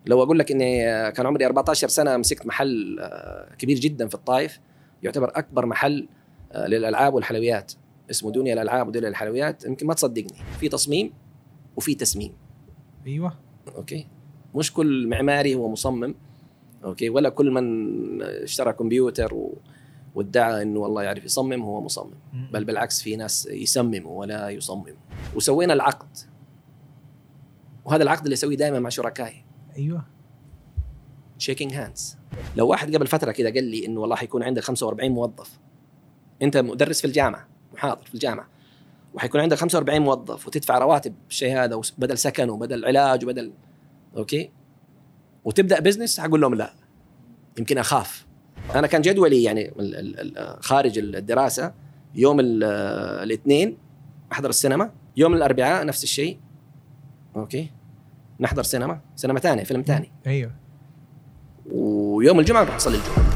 لو أقول لك إني كان عمري 14 سنة مسكت محل كبير جدا في الطائف، يعتبر أكبر محل للألعاب والحلويات، اسمه دنيا الألعاب ودنيا الحلويات. يمكن ما تصدقني، في تصميم وفي تسميم. أيوة. أوكي، مش كل معماري هو مصمم، أوكي، ولا كل من اشترى كمبيوتر وادعى إنه والله يعرف يصمم هو مصمم، بل بالعكس في ناس يصمموا ولا يصمموا. وسوينا العقد، وهذا العقد اللي أسويه دائما مع شركائي. أيوة، shaking hands. لو واحد قبل فترة كده قال لي إنه والله حيكون عندك 45 موظف، أنت مدرس في الجامعة، محاضر في الجامعة، وحيكون عندك 45 موظف وتدفع رواتب بالشيء هذا بدل سكن وبدل علاج وبدل أوكي، وتبدأ بزنس، هقول لهم لا، يمكن أخاف. أنا كان جدولي يعني خارج الدراسة يوم الاثنين أحضر السينما، يوم الأربعاء نفس الشيء، أوكي، نحضر سينما تانية، فيلم تاني. أيوة. ويوم الجمعة نروح نصلي الجمعة.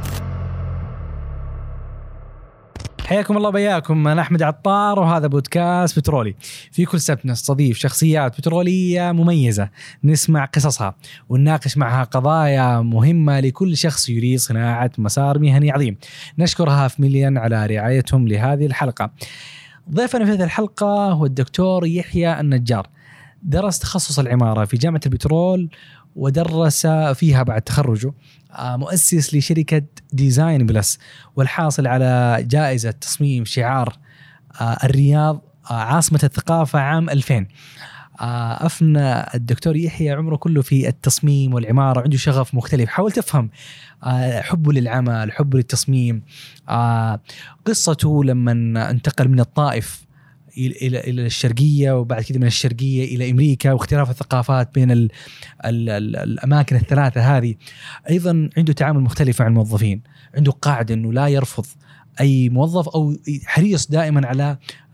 حياكم الله بياكم، أنا أحمد عطار وهذا بودكاست بترولي. في كل سبت نستضيف شخصيات بترولية مميزة، نسمع قصصها ونناقش معها قضايا مهمة لكل شخص يريد صناعة مسار مهني عظيم. نشكر هاف مليون على رعايتهم لهذه الحلقة. ضيفنا في هذه الحلقة هو الدكتور يحيى النجار. درس تخصص العمارة في جامعة البترول ودرس فيها بعد تخرجه. مؤسس لشركة ديزاين بلس، والحاصل على جائزة تصميم شعار الرياض عاصمة الثقافة عام 2000. أفنى الدكتور يحيى عمره كله في التصميم والعمارة، عنده شغف مختلف. حاولت أفهم حبه للعمل، حبه للتصميم، قصته لما انتقل من الطائف إلى الشرقية، وبعد كده من الشرقية إلى أمريكا، واختلاف الثقافات بين الأماكن الثلاثة هذه. أيضا عنده تعامل مختلف مع الموظفين، عنده قاعدة أنه لا يرفض أي موظف، أو حريص دائما على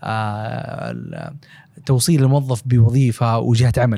توصيل الموظف بوظيفة وجهة عمل.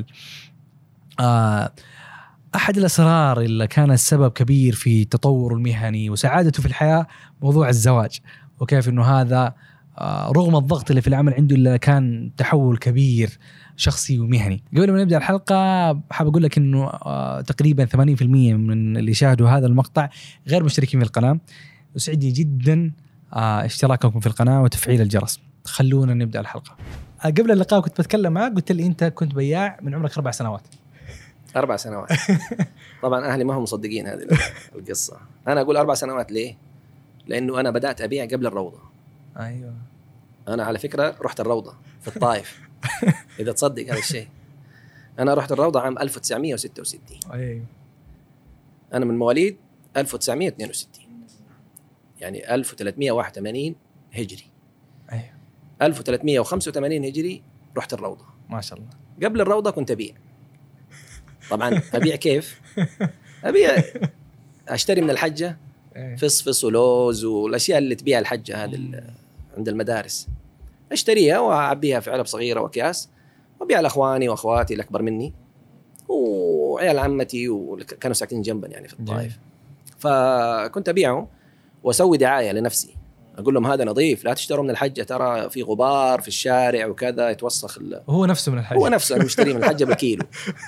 أحد الأسرار اللي كان السبب كبير في تطوره المهني وسعادته في الحياة موضوع الزواج، وكيف أنه هذا رغم الضغط اللي في العمل عنده إلا كان تحول كبير شخصي ومهني. قبل ما نبدأ الحلقة حاب أقول لك إنه تقريبا 80% من اللي شاهدوا هذا المقطع غير مشتركين في القناة. يسعدني جدا اشتراككم في القناة وتفعيل الجرس. خلونا نبدأ الحلقة. قبل اللقاء كنت بتكلم معك، قلت لي أنت كنت بياع من عمرك 4 سنوات. 4 سنوات. طبعا أهلي ما هم مصدقين هذه القصة. أنا أقول 4 سنوات ليه؟ لأنه أنا بدأت أبيع قبل الروضة. أيوة. أنا على فكرة رحت الروضة في الطائف. إذا تصدق هذا الشيء، أنا رحت الروضة عام 1966. أيوة. أنا من مواليد 1962، يعني 1381 هجري. أيوة. 1385 هجري رحت الروضة. ما شاء الله. قبل الروضة كنت أبيع. طبعا أبيع كيف؟ أبيع أشتري من الحجة فصفص ولوز والأشياء اللي تبيع الحجة هذه عند المدارس، أشتريها وأعبيها في علب صغيرة وأكياس، وأبيع لأخواني وأخواتي الأكبر مني وعيال عمتي، وكانوا ساكنين جنبا يعني في الطائف. فكنت أبيعهم وأسوي دعاية لنفسي، أقول لهم هذا نظيف، لا تشتروا من الحجة، ترى في غبار في الشارع وكذا يتوسخ. هو نفسه من الحجة، هو نفسه أنا مشتري من الحجة بالكيلو.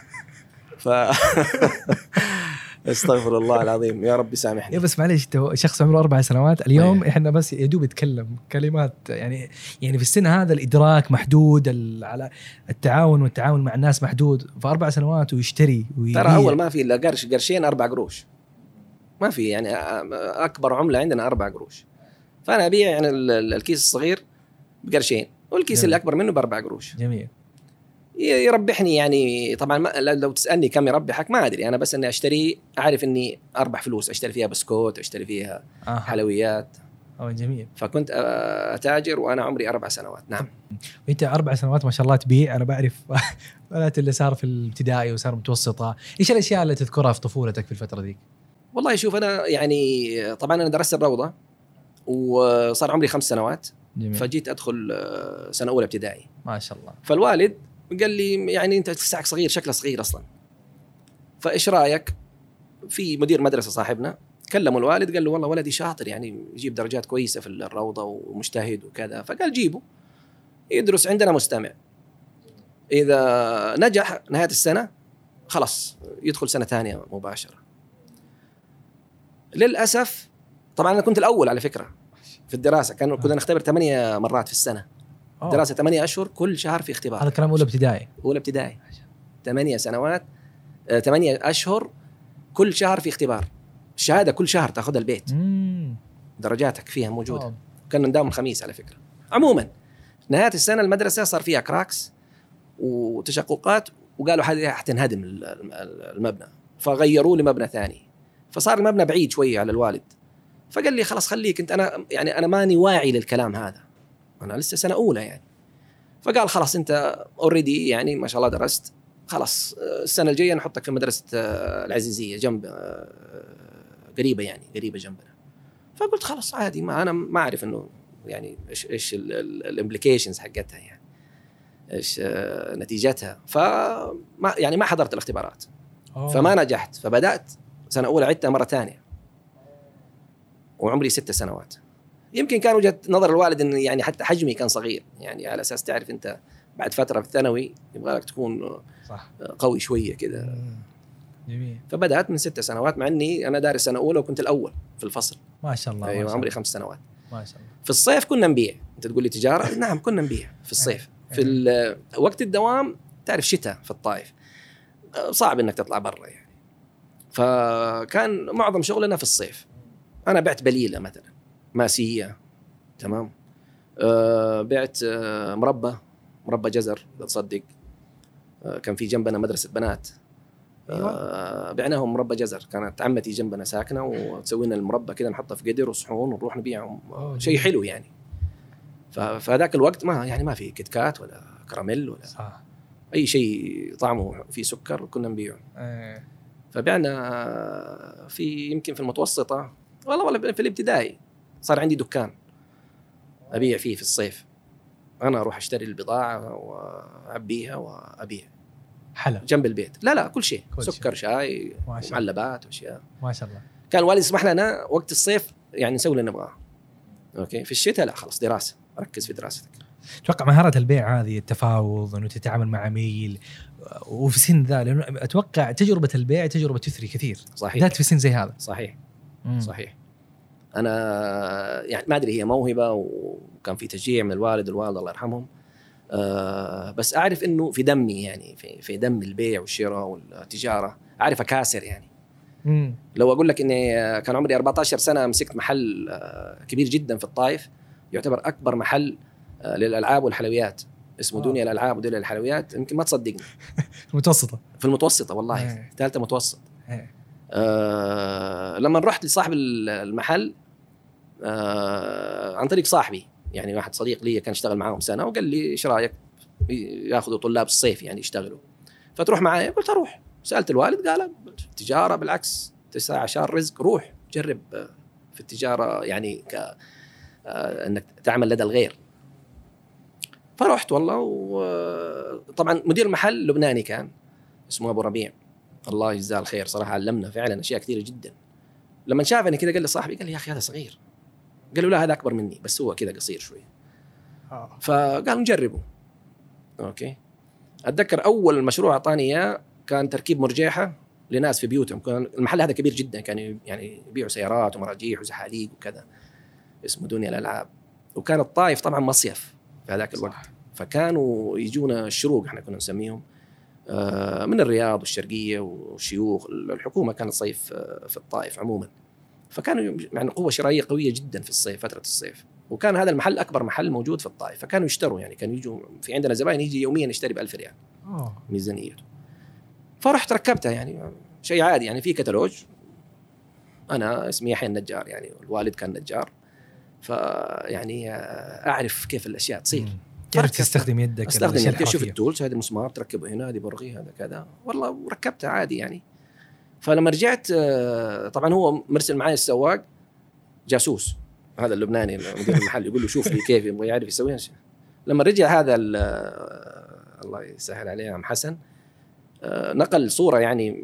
استغفر الله العظيم، يا رب يسامحني. يا بس معليش، شخص عمره 4 سنوات اليوم. إحنا بس يدوب يتكلم كلمات، يعني في السن هذا الإدراك محدود، على التعاون والتعامل مع الناس محدود. ف4 سنوات ويشتري ترى أول ما في إلا قرش قرشين 4 قروش، ما في يعني أكبر عملة عندنا 4 قروش. فأنا أبيع يعني الكيس الصغير بقرشين، والكيس اللي أكبر منه ب4 قروش. جميل. يربحني يعني. طبعا لو تسألني كم يربحك ما أدري، أنا بس أني أشتري، أعرف أني أربح فلوس، أشتري فيها بسكوت، أشتري فيها حلويات. جميل. فكنت أتاجر وأنا عمري 4 سنوات. نعم. وأنت 4 سنوات ما شاء الله تبيع. أنا بعرف بنات اللي صار في الابتدائي وصار متوسطة. إيش الأشياء اللي تذكرها في طفولتك في الفترة دي؟ والله شوف، أنا يعني طبعا أنا درست الروضة وصار عمري 5 سنوات. جميل. فجيت أدخل سنة أولى ابتدائي. ما شاء الله. فالوالد قال لي يعني أنت لساك صغير، شكله صغير أصلا، فإيش رأيك؟ في مدير مدرسة صاحبنا كلموا الوالد، قال له والله ولدي شاطر، يعني يجيب درجات كويسة في الروضة ومجتهد وكذا، فقال جيبه يدرس عندنا مستمع، إذا نجح نهاية السنة خلاص يدخل سنة ثانية مباشرة. للأسف طبعا أنا كنت الأول على فكرة في الدراسة، كنا نختبر 8 مرات في السنة. دراسة 8 أشهر، كل شهر في اختبار. هذا كلام أولى ابتدائي 8 سنوات، 8 أشهر، كل شهر في اختبار. الشهادة كل شهر تأخذها البيت، درجاتك فيها موجودة. كنا نداوم الخميس على فكرة. عموما نهاية السنة المدرسة صار فيها كراكس وتشققات، وقالوا حتنهدم المبنى، فغيروا لي مبنى ثاني، فصار المبنى بعيد شوية على الوالد. فقال لي خلاص خليك انت، انا ماني واعي للكلام هذا، انا لسه سنة أولى يعني. فقال خلاص انت اوريدي يعني ما شاء الله درست، خلاص السنة الجاية نحطك في مدرسة العزيزية جنب، قريبة يعني، قريبة جنبنا. فقلت خلاص عادي، ما أنا ما أعرف إنه يعني إيش الامبليكيشنز حقتها يعني، إيش نتيجتها. فما يعني ما حضرت الاختبارات. فما نجحت، فبدأت سنة أولى عدتها مرة ثانية وعمري 6 سنوات. يمكن كان وجهة نظر الوالد إن يعني حتى حجمي كان صغير، يعني على أساس تعرف أنت بعد فترة في الثانوي يبغى لك تكون صح قوي شوية كده. جميل. فبدأت من 6 سنوات، مع أني أنا دارس سنة أولى وكنت الأول في الفصل. ما شاء الله. أيوة، عمري 5 سنوات. ما شاء الله. في الصيف كنا نبيع. أنت تقول لي تجارة؟ نعم كنا نبيع في الصيف. في وقت الدوام تعرف شتاء في الطائف صعب إنك تطلع برا يعني، فكان معظم شغلنا في الصيف. أنا بعت بليلة مثلا، ماسية، تمام. بعت مربى جزر، لا تصدق. كان في جنبنا مدرسة بنات، بعناهم مربى جزر. كانت عمتي جنبنا ساكنة وتسوي لنا المربى كده، نحطه في قدر وصحون ونروح نبيعهم. شيء حلو يعني. فهذاك الوقت ما في كيت كات ولا كراميل ولا صح. أي شيء طعمه فيه سكر كنا نبيعه. فبعنا يمكن في المتوسطة والله في الابتدائي صار عندي دكان أبيع فيه في الصيف. أنا أروح أشتري البضاعة وأعبيها وأبيع حلو جنب البيت. لا كل شيء، سكر شاي معلبات وأشياء. ما شاء الله. كان والدي يسمح لنا وقت الصيف يعني نسوي اللي نبغاه. أوكي. في الشتاء لا، خلاص دراسة، ركز في دراستك. أتوقع مهارة البيع هذه، التفاوض، إنه تتعامل مع عميل وفي سن ذا، لأنه أتوقع تجربة البيع تجربة تثري كثير. صحيح. ذات في سن زي هذا. صحيح. صحيح. أنا يعني ما أدري هي موهبة وكان في تشجيع من الوالد والوالدة الله يرحمهم. بس أعرف إنه في دمي يعني، في دم البيع والشراء والتجارة. أعرف أكاسر يعني. لو أقول لك إني كان عمري 14 سنة مسكت محل كبير جدا في الطائف، يعتبر أكبر محل للألعاب والحلويات، اسمه دنيا الألعاب ودنيا الحلويات. يمكن ما تصدقني. في المتوسطة والله، ثالثة متوسط. لما رحت لصاحب المحل عن طريق صاحبي يعني، واحد صديق لي كان يشتغل معاهم سنة، وقال لي إيش رأيك ياخذوا طلاب الصيف يعني يشتغلوا، فتروح معايا؟ قلت أروح. سألت الوالد، قال التجارة بالعكس 9 عشر رزق، روح جرب في التجارة يعني أنك تعمل لدى الغير. فرحت والله. وطبعا مدير المحل لبناني كان اسمه أبو ربيع، الله يجزاه الخير صراحة، علمنا فعلا أشياء كثيرة جدا. لما شافني كده قال لي صاحبي، قال لي يا أخي هذا صغير. قال له لا هذا أكبر مني بس هو كده قصير شوي. فقال نجربه. أوكي. أتذكر أول مشروع أعطاني إياه كان تركيب مرجيحة لناس في بيوتهم. كان المحل هذا كبير جدا، كان يعني يبيعوا سيارات ومراجيح وزحاليق وكذا، اسمه دنيا الألعاب. وكان الطائف طبعا مصيف في هذاك الوقت، فكانوا يجونا الشروق احنا كنا نسميهم، من الرياض والشرقية والشيوخ. الحكومة كانت صيف في الطائف عموما، فكانوا يعني قوة شرائية قوية جدا في الصيف، فترة الصيف. وكان هذا المحل أكبر محل موجود في الطائف، فكانوا يشتروا يعني، كانوا يجوا في عندنا زبائن يجي يوميا يشتري ب1000 ريال ميزانيته. فرحت ركبتها يعني شيء عادي يعني، في كتالوج. أنا اسمي يحيى النجار يعني، والوالد كان نجار، فيعني أعرف كيف الأشياء تصير. تعرف تستخدم يدك، استخدم يدك، شوف التولز، هذا مسمار تركبه هنا، هذه برغي، هذا كذا والله، وركبتها عادي يعني. فلما رجعت طبعا هو مرسل معي السواق جاسوس، هذا اللبناني مدير المحل، يقول له شوف لي كيف، يبغى يعرف يسويها. لما رجع هذا الله يسهل عليه عم حسن، نقل صورة يعني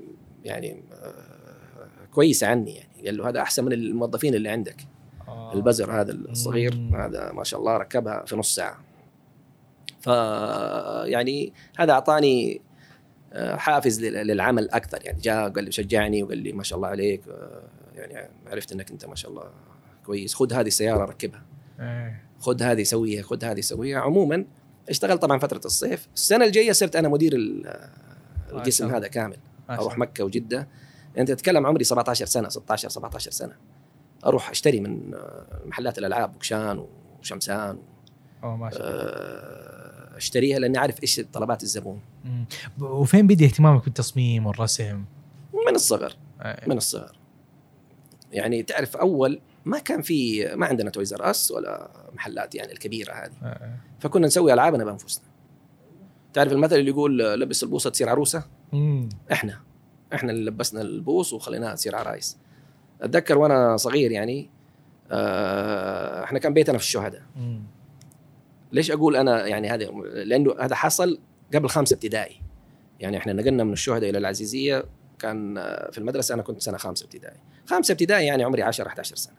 كويسة عني يعني، قال له هذا أحسن من الموظفين اللي عندك. البزر هذا الصغير هذا ما شاء الله ركبها في نص ساعة. فيعني هذا أعطاني حافز للعمل اكثر. يعني جاء قال لي شجعني وقال لي ما شاء الله عليك، يعني عرفت انك انت ما شاء الله كويس، خذ هذه السياره ركبها، خذ هذه سويها، خذ هذه سويها. عموما اشتغل طبعا فتره الصيف. السنه الجايه صرت انا مدير القسم هذا كامل، اروح مكه وجده. انت تتكلم عمري 17 سنه 16 17 سنه، اروح اشتري من محلات الالعاب بوكشان وشمسان ما شاء الله، اشتريها لاني عارف ايش طلبات الزبون. وفين بدي اهتمامك بالتصميم والرسم؟ من الصغر. من الصغر يعني تعرف، اول ما كان في، ما عندنا تويزر اس ولا محلات يعني الكبيره هذه، فكنا نسوي العابنا بانفسنا. تعرف المثل اللي يقول لبس البوصه تصير عروسه؟ احنا اللي لبسنا البوص وخليناها تصير عرايس. اتذكر وانا صغير يعني احنا كان بيتنا في الشهداء. ليش اقول انا يعني هذا؟ لانه هذا حصل قبل 5 ابتدائي. يعني احنا نقلنا من الشهداء الى العزيزيه، كان في المدرسه انا كنت سنه 5 ابتدائي. 5 ابتدائي يعني عمري 10 11 سنه.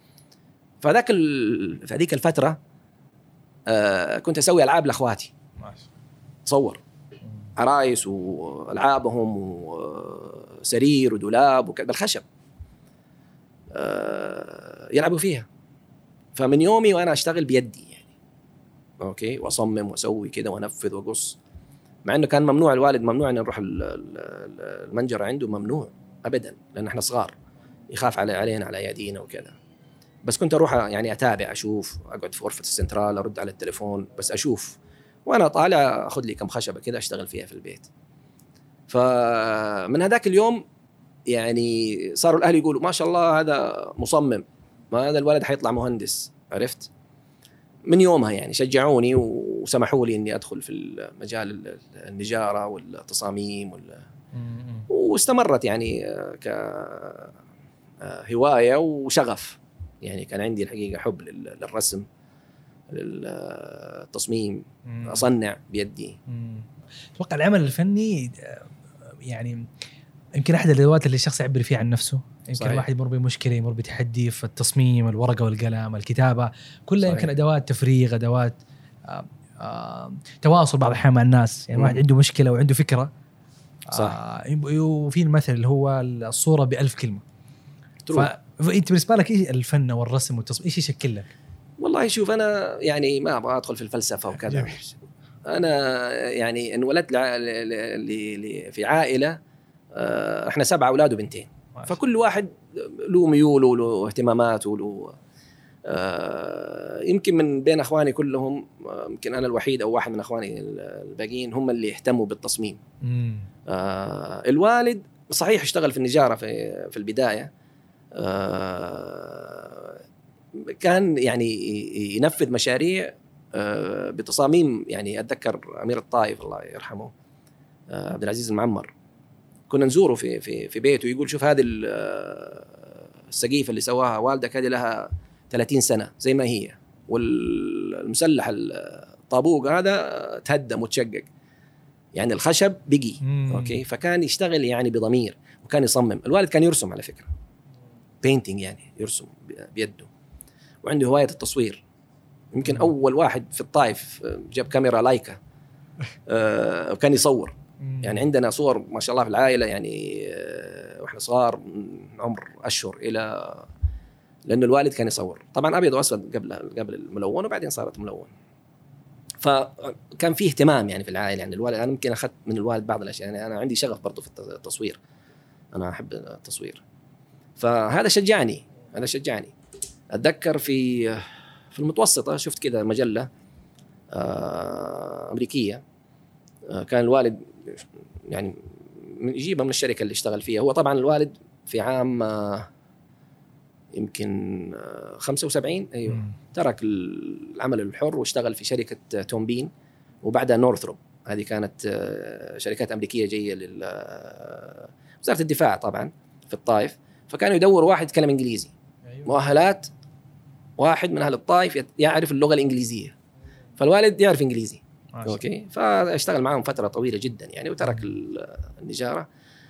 في هذيك الفتره كنت اسوي العاب لاخواتي، صور عرايس والعابهم وسرير ودولاب بالخشب يلعبوا فيها. فمن يومي وانا اشتغل بيدي يعني، اوكي، واصمم واسوي كده وانفذ واقص. مع انه كان ممنوع، الوالد ممنوع ان نروح المنجر عنده، ممنوع ابدا، لان احنا صغار يخاف علينا على ايادينا وكذا. بس كنت اروح يعني اتابع، اشوف، اقعد في غرفه السنترال ارد على التليفون بس اشوف، وانا طالع اخذ لي كم خشبه كده اشتغل فيها في البيت. فمن هذاك اليوم يعني صاروا الاهل يقولوا ما شاء الله هذا مصمم، ما هذا الولد حيطلع مهندس، عرفت؟ من يومها يعني شجعوني وسمحوا لي اني ادخل في المجال النجاره والتصاميم واستمرت يعني كهوايه وشغف. يعني كان عندي الحقيقه حب للرسم، للتصميم، اصنع بيدي. اتوقع العمل الفني يعني يمكن احد الادوات اللي الشخص يعبر فيها عن نفسه. يمكن الواحد يمر بمشكله، يمر بتحدي في التصميم، الورقه والقلم، الكتابه، كلها يمكن ادوات تفريغ، ادوات تواصل بعض الأحيان مع الناس. يعني واحد عنده مشكله وعنده فكره، صح. وفي المثل اللي هو الصوره ب1000 كلمه. فانت بالنسبه لك ايش الفن والرسم والتصميم، ايش يشكل لك؟ والله شوف، انا يعني ما ابغى ادخل في الفلسفه وكذا. انا يعني انولدت في عائله احنا 7 اولاد وبنتين، فكل واحد له ميوله وله اهتماماته وله يمكن من بين اخواني كلهم يمكن انا الوحيد او واحد من اخواني الباقيين هم اللي يهتموا بالتصميم. الوالد صحيح اشتغل في النجاره في البدايه، كان يعني ينفذ مشاريع بتصاميم. يعني اتذكر امير الطائف الله يرحمه عبد العزيز المعمر، كنا نزوره في بيته، يقول شوف هذه السقيفه اللي سواها والدك هذه لها 30 سنه زي ما هي، والمسلح الطابوق هذا تهدم وتشقق، يعني الخشب بقي. اوكي، فكان يشتغل يعني بضمير وكان يصمم. الوالد كان يرسم على فكره، بينتينج يعني يرسم بيده، وعنده هوايه التصوير. يمكن اول واحد في الطائف جاب كاميرا لايكا وكان يصور. يعني عندنا صور ما شاء الله في العائله، يعني واحنا صغار من عمر اشهر الى، لانه الوالد كان يصور طبعا ابيض واسود قبل الملون، وبعدين صارت ملون. فكان فيه اهتمام يعني في العائله. يعني الوالد، انا يمكن اخذت من الوالد بعض الاشياء. يعني انا عندي شغف برضو في التصوير، انا احب التصوير، فهذا شجعني. اتذكر في المتوسطه شفت كذا مجله امريكيه، كان الوالد يعني يجيبها من الشركه اللي اشتغل فيها. هو طبعا الوالد في عام يمكن 75 ايوه ترك العمل الحر واشتغل في شركه تومبين، وبعدها نورثروب. هذه كانت شركات امريكيه جايه وزاره الدفاع طبعا في الطائف. فكانوا يدوروا واحد يتكلم انجليزي، مؤهلات واحد من اهل الطائف يعرف اللغه الانجليزيه. فالوالد يعرف انجليزي، اوكي، فاشتغل معهم فتره طويله جدا يعني، وترك النجاره.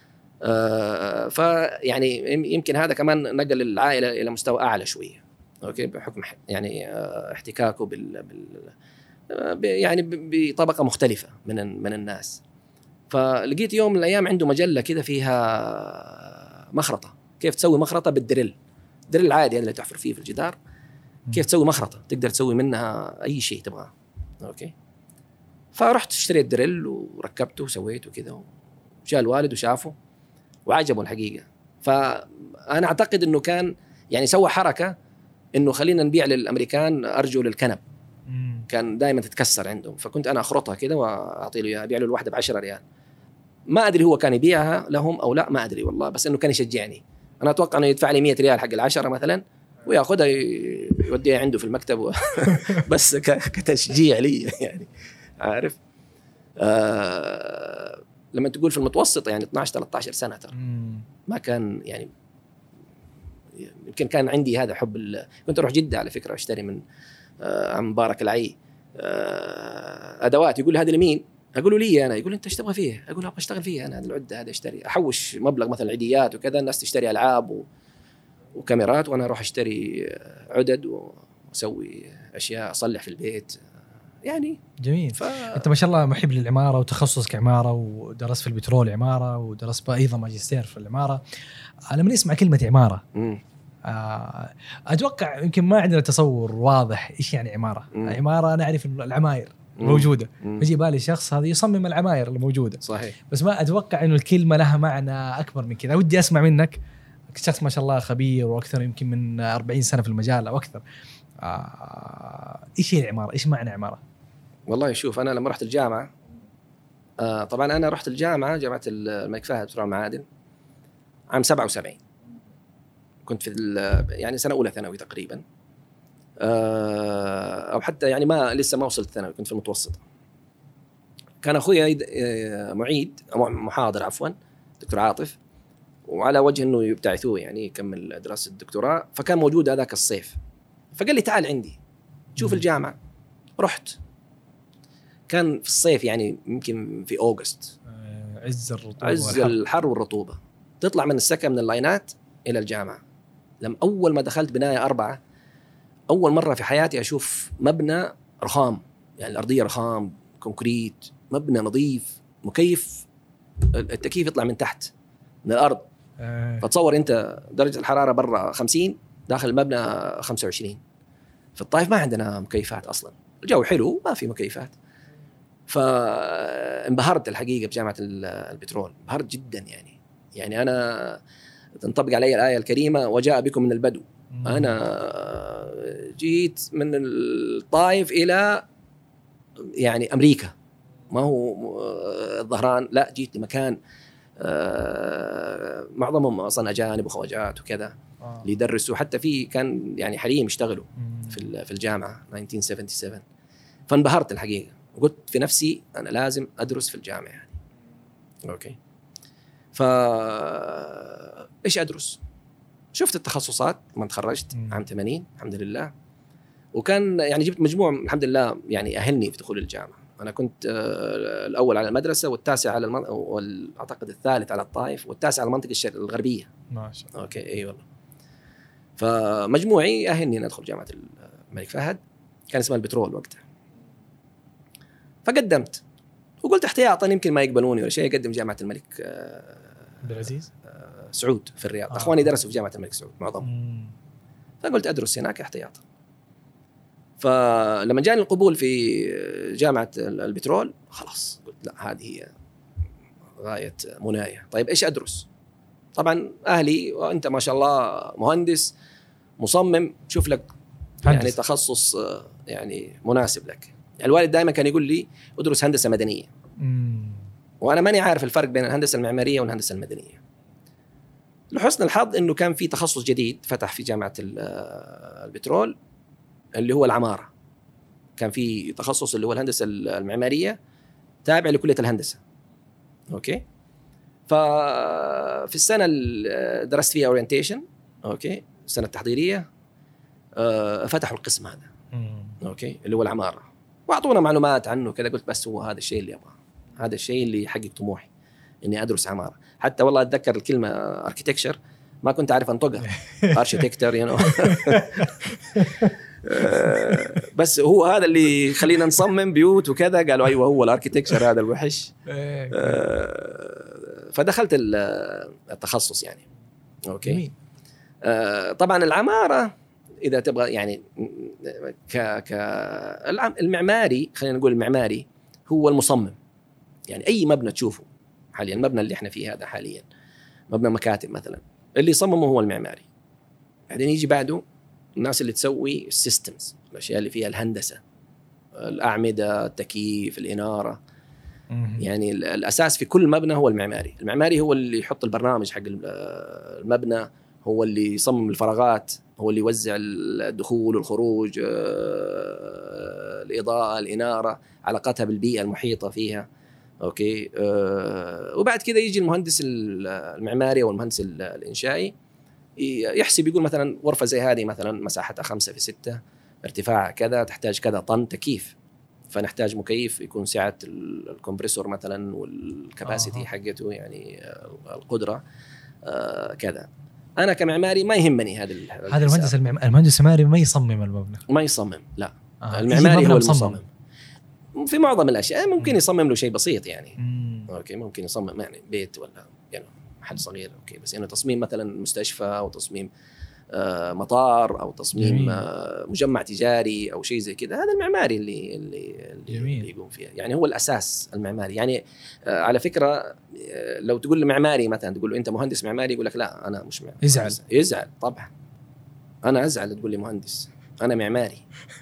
فيعني يمكن هذا كمان نقل العائله الى مستوى اعلى شويه، اوكي، بحكم يعني احتكاكه يعني بطبقه مختلفه من الناس. فلقيت يوم من الايام عنده مجله كده فيها مخرطه، كيف تسوي مخرطه بالدريل، دريل عادي اللي تحفر فيه في الجدار، كيف تسوي مخرطه تقدر تسوي منها اي شيء تبغاه. اوكي، فرحت اشتريت دريل وركبته وسويته كذا، وجاء الوالد وشافه وعجبه الحقيقه. فانا اعتقد انه كان يعني سوى حركه انه خلينا نبيع للامريكان ارجل الكنب، كان دائما تتكسر عندهم، فكنت انا اخرطها كده واعطي له اياها، ابيع له الواحده ب10 ريال. ما ادري هو كان يبيعها لهم او لا، ما ادري والله، بس انه كان يشجعني. انا اتوقع انه يدفع لي 100 ريال حق ال10 مثلا وياخذها يوديها عنده في المكتب بس كتشجيع لي يعني، عارف. لما تقول في المتوسط يعني 12-13 سنه ترى ما كان يعني، يمكن كان عندي هذا حب كنت اروح جده على فكره اشتري من عم مبارك العي ادوات، يقول لي هذه لمين؟ اقول له لي انا. يقول انت ايش تبغى فيه؟ اقول له ابغى اشتغل فيه انا، هذه العده هذا اشتري، احوش مبلغ مثلا عيديات وكذا، الناس تشتري العاب وكاميرات، وانا اروح اشتري عدد واسوي اشياء اصلح في البيت يعني. جميل. انت ما شاء الله محب للعماره وتخصصك عماره، ودرست في البترول عماره، ودرست ايضا ماجستير في العماره. لما نسمع كلمه عماره اتوقع يمكن ما عندنا تصور واضح ايش يعني عماره. عماره انا اعرف العماير موجوده، يجي بالي شخص هذا يصمم العماير الموجوده، صحيح، بس ما اتوقع انه الكلمه لها معنى اكبر من كذا. ودي اسمع منك شخص ما شاء الله خبير واكثر يمكن من 40 سنه في المجال او اكثر، ايش هي العماره؟ ايش معنى عماره؟ والله شوف، انا لما رحت الجامعه طبعا انا رحت الجامعه جامعه الملك فهد بترول معادن عام 77، كنت في يعني سنه اولى ثانوي تقريبا، او حتى يعني لسه ما وصلت ثانوي، كنت في المتوسطه. كان اخويا معيد او محاضر عفوا، دكتور عاطف، وعلى وجه انه يبتعثوه يعني يكمل دراسه الدكتوراه، فكان موجود هذاك الصيف، فقال لي تعال عندي شوف الجامعه. رحت، كان في الصيف يعني يمكن في أغسطس، عز الرطوبة عز الحر والرطوبة، تطلع من السكن من اللاينات إلى الجامعة. لما أول ما دخلت بناية 4، أول مرة في حياتي أشوف مبنى رخام، يعني الأرضية رخام كونكريت، مبنى نظيف مكيف، التكييف يطلع من تحت من الأرض. فتصور أنت درجة الحرارة برا 50، داخل المبنى 25. في الطائف ما عندنا مكيفات أصلا، الجو حلو ما في مكيفات. فانبهرت الحقيقة بجامعة البترول، انبهرت جدا يعني أنا تنطبق علي الآية الكريمة وجاء بكم من البدو. أنا جيت من الطائف إلى يعني أمريكا، ما هو الظهران، لا جيت لمكان معظمهم أصلا أجانب وخواجات وكذا اللي يدرسوا، حتى في كان يعني حريم يشتغلوا في الجامعة 1977. فانبهرت الحقيقة وقلت في نفسي أنا لازم أدرس في الجامعة يعني. أوكي، إيش أدرس؟ شفت التخصصات ما تخرجت عام 80 الحمد لله، وكان يعني جبت مجموع الحمد لله يعني أهلني في دخول الجامعة. أنا كنت الأول على المدرسة، والتاسع على أعتقد الثالث على الطائف، والتاسع على المنطقة الغربية. ما شاء الله. أوكي، أي والله. فمجموعي أهلني أن أدخل جامعة الملك فهد، كان اسمها البترول وقتها. فقدمت وقلت احتياطا يمكن ما يقبلوني ولا شيء، أقدم جامعة الملك عبد العزيز سعود في الرياض. أخواني درسوا في جامعة الملك سعود معظمهم، فقلت أدرس هناك احتياطا. فلما جاني القبول في جامعة البترول خلاص قلت لا، هذه هي غاية منايا. طيب إيش أدرس؟ طبعا أهلي وأنت ما شاء الله مهندس مصمم، شوف لك يعني تخصص يعني مناسب لك. يعني الوالد دائما كان يقول لي ادرس هندسة مدنية، وأنا ماني عارف الفرق بين الهندسة المعمارية والهندسة المدنية. لحسن الحظ إنه كان في تخصص جديد فتح في جامعة البترول اللي هو العمارة. كان في تخصص اللي هو الهندسة المعمارية تابع لكلية الهندسة. أوكي، ففي السنة اللي درست فيها أورينتيشن، أوكي، السنة التحضيرية، فتحوا القسم هذا، أوكي، اللي هو العمارة، وأعطونا معلومات عنه كذا. قلت بس هو هذا الشيء اللي أبغاه، هذا الشيء اللي يحقق طموحي إني أدرس عمارة. حتى والله أتذكر الكلمة architecture ما كنت أعرف أنطقها architecture بس هو هذا اللي خلينا نصمم بيوت وكذا. قالوا ايوه هو الاركيتكشر هذا الوحش. فدخلت التخصص يعني. اوكي. طبعا العمارة اذا تبغى يعني المعماري، خلينا نقول المعماري هو المصمم. يعني اي مبنى تشوفه حاليا، المبنى اللي احنا فيه هذا حاليا مبنى مكاتب مثلا، اللي يصممه هو المعماري. بعدين يجي بعده الناس اللي تسوي السيستمز، الاشياء اللي فيها الهندسه، الاعمده، التكييف، الاناره. يعني الاساس في كل مبنى هو المعماري. المعماري هو اللي يحط البرنامج حق المبنى، هو اللي يصمم الفراغات، هو اللي يوزع الدخول والخروج، الاضاءه، الاناره، علاقتها بالبيئه المحيطه فيها. اوكي. وبعد كذا يجي المهندس المعماري او المهندس الانشائي يحسب، يقول مثلا غرفه زي هذه مثلا مساحتها 5×6، ارتفاعها كذا، تحتاج كذا طن تكييف، فنحتاج مكيف يكون سعه الكمبريسور مثلا والكباسيتي حقته، يعني القدره كذا. انا كمعماري ما يهمني هذا المهندس المهندس المعماري ما يصمم المبنى، ما يصمم، لا. المعماري هو المصمم في معظم الاشياء. ممكن يصمم له شيء بسيط يعني. اوكي، ممكن يصمم يعني بيت ولا يعني محل صغير. اوكي، بس يعني تصميم مثلا مستشفى او تصميم مطار او تصميم مجمع تجاري او شيء زي كذا، هذا المعماري اللي يقوم فيها. يعني هو الاساس المعماري. يعني على فكره لو تقول لمعماري مثلا، تقول له انت مهندس معماري، يقول لك لا انا مش معماري. يزعل طبعا. انا ازعل تقول لي مهندس، انا معماري.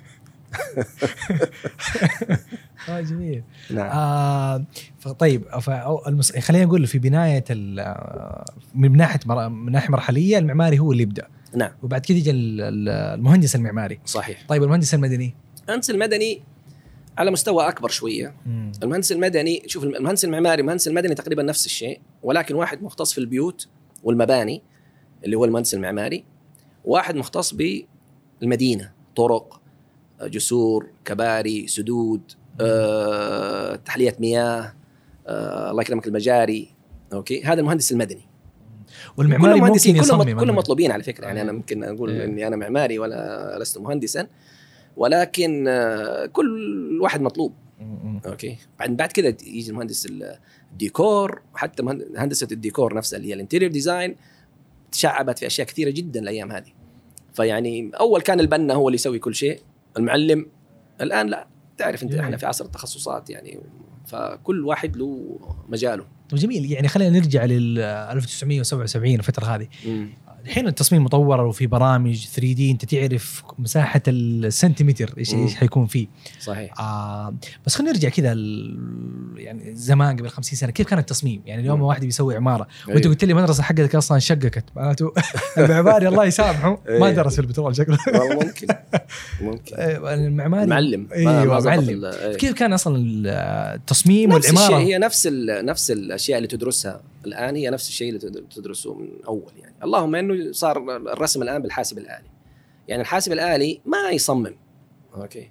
جميل. نعم. طيب خلينا نقول في بناية من ناحية مرحلية المعماري هو اللي يبدأ. نعم. وبعد كده يجي المهندس المعماري. صحيح. طيب المهندس المدني؟ المهندس المدني على مستوى أكبر شوية. المهندس المدني، شوف، المهندس المعماري المهندس المدني تقريبا نفس الشيء، ولكن واحد مختص في البيوت والمباني اللي هو المهندس المعماري، واحد مختص بالمدينة، طرق، جسور، كباري، سدود، تحلية مياه، الله يكرمك، المجاري. اوكي، هذا المهندس المدني. والمعماري ممكن يصمم، كلهم مطلوبين على فكرة. يعني انا ممكن اقول اني انا معماري ولا لست مهندسا، ولكن كل واحد مطلوب. اوكي. بعد كده يجي المهندس الديكور، حتى هندسة الديكور نفسها اللي هي الانتيريور ديزاين تشعبت في اشياء كثيرة جدا الايام هذه. فيعني اول كان البنا هو اللي يسوي كل شيء، المعلم. الان لا، تعرف انت احنا في عصر التخصصات يعني، فكل واحد له مجاله. جميل. يعني خلينا نرجع لل 1977 الفتره هذه. الحين التصميم مطور وفي برامج 3D، انت تعرف مساحه السنتيمتر ايش حيكون فيه. صحيح. بس خلينا نرجع كذا يعني زمان قبل 50 سنه كيف كان التصميم. يعني اليوم واحد بيسوي عماره وانت قلت لي المدرسه حقتك اصلا شققت، معناته المعماري الله يسامحه ما درس في البترول شكله. والله ممكن المعماري معلم. ايوه معلم. كيف كان اصلا التصميم والعماره؟ هي نفس الاشياء اللي تدرسها الان، هي نفس الشيء اللي تدرسه من اول. يعني اللهم انه صار الرسم الان بالحاسب الآلي. يعني الحاسب الآلي ما يصمم. اوكي.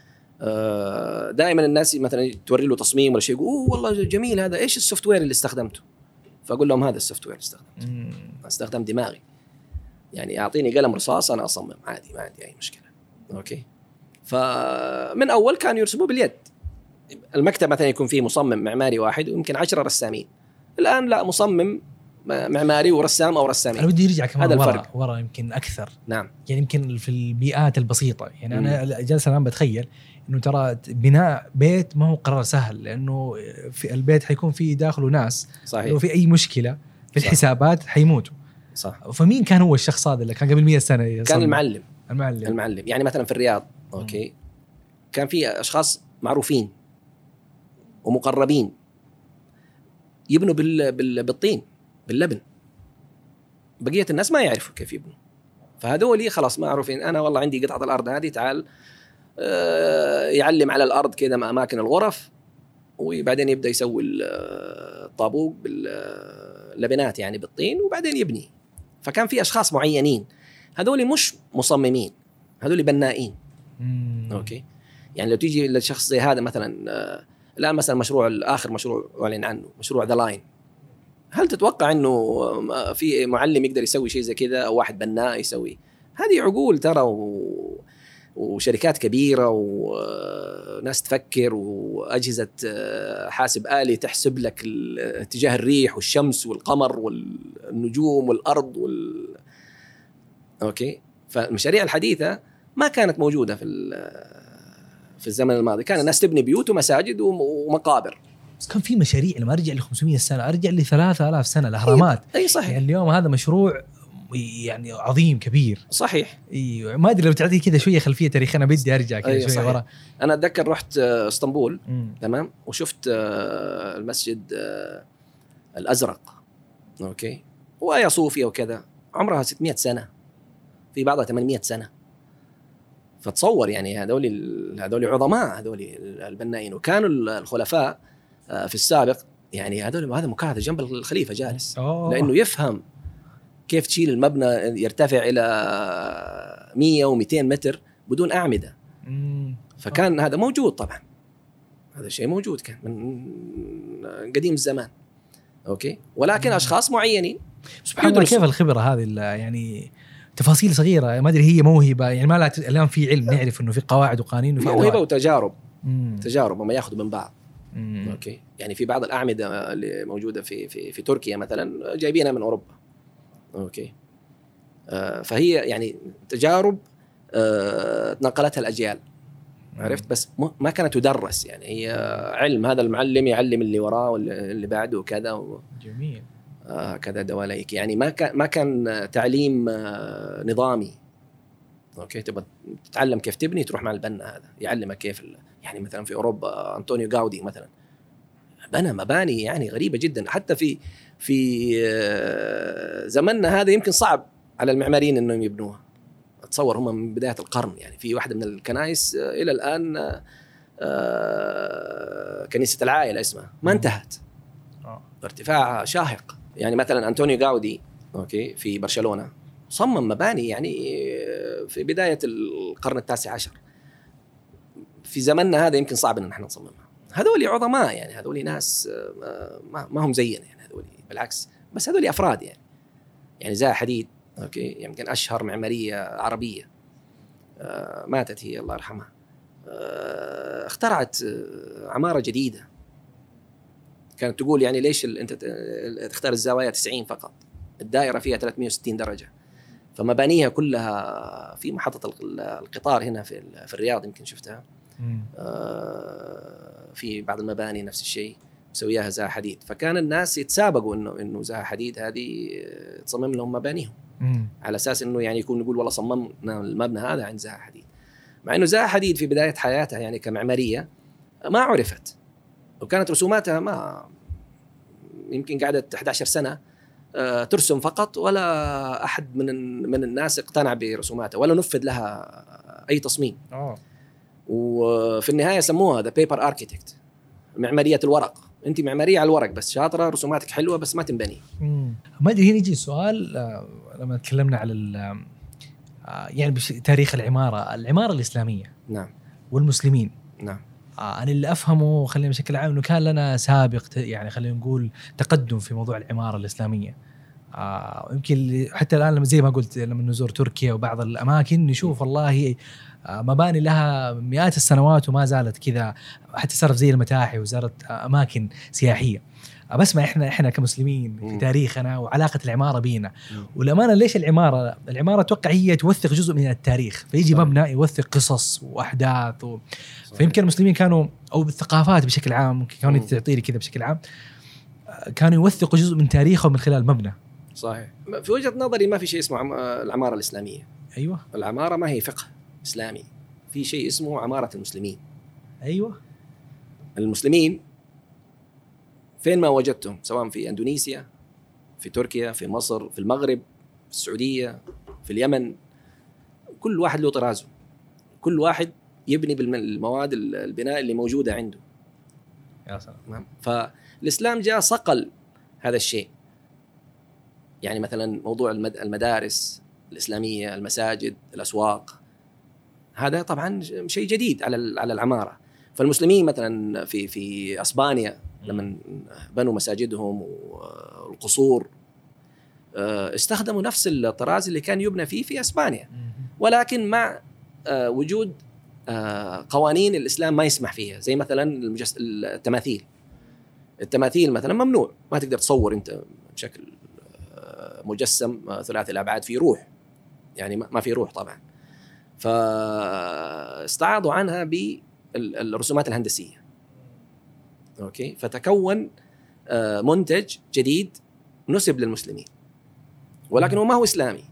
دائما الناس مثلا توري له تصميم ولا شيء، يقول والله جميل هذا، ايش السوفت وير اللي استخدمته؟ فاقول لهم هذا السوفت وير استخدمته، استخدم دماغي. يعني اعطيني قلم رصاص انا اصمم عادي، ما عندي اي مشكله. اوكي. فمن اول كانوا يرسموا باليد. المكتب مثلا يكون فيه مصمم معماري واحد ويمكن 10 رسامين. الان لا، مصمم معماري ورسام او رسامين. انا بدي ارجع كمان هذا الفرق. ورا يمكن اكثر. نعم. يعني يمكن في البيئات البسيطه. يعني انا جالس الان بتخيل انه ترى بناء بيت ما هو قرار سهل، لانه في البيت حيكون فيه داخله ناس. صحيح. لو في اي مشكله في الحسابات حيموتوا. صح. فمين كان هو الشخص هذا اللي كان قبل 100 سنه يصمم؟ كان المعلم. يعني مثلا في الرياض، اوكي، كان في اشخاص معروفين ومقربين يبنوا بالطين، باللبن. بقية الناس ما يعرفوا كيف يبنوا. فهذول خلاص ما عارفين. أنا والله عندي قطعة الأرض هذه، تعال يعلم على الأرض كذا أماكن الغرف، وبعدين يبدأ يسوي الطابوق باللبنات يعني بالطين، وبعدين يبني. فكان في أشخاص معينين، هذول مش مصممين، هذول بنائين. أوكي. يعني لو تيجي للشخص زي هذا مثلا، الآن مثلا آخر مشروع أعلن عنه، مشروع ذا لاين، هل تتوقع إنه في معلم يقدر يسوي شيء زي كذا، أو واحد بناء يسوي؟ هذه عقول ترى، وشركات كبيرة وناس تفكر وأجهزة حاسب آلي تحسب لك اتجاه الريح والشمس والقمر والنجوم والأرض أوكي. فالمشاريع الحديثة ما كانت موجودة في الزمن الماضي. كان الناس تبني بيوت ومساجد ومقابر. بس كان في مشاريع لما أرجع ل 500 سنة، أرجع ل 3000 سنة، الأهرامات. أي صحيح. يعني اليوم هذا مشروع يعني عظيم كبير. صحيح. ايوه ما ادري لو تعطي كذا شويه خلفيه تاريخيه، انا بدي ارجع كذا شويه ورا. انا اتذكر رحت اسطنبول تمام، وشفت المسجد الازرق اوكي، وآيا صوفيا وكذا، عمرها 600 سنه، في بعضها 800 سنه. فتصور يعني هذول عظماء، هذول البنائين. وكانوا الخلفاء في السابق يعني هذا مكعب جنب الخليفه جالس لانه يفهم كيف تشيل المبنى يرتفع إلى 100 و200 متر بدون أعمدة. فكان هذا موجود طبعا، هذا الشيء موجود كان من قديم الزمان أوكي. ولكن أشخاص معينين سبحان الله كيف الخبرة هذه يعني تفاصيل صغيرة ما أدري هي موهبة يعني ما لا الآن في علم نعرف إنه في قواعد وقوانين وفي موهبة وتجارب تجارب وما يأخذوا من بعض أوكي. يعني في بعض الأعمدة اللي موجودة في تركيا مثلا جايبينها من أوروبا أوكي. فهي يعني تجارب تنقلتها الأجيال عرفت، بس ما كانت تدرس يعني، هي علم، هذا المعلم يعلم اللي وراه واللي بعده وكذا جميل كذا دواليك يعني. ما كان تعليم نظامي أوكي. تبغى تتعلم كيف تبني تروح مع البنا هذا يعلمك كيف يعني مثلا في أوروبا أنطونيو غاودي مثلا بنى مباني يعني غريبة جدا. حتى في زمننا هذا يمكن صعب على المعماريين انهم يبنوها. اتصور هم من بداية القرن يعني في واحدة من الكنائس الى الان كنيسة العائلة اسمها ما انتهت، ارتفاعها شاهق. يعني مثلا أنطونيو غاودي اوكي في برشلونة صمم مباني يعني في بداية القرن 19. في زمننا هذا يمكن صعب ان احنا نصممها. هذول عظماء يعني، هذول ناس ما هم زينا يعني، هذول بالعكس، بس هذول أفراد يعني زاها حديد أوكي يمكن أشهر معمارية عربية ماتت هي الله يرحمها، اخترعت عمارة جديدة. كانت تقول يعني ليش أنت تختار الزوايا 90 فقط، الدائرة فيها 360 درجة. فمبانيها كلها في محطة القطار هنا في الرياض يمكن شفتها، في بعض المباني نفس الشيء مسوياها زاها حديد. فكان الناس يتسابقوا انه زاها حديد هذه تصمم لهم مبانيهم على اساس انه يعني يكون يقول والله صممنا المبنى هذا عند زاها حديد، مع انه زاها حديد في بدايه حياتها يعني كمعماريه ما عرفت، وكانت رسوماتها ما يمكن قعدت 11 سنه ترسم فقط، ولا احد من الناس اقتنع برسوماتها ولا نفذ لها اي تصميم. وفي النهايه سموها ذا بيبر اركيتكت، معماريه الورق. انت معماريه على الورق بس شاطره، رسوماتك حلوه بس ما تنبني. ما ادري هنا يجي السؤال لما تكلمنا على يعني تاريخ العماره الاسلاميه نعم والمسلمين. نعم انا اللي افهمه خلينا بشكل عام انه كان لنا سابق يعني خلينا نقول تقدم في موضوع العماره الاسلاميه. يمكن حتى الان لما زي ما قلت لما نزور تركيا وبعض الاماكن نشوف والله مباني لها مئات السنوات وما زالت كذا، حتى صارت زي المتاحف وزارت اماكن سياحيه. بس ما احنا كمسلمين في تاريخنا وعلاقه العماره بينا. والامانه ليش العماره اتوقع هي توثق جزء من التاريخ، فيجي مبنى يوثق قصص واحداث فيمكن المسلمين كانوا او بالثقافات بشكل عام ممكن كانوا تعطيني كذا بشكل عام كانوا يوثقوا جزء من تاريخهم من خلال مبنى. صحيح. في وجهة نظري ما في شيء اسمه العمارة الإسلامية. أيوة. العمارة ما هي فقه إسلامي، في شيء اسمه عمارة المسلمين. أيوة. المسلمين فين ما وجدتهم، سواء في أندونيسيا، في تركيا، في مصر، في المغرب، في السعودية، في اليمن، كل واحد له طرازه، كل واحد يبني بالمواد البناء اللي موجودة عنده. يا سلام. فالإسلام جاء صقل هذا الشيء. يعني مثلا موضوع المدارس الإسلامية، المساجد، الأسواق، هذا طبعا شيء جديد على العمارة. فالمسلمين مثلا في أسبانيا لما بنوا مساجدهم والقصور استخدموا نفس الطراز اللي كان يبنى فيه في أسبانيا، ولكن مع وجود قوانين الإسلام ما يسمح فيها، زي مثلا التماثيل مثلا ممنوع، ما تقدر تصور أنت بشكل مجسم ثلاثي الأبعاد في روح، يعني ما في روح طبعا. فاستعاضوا عنها بالرسومات الهندسية. أوكي، فتكون منتج جديد نسب للمسلمين، ولكنه ما هو إسلامي.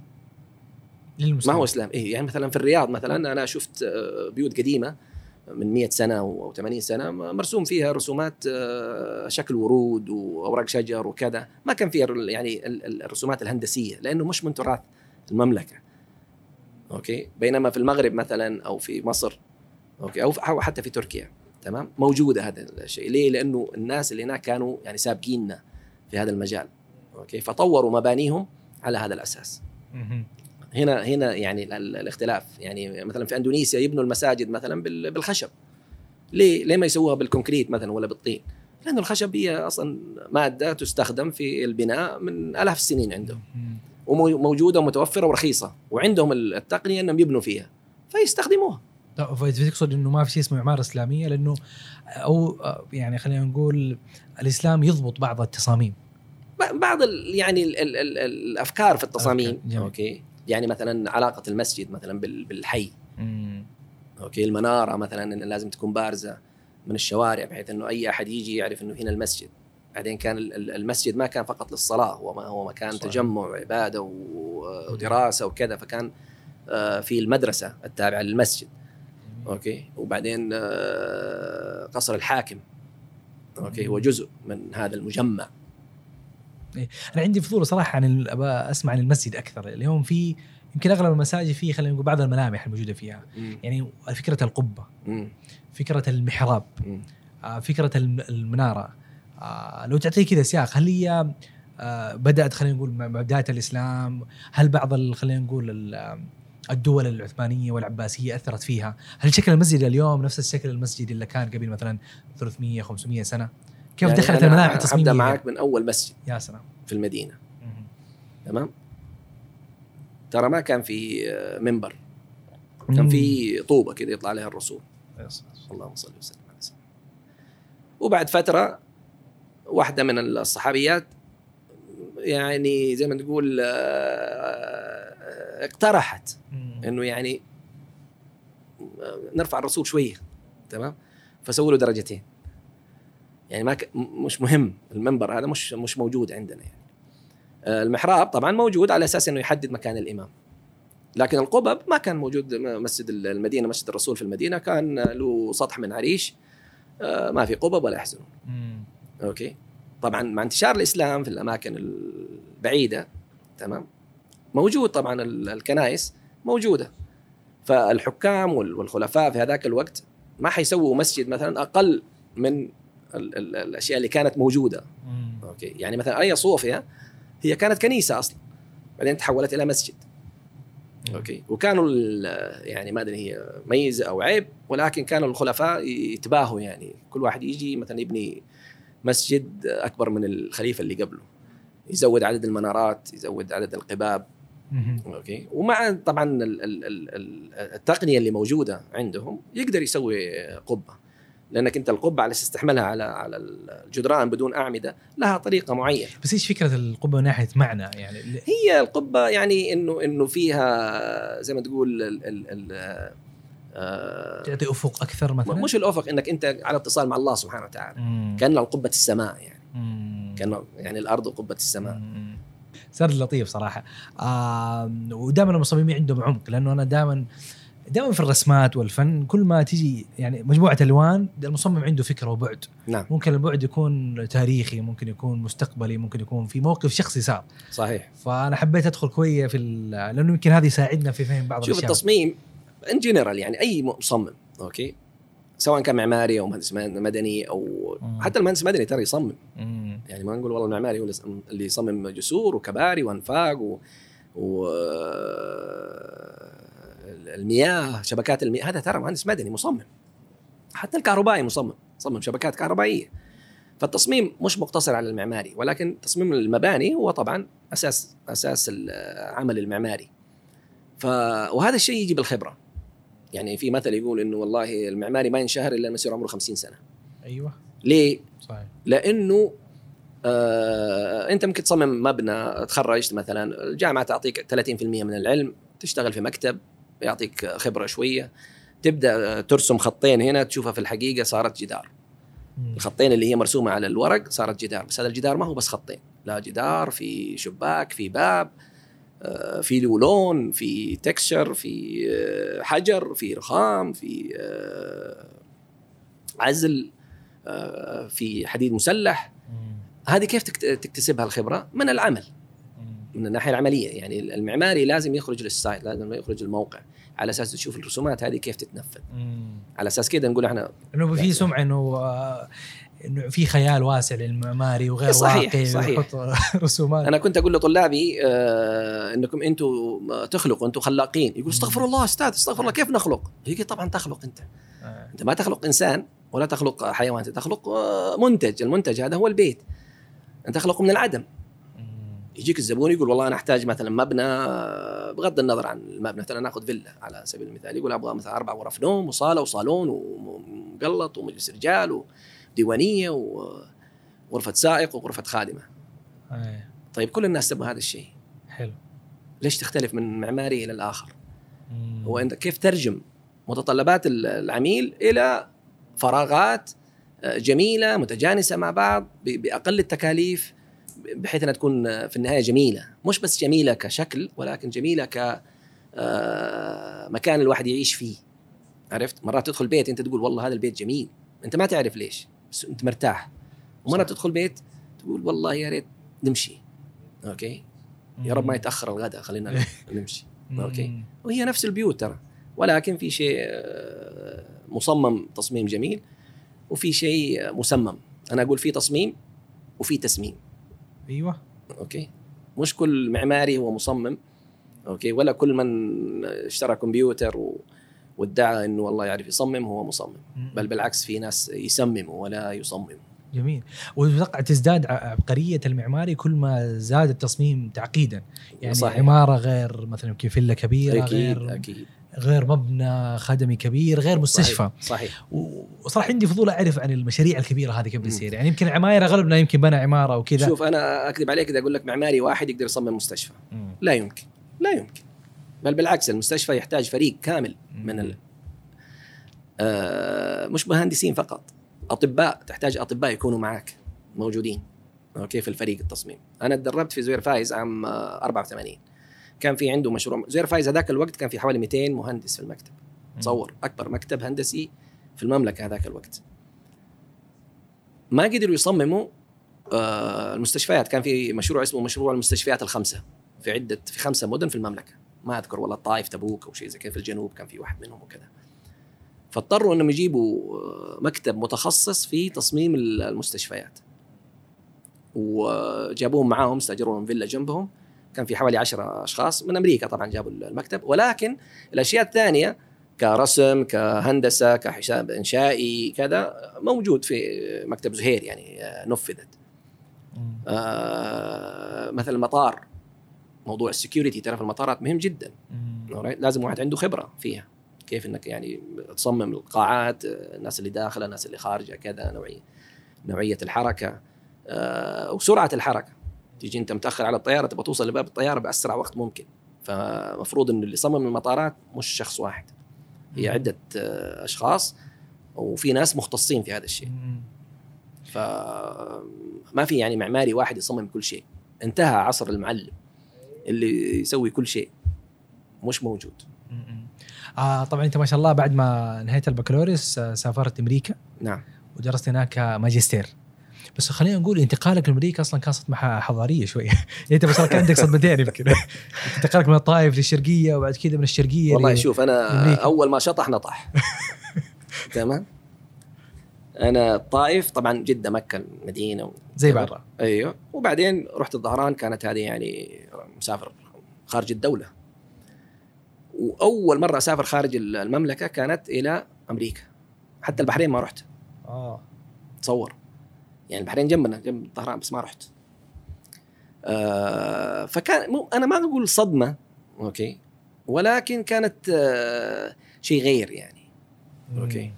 ما هو إسلام. إيه يعني مثلا في الرياض مثلا أنا شفت بيوت قديمة من 100 سنة أو 80 سنة مرسوم فيها رسومات شكل ورود وأوراق شجر وكذا، ما كان فيها يعني الرسومات الهندسية، لأنه مش من تراث المملكة. أوكي، بينما في المغرب مثلا أو في مصر، أوكي، أو حتى في تركيا، تمام، موجودة هذا الشيء. ليه؟ لأنه الناس اللي هناك كانوا يعني سابقيننا في هذا المجال. أوكي، فطوروا مبانيهم على هذا الأساس. هنا يعني الاختلاف، يعني مثلا في اندونيسيا يبنوا المساجد مثلا بالخشب. ليه ما يسووها بالكونكريت مثلا ولا بالطين؟ لأن الخشب هي اصلا ماده تستخدم في البناء من آلاف السنين عندهم، وموجوده ومتوفره ورخيصه، وعندهم التقنيه انهم يبنوا فيها فيستخدموها. فتقصد انه ما في شيء اسمه عماره اسلاميه، لانه او يعني خلينا نقول الاسلام يضبط بعض التصاميم، بعض يعني الافكار في التصاميم. اوكي، يعني مثلا علاقة المسجد مثلا بالحي. أوكي، المنارة مثلا إن لازم تكون بارزة من الشوارع بحيث إنه أي أحد يجي يعرف إنه هنا المسجد. بعدين كان المسجد ما كان فقط للصلاة، هو مكان تجمع وعبادة ودراسة وكذا، فكان في المدرسة التابعة للمسجد. أوكي، وبعدين قصر الحاكم، أوكي، هو جزء من هذا المجمع. أنا عندي فضول صراحة عن أسمع عن المسجد أكثر. اليوم في يمكن أغلب المساجد فيه خلينا نقول بعض الملامح الموجودة فيها. يعني فكرة القبة، فكرة المحراب، فكرة المنارة. لو تعطي كذا سياق، هل هي بدأت خلينا نقول بداية الإسلام؟ هل بعض خلينا نقول الدول العثمانية والعباسية أثرت فيها؟ هل شكل المسجد اليوم نفس الشكل المسجد اللي كان قبل مثلا 300-500 سنة؟ كيف يعني دخلت الملامح التصميمية؟ أبدأ معك من أول مسجد يا سلام في المدينة. تمام، ترى ما كان في منبر، كان في طوبة كده يطلع عليها الرسول. اللهم صل وسلم على سيدنا. وبعد فترة واحدة من الصحابيات يعني زي ما تقول اقترحت إنه يعني نرفع الرسول شوية. تمام، فسووا له درجتين. يعني مش مهم المنبر هذا، مش موجود عندنا. يعني المحراب طبعا موجود على أساس إنه يحدد مكان الإمام، لكن القبب ما كان موجود. مسجد المدينة، مسجد الرسول في المدينة كان له سطح من عريش، ما في قبب ولا يحزنون. أوكي، طبعا مع انتشار الإسلام في الأماكن البعيدة، تمام، موجود طبعا الكنائس موجودة، فالحكام والخلفاء في هذاك الوقت ما حيسووا مسجد مثلا أقل من الأشياء اللي كانت موجودة. أوكي، يعني مثلا آيا صوفيا هي كانت كنيسة أصلا، بعدين تحولت إلى مسجد. أوكي، وكانوا يعني ما أدري هي ميزة أو عيب، ولكن كانوا الخلفاء يتباهوا، يعني كل واحد يجي مثلا يبني مسجد أكبر من الخليفة اللي قبله، يزود عدد المنارات، يزود عدد القباب. أوكي، ومع طبعا التقنية اللي موجودة عندهم يقدر يسوي قبة، لأنك أنت القبة على تستحملها على الجدران بدون أعمدة لها طريقة معينة. بس إيش فكرة القبة من ناحية معنى؟ يعني هي القبة يعني إنه فيها زي ما تقول تعطي أفق أكثر مثلا. مش الأفق، إنك أنت على اتصال مع الله سبحانه وتعالى. كأن القبة السماء، يعني كأن يعني الأرض قبة السماء. سرد لطيف صراحة. ودائما المصممين عندهم عمق، لأنه أنا دائما في الرسمات والفن كل ما تيجي يعني مجموعة ألوان، المصمم عنده فكرة وبعد. نعم. ممكن البعد يكون تاريخي، ممكن يكون مستقبلي، ممكن يكون في موقف شخصي صار. صحيح. فأنا حبيت أدخل كوية لأنه يمكن هذه يساعدنا في فهم بعض الأشياء. شوف التصميم إن جنرال، يعني أي مصمم أوكي، سواء كان معماري أو مهندس مدني أو حتى المهندس المدني ترى يصمم. يعني ما نقول والله المعماري هو اللي يصمم جسور وكباري وأنفاق المياه، شبكات المياه، هذا ترى مهندس مدني مصمم. حتى الكهربائي مصمم شبكات كهربائية. فالتصميم مش مقتصر على المعماري، ولكن تصميم المباني هو طبعا أساس العمل المعماري. وهذا الشيء يجي بالخبرة. يعني في مثل يقول إنه والله المعماري ما ينشهر إلا لما يصير عمره 50 سنة. ايوه ليه؟ صحيح. لأنه أنت ممكن تصمم مبنى، تخرجت مثلا الجامعة تعطيك 30% من العلم، تشتغل في مكتب يعطيك خبرة شوية، تبدأ ترسم خطين هنا تشوفها في الحقيقة صارت جدار. الخطين اللي هي مرسومة على الورق صارت جدار، بس هذا الجدار ما هو بس خطين، لا جدار في شباك في باب في لون في تكستشر في حجر في رخام في عزل في حديد مسلح. هذه كيف تكتسبها الخبرة؟ من العمل، من الناحية العملية. يعني المعماري لازم يخرج للسايت، لازم يخرج للموقع على أساس تشوف الرسومات هذه كيف تتنفذ. على أساس كده نقول إحنا إنه في سمعة إنه في خيال واسع للمعماري وغير صحيح واقعي صحيح. ويحط رسومات. أنا كنت أقول لطلابي إنكم أنتوا تخلقوا، أنتوا خلاقين. يقول استغفر الله أستاذ، استغفر الله، كيف نخلق؟ يقول طبعا تخلق أنت ما تخلق إنسان ولا تخلق حيوان، تخلق منتج. المنتج هذا هو البيت، أنت تخلقه من العدم. يجيك الزبون يقول والله أنا أحتاج مثلا مبنى، بغض النظر عن المبنى، مثلا نأخذ فيلا على سبيل المثال، يقول أبغى مثلا 4 غرف نوم وصالة وصالون ومقلط ومجلس رجال وديوانية وغرفة سائق وغرفة خادمة. طيب كل الناس تبغى هذا الشيء، حلو. ليش تختلف من معماري إلى الآخر؟ هو أنت كيف ترجم متطلبات العميل إلى فراغات جميلة متجانسة مع بعض بأقل التكاليف، بحيث أنها تكون في النهاية جميلة، مش بس جميلة كشكل ولكن جميلة كمكان الواحد يعيش فيه. عرفت؟ مرات تدخل بيت أنت تقول والله هذا البيت جميل، أنت ما تعرف ليش بس أنت مرتاح. ومرة تدخل بيت تقول والله يا ريت نمشي، أوكي يا رب ما يتأخر الغداء خلينا نمشي، أوكي. وهي نفس البيوت ترى، ولكن في شيء مصمم تصميم جميل وفي شيء مسمم. أنا أقول في تصميم وفي تسميم. أيوة أوكي. مش كل معماري هو مصمم، أوكي، ولا كل من اشترى كمبيوتر وادعى إنه والله يعرف يصمم هو مصمم، بل بالعكس في ناس يصمموا ولا يصمموا. جميل. وتوقع تزداد عبقرية المعماري كل ما زاد التصميم تعقيدا. يعني صحيح. عمارة غير مثلا يمكن فيلا كبيرة، أكيد. غير مبنى خدمي كبير، غير مستشفى. صحيح. وصراحة عندي فضول أعرف عن المشاريع الكبيرة هذه كيف بتصير. يعني يمكن عماير أغلبنا يمكن بنى عمارة وكذا. شوف أنا أكذب عليك إذا أقول لك معماري واحد يقدر يصمم مستشفى. لا يمكن، لا يمكن. بل بالعكس المستشفى يحتاج فريق كامل من مش مهندسين فقط، أطباء. تحتاج أطباء يكونوا معك موجودين، أوكي، في الفريق التصميم. أنا تدربت في زوير فايز عام 84، كان في عنده مشروع. زوير فايز هذاك الوقت كان في حوالي 200 مهندس في المكتب. تصور أكبر مكتب هندسي في المملكة هذاك الوقت. ما قدروا يصمموا المستشفيات. كان في مشروع اسمه مشروع المستشفيات الخمسة في 5 مدن في المملكة، ما أذكر والله الطائف تبوك أو شيء زي كذا، في الجنوب كان في واحد منهم وكذا. فاضطروا أنهم يجيبوا مكتب متخصص في تصميم المستشفيات، وجابوهم معاهم، استأجروا لهم فيلا جنبهم. كان في حوالي 10 أشخاص من أمريكا طبعا جابوا المكتب، ولكن الأشياء الثانية كرسم كهندسة كحساب إنشائي كذا موجود في مكتب زهير، يعني نفذت. مثل المطار، موضوع السكيورتي ترى في المطارات مهم جدا، لازم واحد عنده خبرة فيها، كيف انك يعني تصمم القاعات، الناس اللي داخله الناس اللي خارجه كذا، نوعيه الحركه وسرعه الحركه. تيجي انت متاخر على الطياره تبغى توصل لباب الطياره باسرع وقت ممكن، فمفروض انه اللي صمم المطارات مش شخص واحد، هي عده اشخاص وفي ناس مختصين في هذا الشيء. فما في يعني معماري واحد يصمم كل شيء. انتهى عصر المعلم اللي يسوي كل شيء، مش موجود. طبعا انت ما شاء الله بعد ما نهيت البكالوريوس سافرت امريكا. نعم. ودرست هناك ماجستير. بس خلينا نقول انتقالك لامريكا اصلا كان صدمه حضاريه شويه. انت بس كان عندك صدمتين يمكن. انتقالك من الطائف للشرقيه وبعد كذا من الشرقيه. والله شوف انا اول ما نطح تمام. انا الطائف طبعا جده مكه المدينه زي بعض. ايوه. وبعدين رحت الظهران، كانت هذه يعني مسافر خارج الدوله. وأول مرة أسافر خارج المملكة كانت إلى أمريكا. حتى البحرين ما رحت. تصور يعني البحرين جنبنا جنب الطهران بس ما رحت. فكان أنا ما أقول صدمة، أوكي، ولكن كانت شيء غير يعني. اوكي.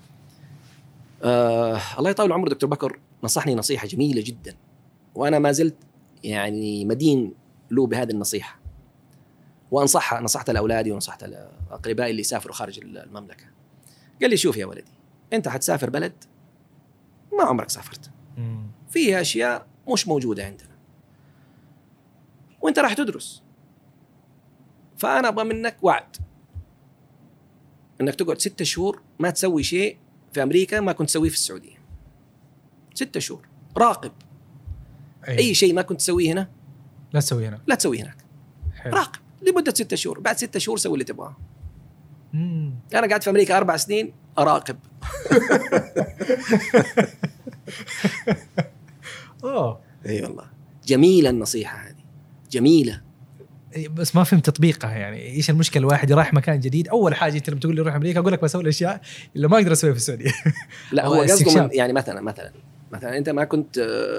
الله يطول عمر دكتور بكر نصحني نصيحة جميلة جدا، وأنا ما زلت يعني مدين له بهذه النصيحة، نصحتها لأولادي ونصحتها لأقربائي اللي سافروا خارج المملكة. قال لي شوف يا ولدي، أنت حتسافر بلد ما عمرك سافرت، فيها أشياء مش موجودة عندنا، وأنت راح تدرس، فأنا أبغى منك وعد أنك تقعد 6 شهور ما تسوي شيء في أمريكا ما كنت تسويه في السعودية. 6 شهور راقب. أي شيء ما كنت تسويه هنا لا تسويه هنا، لا تسويه هناك. راقب لمدة 6 شهور، بعد 6 شهور سوي اللي تبغاه. أنا قاعد في أمريكا 4 سنين أراقب. أي والله جميلة النصيحة هذه، جميلة. بس ما فهمت تطبيقها. يعني ايش المشكله؟ الواحد رايح مكان جديد، اول حاجه انت لما تقول لي روح امريكا اقول لك بسوي الاشياء اللي ما اقدر اسويها في السعوديه. لا هو قصده يعني مثلا انت ما كنت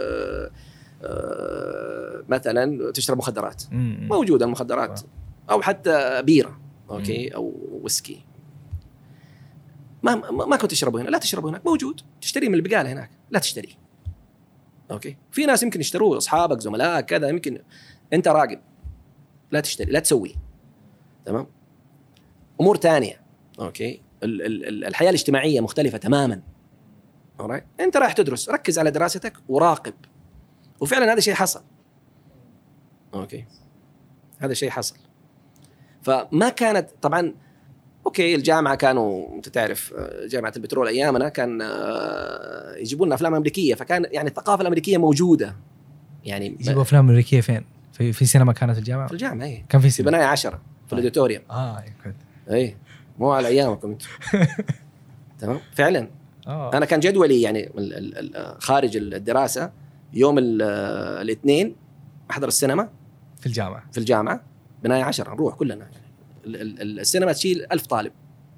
مثلا تشرب مخدرات، موجوده المخدرات، او حتى بيره اوكي او ويسكي، ما كنت تشربه هنا، لا تشربه هناك، موجود، تشتري من البقاله هناك، لا تشتري. اوكي. في ناس يمكن يشتروه، اصحابك زملاء كذا، يمكن انت راقب، لا تشتري، لا تسوي. تمام. امور تانية. اوكي. الحياه الاجتماعيه مختلفه تماما. انت رايح تدرس، ركز على دراستك وراقب. وفعلا هذا شيء حصل. اوكي. هذا شيء حصل. فما كانت طبعا اوكي الجامعه كانوا انت تعرف جامعه البترول ايامنا كان يجيبوا لنا افلام امريكيه، فكان يعني الثقافه الامريكيه موجوده. يعني يجيبوا افلام امريكيه فين؟ في سينما كانت الجامعه؟ في الجامعه ايه. كان في سينما بنايه 10 في الاوديتوريوم. اي مو على ايامكم انتم. تمام فعلا. انا كان جدولي يعني خارج الدراسه يوم الاثنين احضر السينما في الجامعه بنايه 10 نروح كلنا يعني. السينما تشيل 1000 طالب.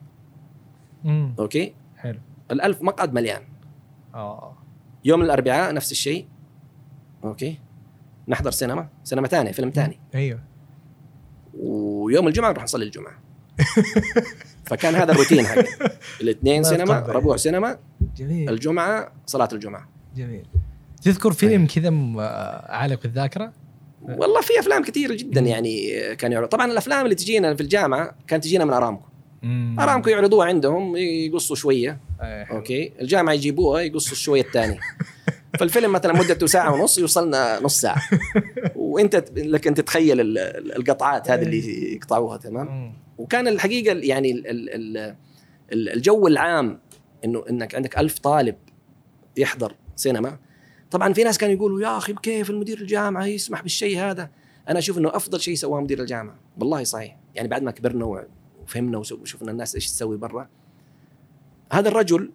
اوكي حلو. 1000 مقعد مليان. يوم الاربعاء نفس الشيء. اوكي نحضر سينما ثانيه، فيلم ثاني. ايوه. ويوم الجمعه نروح نصلي الجمعه. فكان هذا الروتين حقي. الاثنين سينما، ربوع سينما. جميل. الجمعه صلاه الجمعه. جميل. تذكر فيلم كذا عالق في الذاكره؟ والله في افلام كثيره جدا يعني كان يعرض. طبعا الافلام اللي تجينا في الجامعه كانت تجينا من ارامكو. ارامكو يعرضوها عندهم، يقصوا شويه. اوكي. الجامعه يجيبوها يقصوا شويه الثاني. فالفيلم مثلا مدته ساعه ونص يوصلنا نص ساعه. وانت لك انت تتخيل القطعات هذه اللي يقطعوها. تمام. وكان الحقيقه يعني الجو العام انك عندك 1000 طالب يحضر سينما. طبعا في ناس كانوا يقولوا يا اخي كيف المدير الجامعه يسمح بالشيء هذا. انا اشوف انه افضل شيء سواه مدير الجامعه والله صحيح. يعني بعد ما كبرنا وفهمنا وشوفنا الناس ايش تسوي برا، هذا الرجل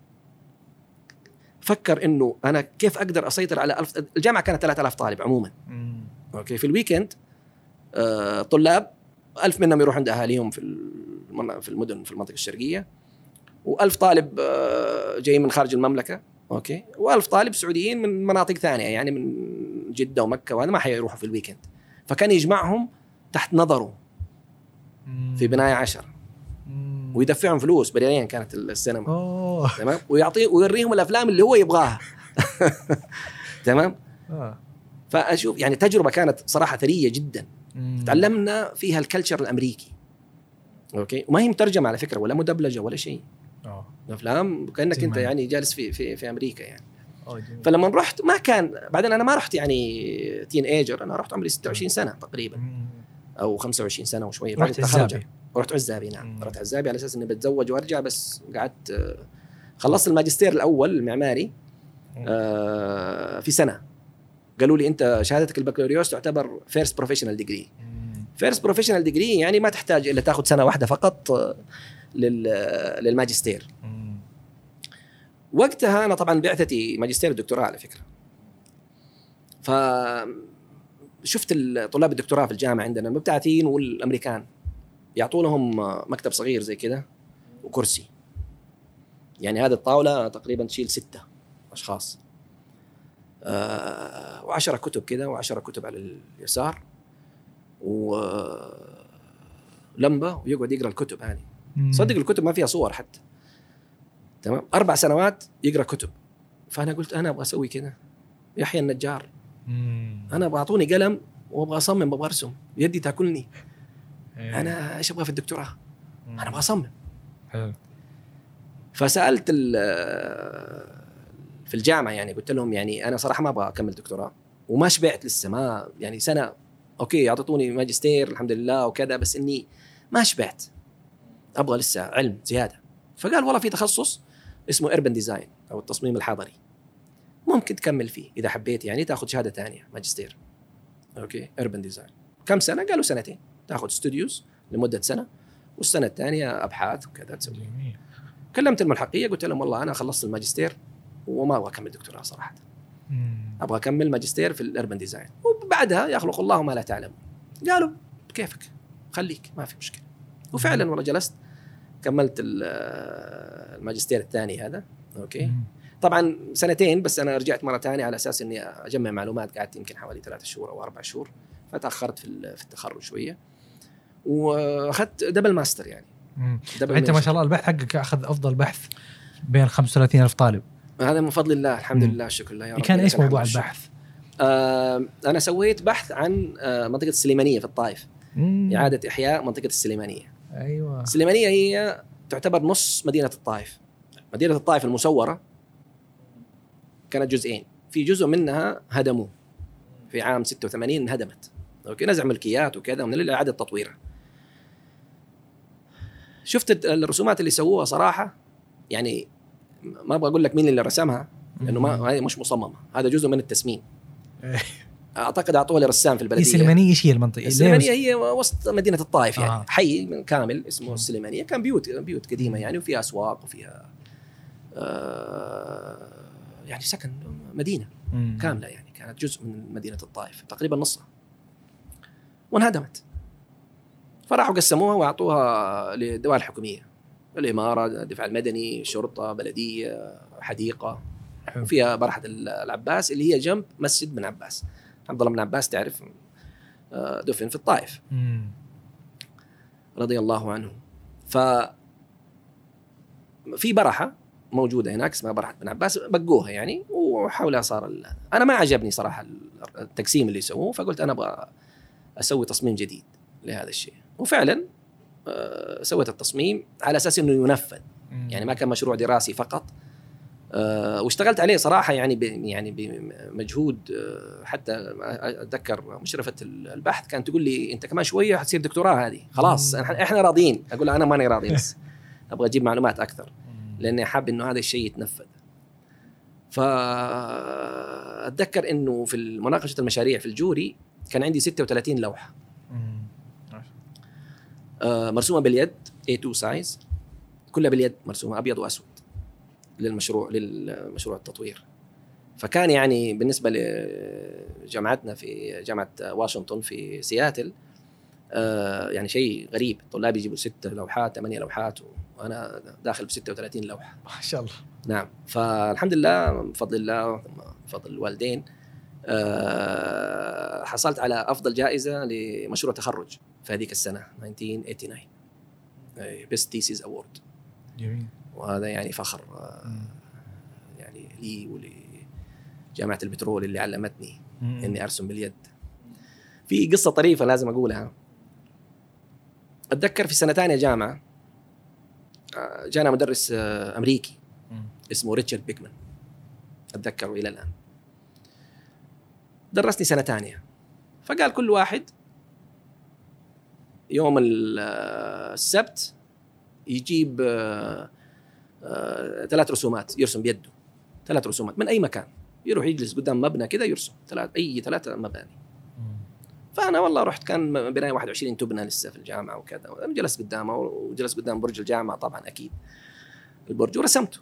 فكر انه انا كيف اقدر اسيطر على 1000. الجامعه كانت 3000 طالب عموما. اوكي. في الويكند طلاب 1000 منهم يروح عند اهاليهم في المدن في المنطقه الشرقيه، و1000 طالب جاي من خارج المملكه. اوكي. و1000 طالب سعوديين من مناطق ثانيه يعني من جده ومكه، وهذا ما حيروحوا في الويكند. فكان يجمعهم تحت نظره في بنايه 10 ويدفعهم فلوس بريالين كانت السينما. تمام. ويوريهم الافلام اللي هو يبغاها. تمام. فاشوف يعني تجربه كانت صراحه ثريه جدا. تعلمنا فيها الكلتشر الامريكي. اوكي. وما هي مترجمه على فكره ولا مدبلجه ولا شيء. الافلام كانك انت يعني جالس في امريكا يعني. فلما رحت ما كان، بعدين انا ما رحت يعني تين ايجر، انا رحت عمري 26 سنه تقريبا او 25 سنه وشويه. رحت عزابي. رحت عزابي. نعم. رحت عزابي على اساس اني بتزوج وارجع، بس قعدت خلصت الماجستير الاول المعماري في سنه. قالوا لي انت شهادتك البكالوريوس تعتبر فيرست بروفيشنال ديجري. فيرست بروفيشنال ديجري يعني ما تحتاج الا تاخذ سنه واحده فقط للماجستير. وقتها انا طبعا بعثتي ماجستير الدكتوراه على فكره. فشفت طلاب الدكتوراه في الجامعه عندنا المبتعثين والامريكان يعطوا لهم مكتب صغير زي كده وكرسي. يعني هذه الطاوله تقريبا تشيل 6 اشخاص، 10 كتب كده و10 كتب على اليسار ولمبه، ويقعد يقرا الكتب هذه صدق الكتب ما فيها صور حتى. تمام. 4 سنوات يقرأ كتب. فأنا قلت أنا أبغى أسوي كذا. يحيى النجار. أنا أبغى أعطوني قلم وأبغى أصمم، أبغى أرسم، يدي تأكلني. أنا إيش أبغى في الدكتوراه؟ أنا أبغى أصمم. فسألت في الجامعة يعني، قلت لهم يعني أنا صراحة ما أبغى أكمل دكتوراه وما شبعت لسه، ما يعني سنة أوكي أعطوني ماجستير الحمد لله وكذا، بس إني ما شبعت، أبغى لسه علم زيادة. فقال والله في تخصص اسمه Urban Design أو التصميم الحضري، ممكن تكمل فيه إذا حبيت، يعني تأخذ شهادة تانية ماجستير. أوكي Urban Design كم سنة؟ قالوا 2 سنين، تأخذ استوديوز لمدة سنة، والسنة الثانية أبحاث وكذا تسوي. كلمت الملحقية قلت لهم والله أنا خلصت الماجستير وما أبغى أكمل دكتوراه صراحة، أبغى أكمل ماجستير في الأربن ديزاين وبعدها يخلق الله ما لا تعلم. قالوا كيفك خليك ما في مشكلة. وفعلا والله جلست كملت الماجستير الثاني هذا. أوكي. طبعا 2 بس أنا رجعت مرة ثانية على أساس إني أجمع معلومات، قعدت يمكن حوالي 3 شهور أو 4 شهور، فتأخرت في التخرج شوية، وأخذت دبل ماستر يعني. أنت ما شاء الله البحث حقك أخذ أفضل بحث بين 35,000 طالب. هذا من فضل الله الحمد لله، الشكر لله يا رب. كان إيش موضوع البحث؟ أنا سويت بحث عن منطقة السليمانية في الطائف، إعادة إحياء منطقة السليمانية. أيوة. السليمانية هي تعتبر نص مدينة الطائف. مدينة الطائف المسورة كانت جزئين، في جزء منها هدموه في عام 86 انهدمت. أوكي. نزع ملكيات وكذا، ومن إعادة تطويرها. شفت الرسومات اللي سووها صراحة، يعني ما أبغى أقول لك مين اللي رسمها لأنه ما هي مش مصممة، هذا جزء من التسمين. أعتقد أعطوه لرسام في البلدية. السليمانية إيش هي المنطقة؟ السليمانية هي وسط مدينة الطائف يعني. حي كامل اسمه السليمانية، كان بيوت قديمة يعني، وفيها أسواق وفيها يعني سكن، مدينة كاملة يعني، كانت جزء من مدينة الطائف تقريبا نصها، وانهدمت. فراحوا قسموها وأعطوها للدوائر الحكومية، الإمارة، الدفاع المدني، شرطة، بلدية، حديقة، وفيها برحة العباس اللي هي جنب مسجد بن عباس. عبد الله بن عباس تعرف دفن في الطائف رضي الله عنه. ففي برحة موجودة هناك اسمها برحة بن عباس، بقوها يعني، وحولها صار أنا ما عجبني صراحة التقسيم اللي سووه، فقلت أنا أبغى أسوي تصميم جديد لهذا الشيء. وفعلا سويت التصميم على أساس أنه ينفذ، يعني ما كان مشروع دراسي فقط. واشتغلت عليه صراحة يعني بمجهود. حتى أتذكر مشرفة البحث كانت تقول لي أنت كمان شوية حتصير دكتوراه هذه خلاص، إحنا راضين. أقول أنا ماني راضي، بس أبغى أجيب معلومات أكثر لأني حاب إنه هذا الشيء يتنفذ. فأتذكر إنه في مناقشة المشاريع في الجوري كان عندي 36 لوحة مرسومة باليد A2 سايز، كلها باليد مرسومة أبيض وأسود للمشروع التطوير. فكان يعني بالنسبة لجامعتنا في جامعة واشنطن في سياتل يعني شيء غريب، الطلاب يجيبوا 6 لوحات 8 لوحات، وأنا داخل ب36 لوحة ما شاء الله. نعم. فالحمد لله بفضل الله بفضل الوالدين حصلت على أفضل جائزة لمشروع تخرج في هذيك السنة 1989 Best Thesis Award. جميل. وهذا يعني فخر يعني لي ولجامعة البترول اللي علمتني إني أرسم باليد. في قصة طريفة لازم أقولها. أتذكر في سنة ثانية جامعة جانا مدرس أمريكي اسمه ريتشارد بيكمان، أتذكره إلى الآن. درسني سنة ثانية، فقال كل واحد يوم السبت يجيب 3 رسومات يرسم بيده، 3 رسومات من أي مكان، يروح يجلس قدام مبنى كذا يرسم 3 مباني. فأنا والله رحت، كان بناية 21 تبنى لسه في الجامعة وكذا، وأنا جلست قدامه وجلست قدام برج الجامعة طبعا أكيد البرج، ورسمته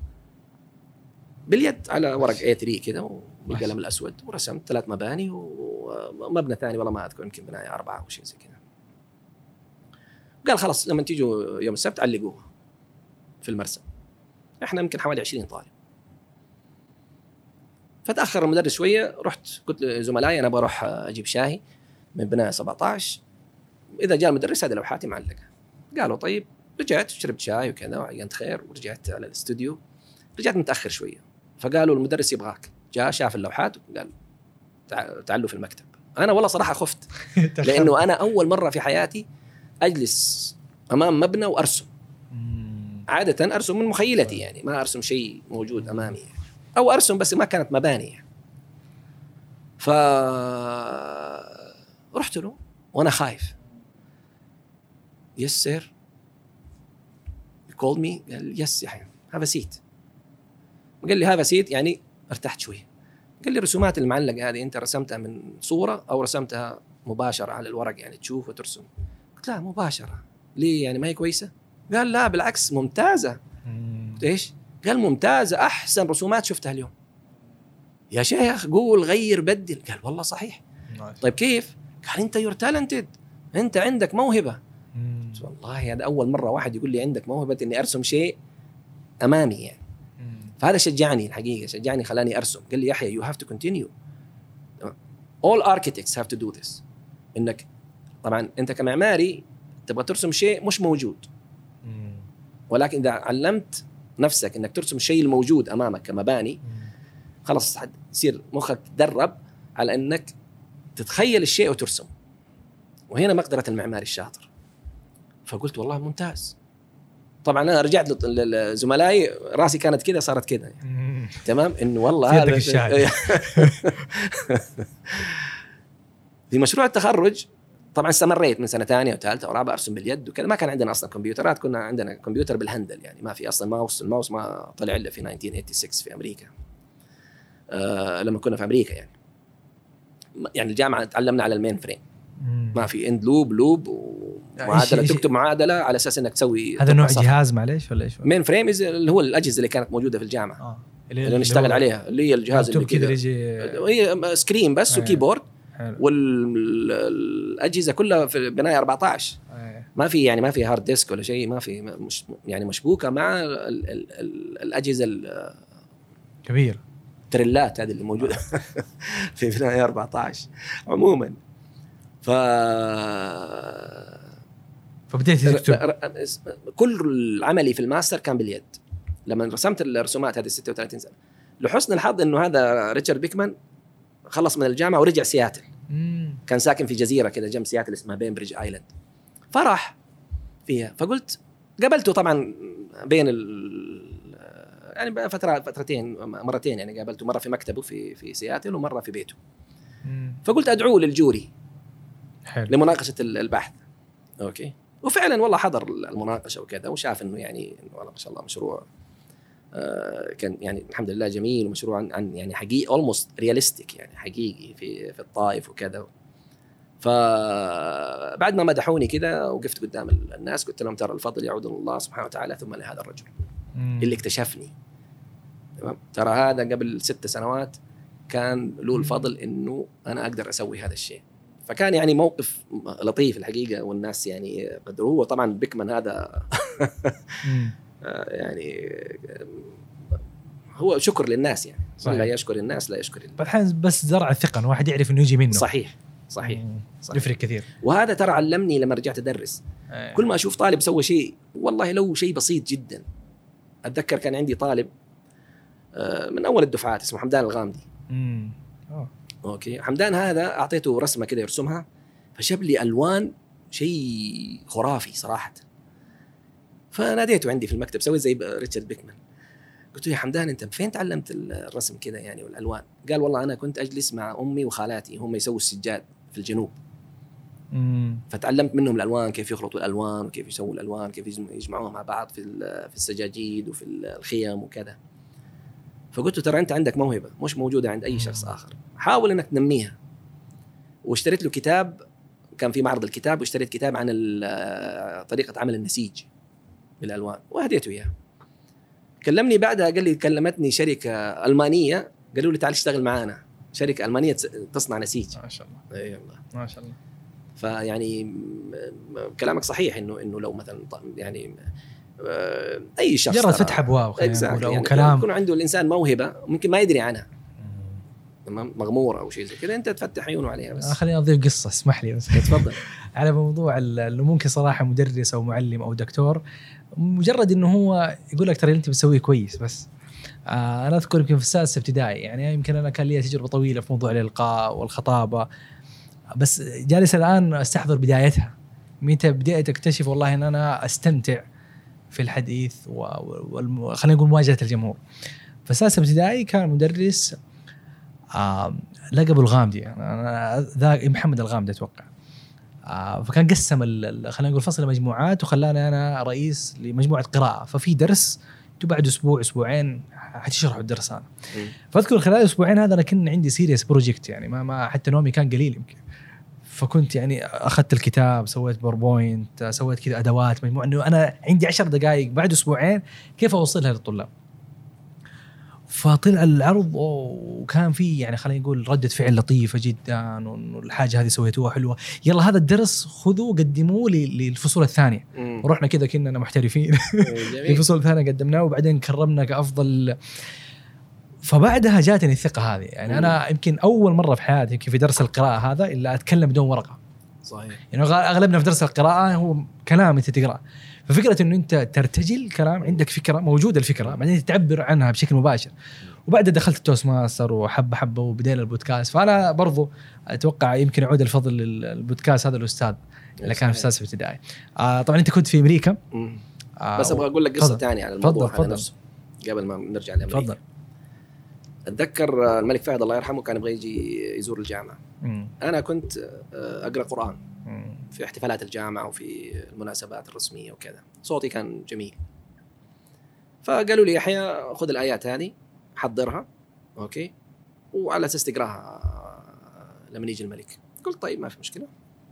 باليد على ورق A3 كذا بالقلم الأسود، ورسمت 3 مباني ومبنى ثاني والله ما أذكر، يمكن بناية 4 أو شيء زي كذا. قال خلاص لما تيجوا يوم السبت علقوها في المرسم. احنا يمكن حوالي 20 طالب. فتأخر المدرس شوية، رحت قلت لزملائي أنا بروح أجيب شاهي من بناية 17، إذا جاء المدرس هذه لوحاتي معلقة. قالوا طيب رجعت شربت شاي وكذا وعينت خير ورجعت على الاستوديو. رجعت متاخر شويه فقالوا المدرس يبغاك. جاء شاف اللوحات وقال تعالوا في المكتب. انا والله صراحه خفت لانه انا اول مره في حياتي اجلس امام مبنى وارسم. عاده ارسم من مخيلتي يعني ما ارسم شيء موجود امامي يعني. او ارسم بس ما كانت مباني يعني. رحت له وانا خايف. يس سير called me قال يس يا حبيبي هذا سيت. قال لي هذا سيت يعني ارتحت شوي. قال لي الرسومات المعلقة هذه أنت رسمتها من صورة أو رسمتها مباشرة على الورق يعني تشوف وترسم؟ قلت لا مباشرة. ليه يعني ما هي كويسة؟ قال لا بالعكس ممتازة. قلت إيش؟ قال ممتازة أحسن رسومات شفتها اليوم. يا شيخ قول غير بدل. قال والله صحيح. طيب كيف؟ قال أنت you're talented أنت عندك موهبة. والله هذا أول مرة واحد يقول لي عندك موهبة إني أرسم شيء أمامي يعني. فهذا شجعني الحقيقة شجعني خلاني أرسم. قال لي يحيى you have to continue all architects have to do this. إنك طبعا أنت كمعماري تبغى ترسم شيء مش موجود ولكن إذا علمت نفسك إنك ترسم الشيء الموجود أمامك كمباني خلاص يصير مخك تدرب على إنك تتخيل الشيء وترسم. وهنا مقدرة المعماري الشاطر. فقلت والله ممتاز. طبعا أنا رجعت لزملائي راسي كانت كذا صارت كذا يعني. تمام إنه والله هذا في مشروع التخرج طبعا استمريت من سنة ثانية وثالثة ورابعة أرسم باليد وكذا. ما كان عندنا أصلا كمبيوترات كنا عندنا كمبيوتر بالهندل يعني ما في أصلا ماوس. الماوس ما طلع إلا في 1986 في أمريكا لما كنا في أمريكا يعني الجامعة تعلمنا على المين فريم ما في اند لوب ومعادله تكتب معادله على اساس انك تسوي هذا نوع جهاز معليش ولا ايش؟ مين فريم اللي هو الاجهزه اللي كانت موجوده في الجامعه اللي نشتغل عليها اللي هي الجهاز اللي كذا هي سكرين بس وكيبورد والاجهزه كلها في بنايه 14 ما في يعني ما في هارد ديسك ولا شيء ما في مش يعني مشبوكه مع الاجهزه كبير تريلات هذه اللي موجوده في بنايه 14 عموما. فبديت تكتب. كل عملي في الماستر كان باليد. لما رسمت الرسومات هذه 36 سنة لحسن الحظ إنه هذا ريتشارد بيكمان خلص من الجامعة ورجع سياتل. كان ساكن في جزيرة كده جنب سياتل اسمها بينبريدج آيلاند. فراح فيها فقلت قابلته طبعا بين يعني فترتين مرتين يعني قابلته مرة في مكتبه في سياتل ومرة في بيته. فقلت أدعوه للجوري حلو. لمناقشة البحث. أوكي. وفعلا والله حضر المناقشة وكذا وشاف إنه يعني والله ما شاء الله مشروع كان يعني الحمد لله جميل ومشروع عن يعني حقيقي almost realistic يعني حقيقي في الطائف وكذا. فبعد ما مدحوني كذا وقفت قدام الناس قلت لهم ترى الفضل يعود الله سبحانه وتعالى ثم لهذا الرجل اللي اكتشفني. تمام. ترى هذا قبل 6 سنوات كان له الفضل إنه أنا أقدر أسوي هذا الشيء. فكان يعني موقف لطيف الحقيقة والناس يعني قدروه. هو طبعا بيكمان هذا يعني هو شكر للناس يعني لا يشكر الناس لا يشكر الله. بالحين بس زرع الثقة واحد يعرف إنه يجي منه. صحيح. يفرق كثير. وهذا ترى علمني لما رجعت أدرس. كل ما أشوف طالب سوى شيء والله لو شيء بسيط جدا. أتذكر كان عندي طالب من أول الدفعات اسمه حمدان الغامدي. أوكي. حمدان هذا أعطيته رسمة كده يرسمها فجاب لي ألوان شيء خرافي صراحة. فناديته عندي في المكتب سويت زي ريتشارد بيكمان قلت له يا حمدان أنت فين تعلمت الرسم كده يعني والألوان؟ قال والله أنا كنت أجلس مع أمي وخالاتي هم يسووا السجاد في الجنوب فتعلمت منهم الألوان كيف يخلطوا الألوان وكيف يسووا الألوان كيف يجمعوها مع بعض في السجاجيد وفي الخيام وكذا. فقلت له ترى أنت عندك موهبة مش موجودة عند أي شخص آخر حاول أنك تنميها. واشتريت له كتاب كان في معرض الكتاب واشتريت كتاب عن طريقة عمل النسيج بالألوان وهديته إياه. كلمني بعدها قال لي كلمتني شركة ألمانية قالوا لي تعال اشتغل معانا شركة ألمانية تصنع نسيج. ما شاء الله. أي والله ما شاء الله. فيعني كلامك صحيح إنه لو مثلا يعني أي شخص جرد فتح أبواب يعني كلام يكون عنده الإنسان موهبة ممكن ما يدري عنها. تمام مغموره او شيء زي كذا انت تفتح عيونه عليها بس. خليني اضيف قصه اسمح لي بس. تفضل. على موضوع انه ممكن صراحه مدرس او معلم او دكتور مجرد انه هو يقول لك ترى انت بتسويه كويس بس. انا اذكر يمكن في السادسه ابتدائي يعني يمكن انا كان لي تجربه طويله في موضوع الالقاء والخطابه بس جالس الان استحضر بدايتها متى بديت اكتشف والله ان انا استمتع في الحديث خلينا نقول مواجهه الجمهور. في السادسه ابتدائي كان مدرس لقب الغامدي انا ذا محمد الغامدي اتوقع. فكان قسم خلينا نقول فصل مجموعات وخلاني انا رئيس لمجموعه قراءه. ففي درس بعد اسبوع اسبوعين حتشرحوا الدرس هذا. فاذكر خلال الاسبوعين هذا انا كان عندي سيريس بروجكت يعني ما حتى نومي كان قليل يمكن. فكنت يعني اخذت الكتاب سويت باوربوينت سويت كذا ادوات مجموعه انه انا عندي 10 دقائق بعد اسبوعين كيف اوصلها للطلاب. فطلع العرض وكان فيه يعني خلينا نقول ردة فعل لطيفة جدا وإنه الحاجة هذه سويتوها حلوة يلا هذا الدرس خذوه قدموه للفصول الثانية. ورحنا كذا كنا محترفين الفصول الثانية قدمناه وبعدين كرمنا كأفضل. فبعدها جاتني الثقة هذه يعني أنا يمكن أول مرة في حياتي في درس القراءة هذا إلا أتكلم بدون ورقة. صحيح. يعني أغلبنا في درس القراءة هو كلام أنت تقرأ. ففكرة إنه أنت ترتجل الكلام عندك فكرة موجودة الفكرة بعدين تعبر عنها بشكل مباشر. وبعد دخلت التوست ماستر وحبة حبة وبدينا البودكاست. فأنا برضو أتوقع يمكن يعود الفضل للبودكاست هذا الأستاذ اللي كان في سادسة ابتدائي. طبعا أنت كنت في أمريكا. بس أبغى أقول لك قصة تانية على الموضوع هذا نفسه قبل ما نرجع لأمريكا. فضل. أتذكر الملك فهد الله يرحمه كان يبغى يجي يزور الجامعة. أنا كنت أقرأ قرآن في احتفالات الجامعة وفي المناسبات الرسمية وكذا. صوتي كان جميل. فقالوا لي يحيى خذ الآيات هذه حضرها أوكي وعلى أساس تقراها لما يجي الملك. قلت طيب ما في مشكلة.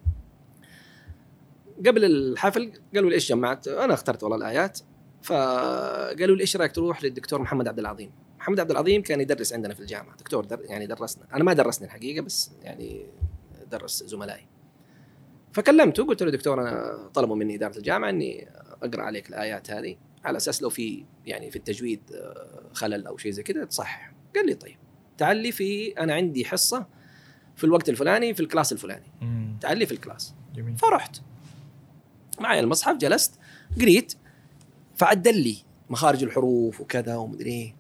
قبل الحفل قالوا لي إيش جمعت. أنا اخترت والله الآيات. فقالوا لي إيش رأيك تروح للدكتور محمد عبد العظيم. محمد عبد العظيم كان يدرس عندنا في الجامعة دكتور يعني درسنا. أنا ما درسني الحقيقة بس يعني درس زملائي. فكلمته قلت له دكتور أنا طلبوا مني إدارة الجامعة إني أقرأ عليك الآيات هذه على أساس لو في يعني في التجويد خلل أو شيء زي كده تصحح. قال لي طيب تعال لي في أنا عندي حصة في الوقت الفلاني في الكلاس الفلاني تعال لي في الكلاس. جميل. فرحت معي المصحف جلست قريت فعدل لي مخارج الحروف وكذا ومدري إيه.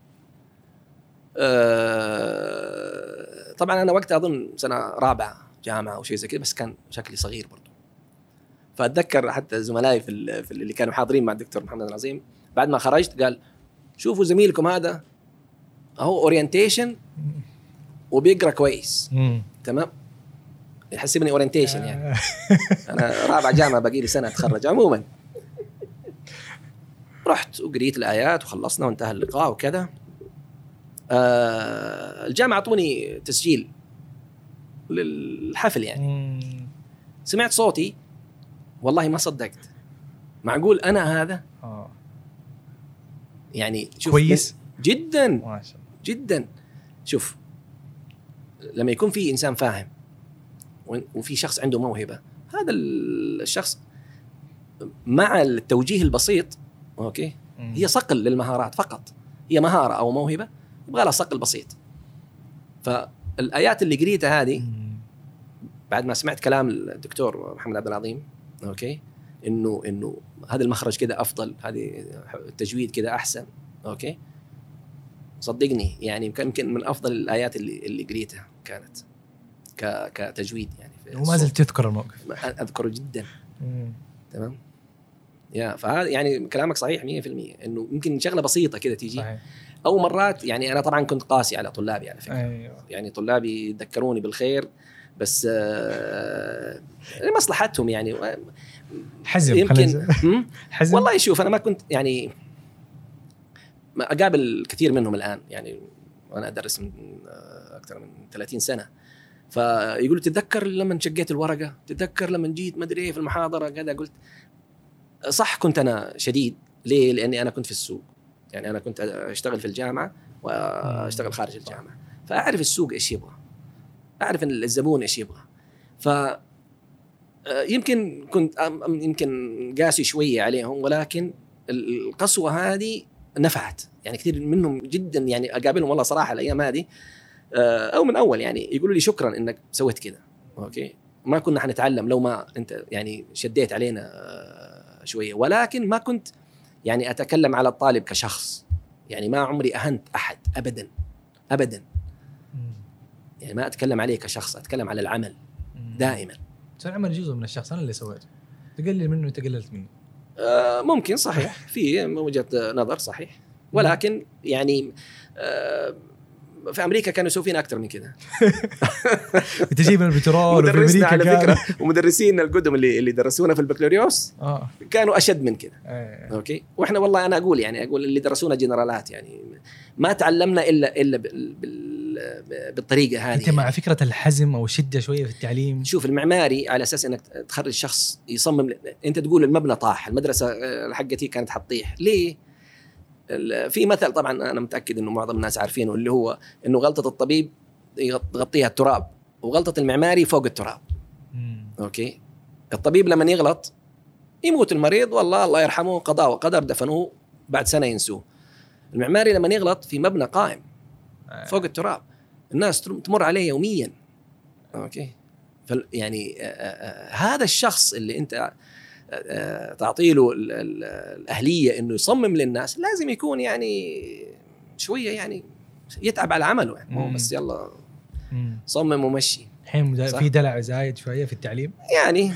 طبعا أنا وقتها أظن سنة رابعة جامعة أو شيء زي كده بس كان شكلي صغير برضو. فأتذكر حتى زملائي في اللي كانوا حاضرين مع الدكتور محمد العظيم بعد ما خرجت قال شوفوا زميلكم هذا هو أورينتيشن وبيقرأ كويس. تمام يحسبني أورينتيشن يعني أنا رابعة جامعة باقي لي سنة أتخرج. عموما رحت وقريت الآيات وخلصنا وانتهى اللقاء وكذا. الجامعة أعطوني تسجيل للحفل يعني. سمعت صوتي والله ما صدقت. معقول أنا هذا يعني شوف كويس جدا ما شاء الله. جدا شوف لما يكون في إنسان فاهم وفي شخص عنده موهبة هذا الشخص مع التوجيه البسيط أوكي هي صقل للمهارات فقط. هي مهارة أو موهبة يبغى لها صقل بسيط. فالآيات اللي قريتها هذه بعد ما سمعت كلام الدكتور محمد عبد العظيم أوكي إنه هذا المخرج كده أفضل هذه التجويد كده أحسن أوكي صدقني يعني يمكن من أفضل الآيات اللي قريتها كانت كتجويد يعني. وما زلت تذكر الموقف. أذكره جدا. تمام يا فهذا يعني كلامك صحيح 100% إنه يمكن شغلة بسيطة كده تيجي صحيح. أو مرات يعني أنا طبعا كنت قاسي على طلابي على فكرة. أيوة. يعني طلابي ذكروني بالخير بس لمصلحتهم يعني حزم يمكن حزم. والله شوف أنا ما كنت يعني ما أقابل كثير منهم الآن يعني وأنا أدرس من أكثر من 30 سنة فيقولوا تتذكر لما شقيت الورقة تتذكر لما جيت ما أدري إيه في المحاضرة كذا. قلت صح كنت أنا شديد ليه لأني أنا كنت في السوق يعني أنا كنت أشتغل في الجامعة وأشتغل خارج الجامعة فأعرف السوق إيش يبغى أعرف إن الزبون إيش يبغى. يمكن كنت يمكن قاسي شوية عليهم ولكن القسوة هذه نفعت يعني كثير منهم جدا يعني أقابلهم والله صراحة الأيام هذه او من اول يعني يقولوا لي شكرا انك سويت كذا. اوكي ما كنا حنتعلم لو ما انت يعني شديت علينا شويه، ولكن ما كنت يعني اتكلم على الطالب كشخص، يعني ما عمري اهنت احد ابدا ابدا، يعني ما اتكلم عليه كشخص، اتكلم على العمل دائما. العمل جزء من الشخص، انا اللي سويته، تقلل منه تقللت منه. ممكن صحيح في وجهة نظر صحيح، ولكن يعني في امريكا كانوا يسووا فينا اكثر من كده. تجيب البترول وفي امريكا على فكره ومدرسين القدم اللي درسونا في البكالوريوس كانوا اشد من كده. اوكي واحنا والله انا اقول اللي درسونا جنرالات يعني ما تعلمنا الا بالطريقه هذه. انت مع فكره الحزم او شده شويه في التعليم؟ شوف المعماري على اساس انك تخرج شخص يصمم، انت تقول المبنى طاح، المدرسه حقتي كانت حتطيح ليه؟ في مثل طبعا انا متاكد انه معظم الناس عارفينه، اللي هو انه غلطه الطبيب يغطيها التراب وغلطه المعماري فوق التراب. اوكي الطبيب لما يغلط يموت المريض، والله الله يرحمه قضاء وقدر، دفنوه بعد سنه ينسوه. المعماري لما يغلط في مبنى قائم فوق التراب الناس تمر عليه يوميا. اوكي يعني هذا الشخص اللي انت تعطي له الأهلية إنه يصمم للناس لازم يكون يعني شوية يعني يتعب على عمله، يعني مو بس يلا صمم ومشي. الحين في دلع زايد شوية في التعليم يعني.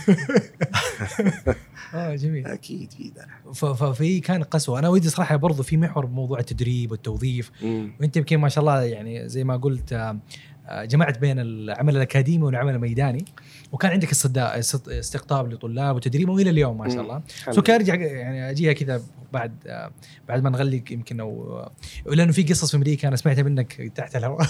جميل. أكيد في دلع. ففي كان قسوة. أنا ودي صراحة برضو في محور موضوع التدريب والتوظيف، وأنت يمكن ما شاء الله يعني زي ما قلت جمعت بين العمل الأكاديمي والعمل الميداني، وكان عندك استقطاب لطلاب وتدريب، وإلى اليوم ما شاء الله. سو كان أرجع يعني أجيها كذا بعد ما نغلق يمكن، أو لأنه في قصص في أمريكا أنا سمعتها منك تحت الهواء.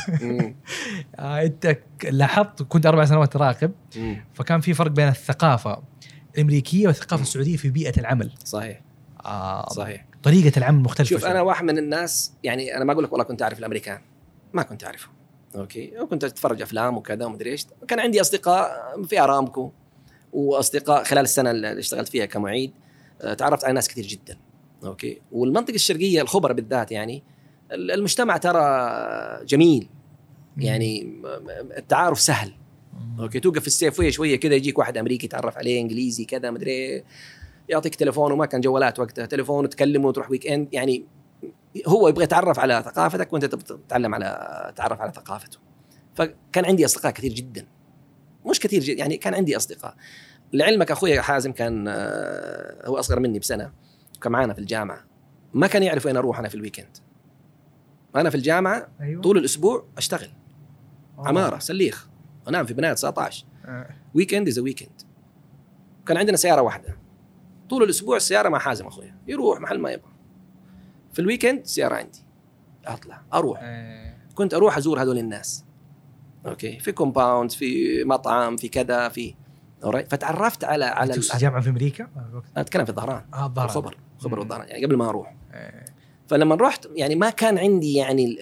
أنت لاحظت كنت 4 سنوات راقب، فكان في فرق بين الثقافة الأمريكية والثقافة السعودية في بيئة العمل. صحيح. صحيح. طريقة العمل مختلفة. شوف أنا واحد من الناس يعني أنا ما أقول لك والله كنت أعرف الأمريكان، ما كنت أعرفه. اوكي وكنت اتفرج افلام وكذا ومدري ايش. كان عندي اصدقاء في ارامكو، واصدقاء خلال السنه اللي اشتغلت فيها كمعيد تعرفت على ناس كثير جدا. اوكي والمنطقه الشرقيه الخبر بالذات يعني المجتمع ترى جميل، يعني التعارف سهل. اوكي توقف في السيفويه شويه كذا يجيك واحد امريكي تعرف عليه انجليزي كذا مدري، يعطيك تليفون، وما كان جوالات وقتها، تليفون وتكلمه وتروح ويك اند، يعني هو يبغى يتعرف على ثقافتك وانت تتعلم على تعرف على ثقافته. فكان عندي اصدقاء كثير جدا، مش كثير جدا يعني، كان عندي اصدقاء. لعلمك اخوي حازم كان هو اصغر مني بسنه، كان معانا في الجامعه، ما كان يعرف وين اروح انا في الويكند. انا في الجامعه أيوة. طول الاسبوع اشتغل عماره سليخ، انام في بنايه 19 ويكند از ويكند. كان عندنا سياره واحده طول الاسبوع، السياره مع حازم اخويا يروح محل ما يبغى. في الويكند سيارة عندي أطلع أروح. كنت أروح أزور هذول الناس. أوكي في كومباوند، في مطعم، في كذا، في فتعرفت على الجامعة في أمريكا. أتكلم في الظهران. خبر والظهران يعني قبل ما أروح. فلما رحت يعني ما كان عندي يعني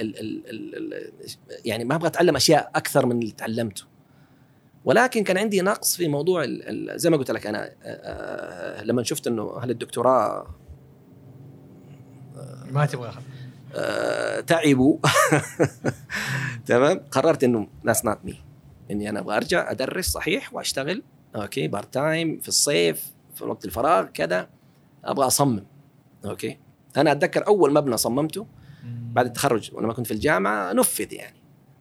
يعني ما أبغى أتعلم أشياء أكثر من اللي تعلمته، ولكن كان عندي نقص في موضوع زي ما قلت لك أنا لما شفت إنه أهل الدكتوراه ما تبغى تعبوا. تمام قررت انه ناس نات مي، اني انا ابغى ارجع ادرس صحيح واشتغل اوكي بارت تايم في الصيف في وقت الفراغ كذا، ابغى اصمم. اوكي انا اتذكر اول مبنى صممته بعد التخرج ولما كنت في الجامعه نفذ يعني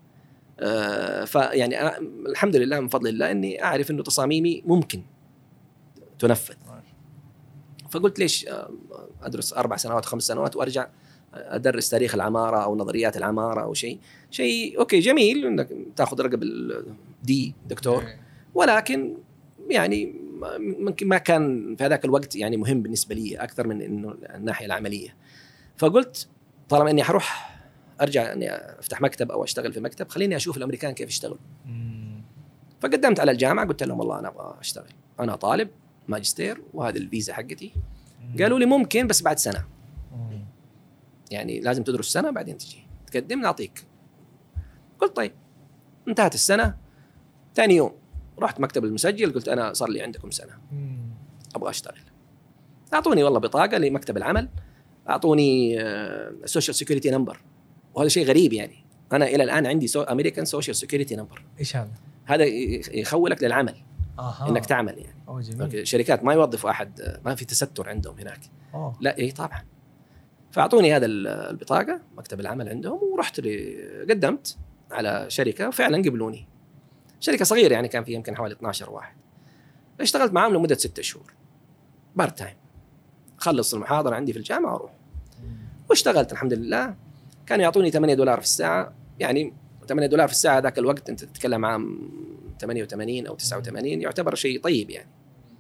فيعني أنا الحمد لله من فضل الله اني اعرف انه تصاميمي ممكن تنفذ. فقلت ليش أدرس 4 سنوات 5 سنوات وأرجع أدرس تاريخ العمارة أو نظريات العمارة أو شيء أوكي جميل إنك تأخذ رقم دي دكتور، ولكن يعني ما كان في هذاك الوقت يعني مهم بالنسبة لي أكثر من إنه الناحية العملية. فقلت طالما إني هروح أرجع إني أفتح مكتب أو أشتغل في مكتب، خليني أشوف الأمريكان كيف يشتغلوا. فقدمت على الجامعة قلت لهم والله أنا أبغى أشتغل، أنا طالب ماجستير وهذه الفيزا حقتي. قالوا لي ممكن بس بعد سنة، يعني لازم تدرس سنة بعدين تجي تقدم نعطيك. قلت طيب. انتهت السنة، ثاني يوم رحت مكتب المسجل قلت أنا صار لي عندكم سنة أبغى أشتغل. أعطوني والله بطاقة لمكتب العمل، أعطوني سوشيال سيكوريتي نمبر، وهذا شيء غريب يعني انا الى الان عندي امريكان سوشيال سيكيورتي نمبر. ايش هذا؟ هذا يخولك للعمل. انك تعمل يعني. جميل. أوكي. شركات ما يوظفوا احد، ما في تستر عندهم هناك. لا اي طبعا. فاعطوني هذا البطاقه مكتب العمل عندهم، ورحت قدمت على شركه وفعلا قبلوني. شركه صغيره يعني كان فيها يمكن حوالي 12 واحد. اشتغلت معهم لمده 6 شهور بارت تايم، خلص المحاضره عندي في الجامعه واروح. واشتغلت الحمد لله. كانوا يعطوني $8 في الساعه، يعني $8 في الساعه ذاك الوقت انت تتكلم عام 88 او 89 يعتبر شيء طيب يعني.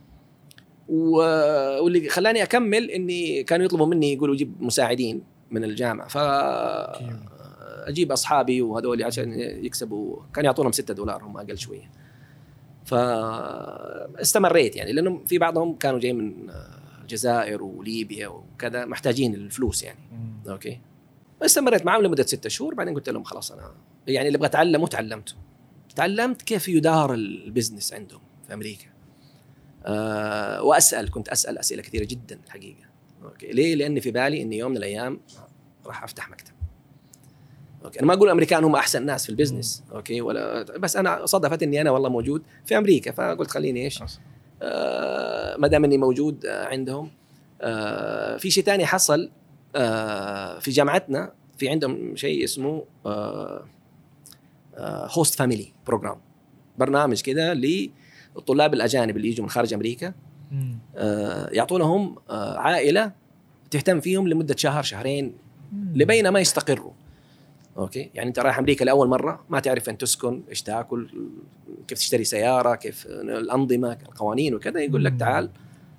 واللي خلاني اكمل اني كانوا يطلبوا مني يقولوا جيب مساعدين من الجامعه، فاجيب اصحابي وهذول عشان يكسبوا، كانوا يعطونهم $6 هم اقل شويه. فاستمريت يعني، لانه في بعضهم كانوا جايين من الجزائر وليبيا وكذا محتاجين الفلوس يعني. اوكي. استمريت معهم لمده 6 شهور. بعدين قلت لهم خلاص انا يعني اللي ابغى اتعلم تعلمت كيف يدار البزنس عندهم في امريكا. كنت اسال اسئله كثيره جدا الحقيقه. اوكي. ليه؟ لان في بالي اني يوم من الايام راح افتح مكتب. اوكي. انا ما اقول الامريكان هم احسن ناس في البزنس، اوكي، ولا بس انا صدفت اني انا والله موجود في امريكا، فقلت خليني ايش ما دام اني موجود عندهم. في شيء ثاني حصل في جامعتنا، في عندهم شيء اسمه هوست فاميلي بروجرام، برنامج كده للطلاب الاجانب اللي يجوا من خارج امريكا. يعطونهم عائله تهتم فيهم لمده شهر شهرين لبين ما يستقروا. اوكي. يعني انت رايح امريكا لاول مره، ما تعرف وين تسكن، ايش تاكل، كيف تشتري سياره، كيف الانظمه، القوانين وكذا. يقول لك تعال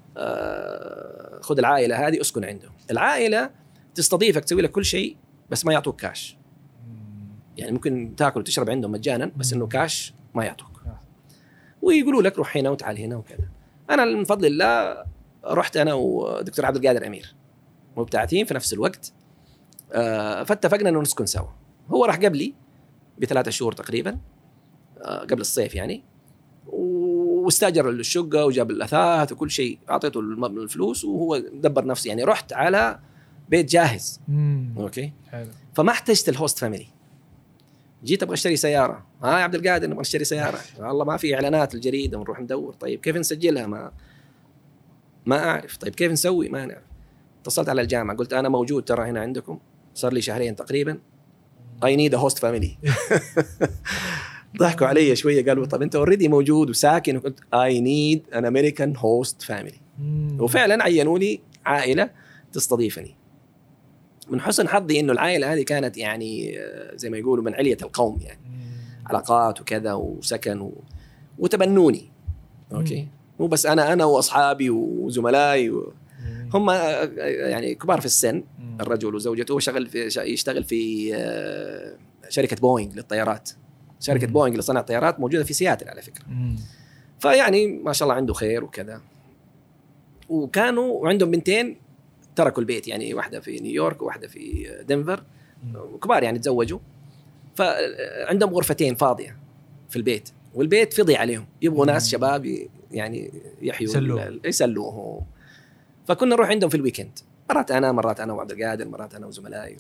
خذ العائله هذه اسكن عندهم. العائله تستضيفك، تسوي لك كل شيء، بس ما يعطوك كاش. يعني ممكن تاكل وتشرب عندهم مجانا، بس انه كاش ما يعطوك. ويقولوا لك روح هنا وتعال هنا وكذا. انا من فضل الله رحت انا ودكتور عبد القادر امير مبتعثين في نفس الوقت. فاتفقنا انه نسكن سوا. هو راح قبلي ب3 شهور تقريبا، قبل الصيف يعني، واستاجر الشقه وجاب الاثاث وكل شيء، اعطيته الفلوس وهو دبر نفسه يعني. رحت على بيت جاهز. اوكي. حلو. فما احتجت الهوست فاميلي. جيت ابغى اشتري سياره، يا عبد القادر نبغى نشتري سياره، والله ما في اعلانات الجريده، ونروح ندور. طيب كيف نسجلها؟ ما اعرف. طيب كيف نسوي؟ ما نعرف. اتصلت على الجامعه، قلت انا موجود ترى هنا عندكم، صار لي 2 شهر تقريبا. I need a host family. ضحكوا علي شويه، قالوا طب انت اوريدي موجود وساكن. وقلت I need an American host family. وفعلا عينوا لي عائله تستضيفني. من حسن حظي انه العائله هذه كانت يعني زي ما يقولوا من علية القوم يعني، علاقات وكذا وسكن وتبنوني. اوكي. مو بس انا واصحابي وزملائي هم يعني كبار في السن، الرجل وزوجته. يشتغل في شركه بوينغ للطيارات. شركه بوينغ لصنع الطيارات موجوده في سياتل على فكره. فيعني ما شاء الله عنده خير وكذا. وكانوا عندهم بنتين تركوا البيت، يعني واحده في نيويورك وواحده في دنفر، كبار يعني تزوجوا. فعندهم غرفتين فاضيه في البيت، والبيت فضي عليهم، يبغوا ناس شباب يعني يسلوهم. فكنا نروح عندهم في الويكند، مرات انا وعبد القادر، مرات انا وزملائي.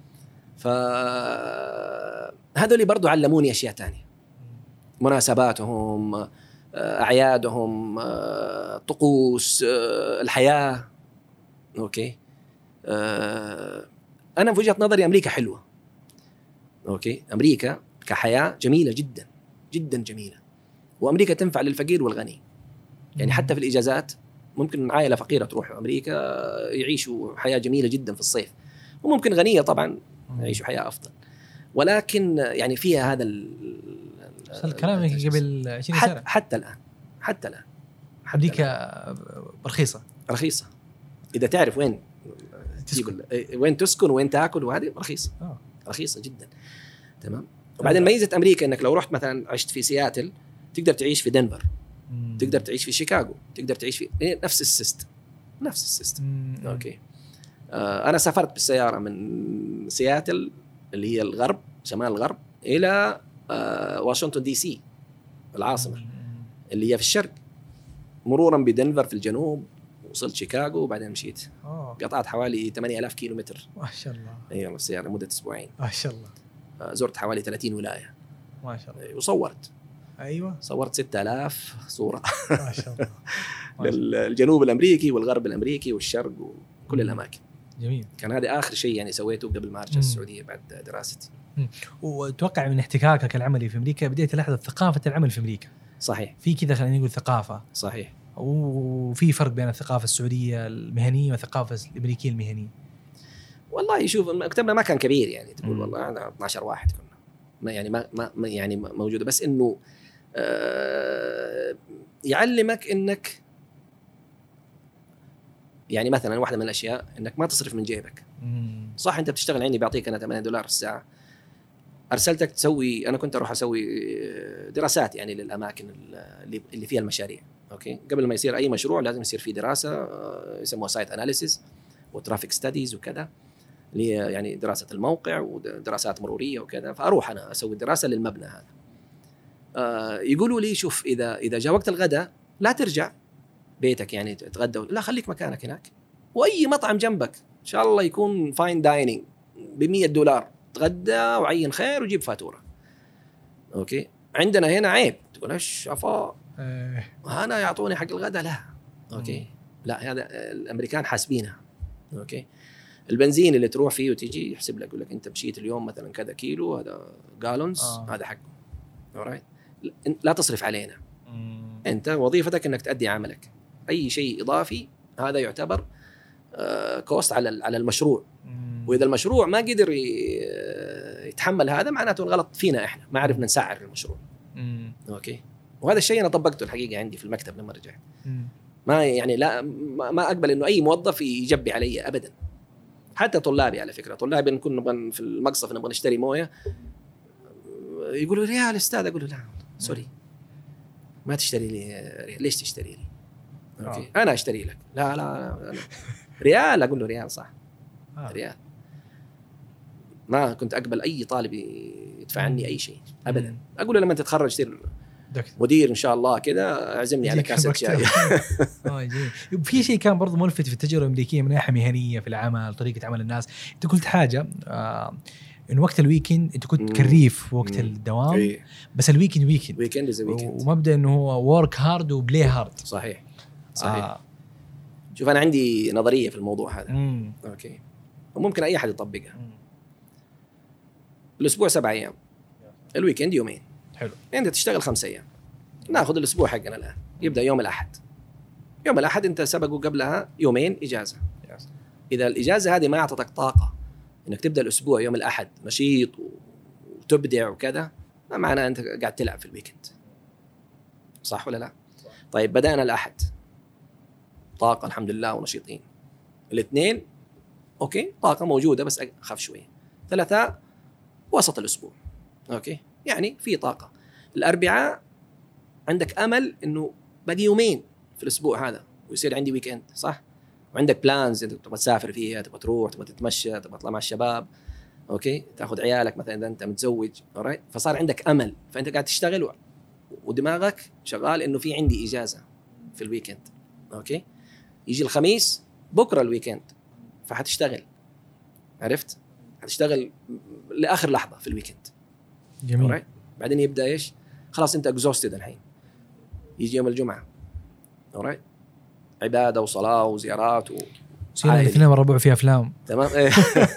فهذول برضو علموني اشياء تانية، مناسباتهم، اعيادهم، طقوس، الحياه. اوكي. انا في وجهة نظري امريكا حلوه. اوكي. امريكا كحياه جميله جدا جدا جميله، وامريكا تنفع للفقير والغني. يعني حتى في الاجازات ممكن عائله فقيره تروح امريكا يعيشوا حياه جميله جدا في الصيف، وممكن غنيه طبعا يعيشوا حياه افضل. ولكن يعني فيها هذا الكلام قبل 20 سنه. حتى الان امريكا رخيصه اذا تعرف وين تسكن وين تاكل، وهذه رخيصه جدا. تمام. وبعدين ميزه امريكا انك لو رحت مثلا عشت في سياتل تقدر تعيش في دنفر، تقدر تعيش في شيكاغو، تقدر تعيش في نفس السيستم. اوكي. انا سافرت بالسياره من سياتل اللي هي الغرب، شمال الغرب، الى واشنطن دي سي العاصمه اللي هي في الشرق، مرورا بدنفر في الجنوب، وصلت شيكاغو وبعدين مشيت. قطعت حوالي 8000 كيلومتر. ما شاء الله. ايوه السياره مده 2 أسبوع. ما شاء الله. زرت حوالي 30 ولايه ما شاء الله. وصورت. ايوه صورت 6000 صوره ما شاء الله. للجنوب الامريكي والغرب الامريكي والشرق وكل الاماكن. جميل. كان هذا اخر شيء يعني سويته قبل ما ارجع السعوديه بعد دراستي. واتوقع من احتكاكك العملي في امريكا بديت تلاحظ ثقافه العمل في امريكا. صحيح. في كذا خلينا نقول ثقافه. صحيح. وفي فرق بين الثقافه السعوديه المهنيه والثقافه الامريكيه المهنيه. والله شوف مكتبنا ما كان كبير يعني تقول والله انا 12 واحد كنا ما يعني ما يعني موجوده، بس انه يعلمك انك يعني مثلا واحده من الاشياء انك ما تصرف من جيبك. صح انت بتشتغل عندي بعطيك انا $8 الساعه، ارسلتك تسوي، انا كنت اروح اسوي دراسات يعني للاماكن اللي فيها المشاريع. اوكي، قبل ما يصير اي مشروع لازم يصير فيه دراسه يسموها سايت اناليسيس وترافيك ستاديز وكذا، اللي هي يعني دراسه الموقع ودراسات مروريه وكذا. فاروح انا اسوي دراسه للمبنى هذا. يقولوا لي شوف اذا جاء وقت الغداء لا ترجع بيتك يعني تتغدى، لا خليك مكانك هناك، واي مطعم جنبك ان شاء الله يكون فاين دايننج $100 تغدى وعين خير وجيب فاتوره. اوكي، عندنا هنا عيب تقول ايش عفا انا يعطوني حق الغداء، لا. اوكي لا، هذا الامريكان حاسبينها. اوكي، البنزين اللي تروح فيه وتيجي يحسب لك، يقول لك انت مشيت اليوم مثلا كذا كيلو، هذا جالونز هذا حقه. alright، لا تصرف علينا. انت وظيفتك انك تؤدي عملك، اي شيء اضافي هذا يعتبر كوست على المشروع. واذا المشروع ما قدر يتحمل هذا معناته الغلط فينا احنا، ما عرفنا نسعر المشروع. اوكي، وهذا الشيء انا طبقته الحقيقه عندي في المكتب لما رجعت. ما يعني لا ما اقبل انه اي موظف يجبي علي ابدا. حتى طلابي على فكره، طلابي نكون في المقصف نبغى نشتري مويه يقولوا ريال استاذ، اقول له لا سوري ما تشتري لي ريال. ليش تشتري لي؟ اوكي انا اشتري لك. لا أنا ريال. اقول له ريال صح. ريال. ما كنت اقبل اي طالب يدفع عني اي شيء ابدا. اقول له لما تتخرج تصير مدير ان شاء الله كذا اعزمني على كاسه شاي. جميل. في شيء كان برضو ملفت في التجربه الامريكيه من ناحيه مهنيه في العمل، طريقه عمل الناس. انت قلت حاجه إن وقت الويكند أنت كنت كريف وقت الدوام. بس الويكند ويكند ومبدأ إنه هو work hard و play hard. صحيح. شوف أنا عندي نظرية في الموضوع هذا. أوكي، وممكن أي أحد يطبقها. الأسبوع 7 أيام، الويكند يومين. حلو. أنت تشتغل 5 أيام. نأخذ الأسبوع حقنا الآن يبدأ يوم الأحد. يوم الأحد أنت سبقوا قبلها يومين إجازة. إذا الإجازة هذه ما أعطتك طاقة إنك تبدأ الأسبوع يوم الأحد نشيط وتبدع وكذا، ما معناه أنت قاعد تلعب في الويكند. صح ولا لا؟ طيب بدأنا الأحد طاقة الحمد لله ونشيطين. الاثنين أوكي طاقة موجودة بس أخف شوية. 3 وسط الأسبوع أوكي يعني في طاقة. الأربعاء عندك أمل إنه باقي يومين في الأسبوع هذا ويصير عندي ويكند، صح؟ وعندك بلانز انت تبغى تسافر فيها، تبغى تروح، تبغى تتمشى، تبغى تطلع مع الشباب. اوكي، تاخذ عيالك مثلا اذا انت متزوج. alright، فصار عندك امل، فانت قاعد تشتغل ودماغك شغال انه في عندي اجازه في الويكند. اوكي، يجي الخميس بكره الويكند فحتشتغل. عرفت؟ حتشتغل لاخر لحظه في الويكند. جميل. بعدين يبدا ايش؟ خلاص انت اكزوستد الحين. يجي يوم الجمعه. alright، عبادة وصلاة وزيارات سينا الاثنين والربع في أفلام. تمام.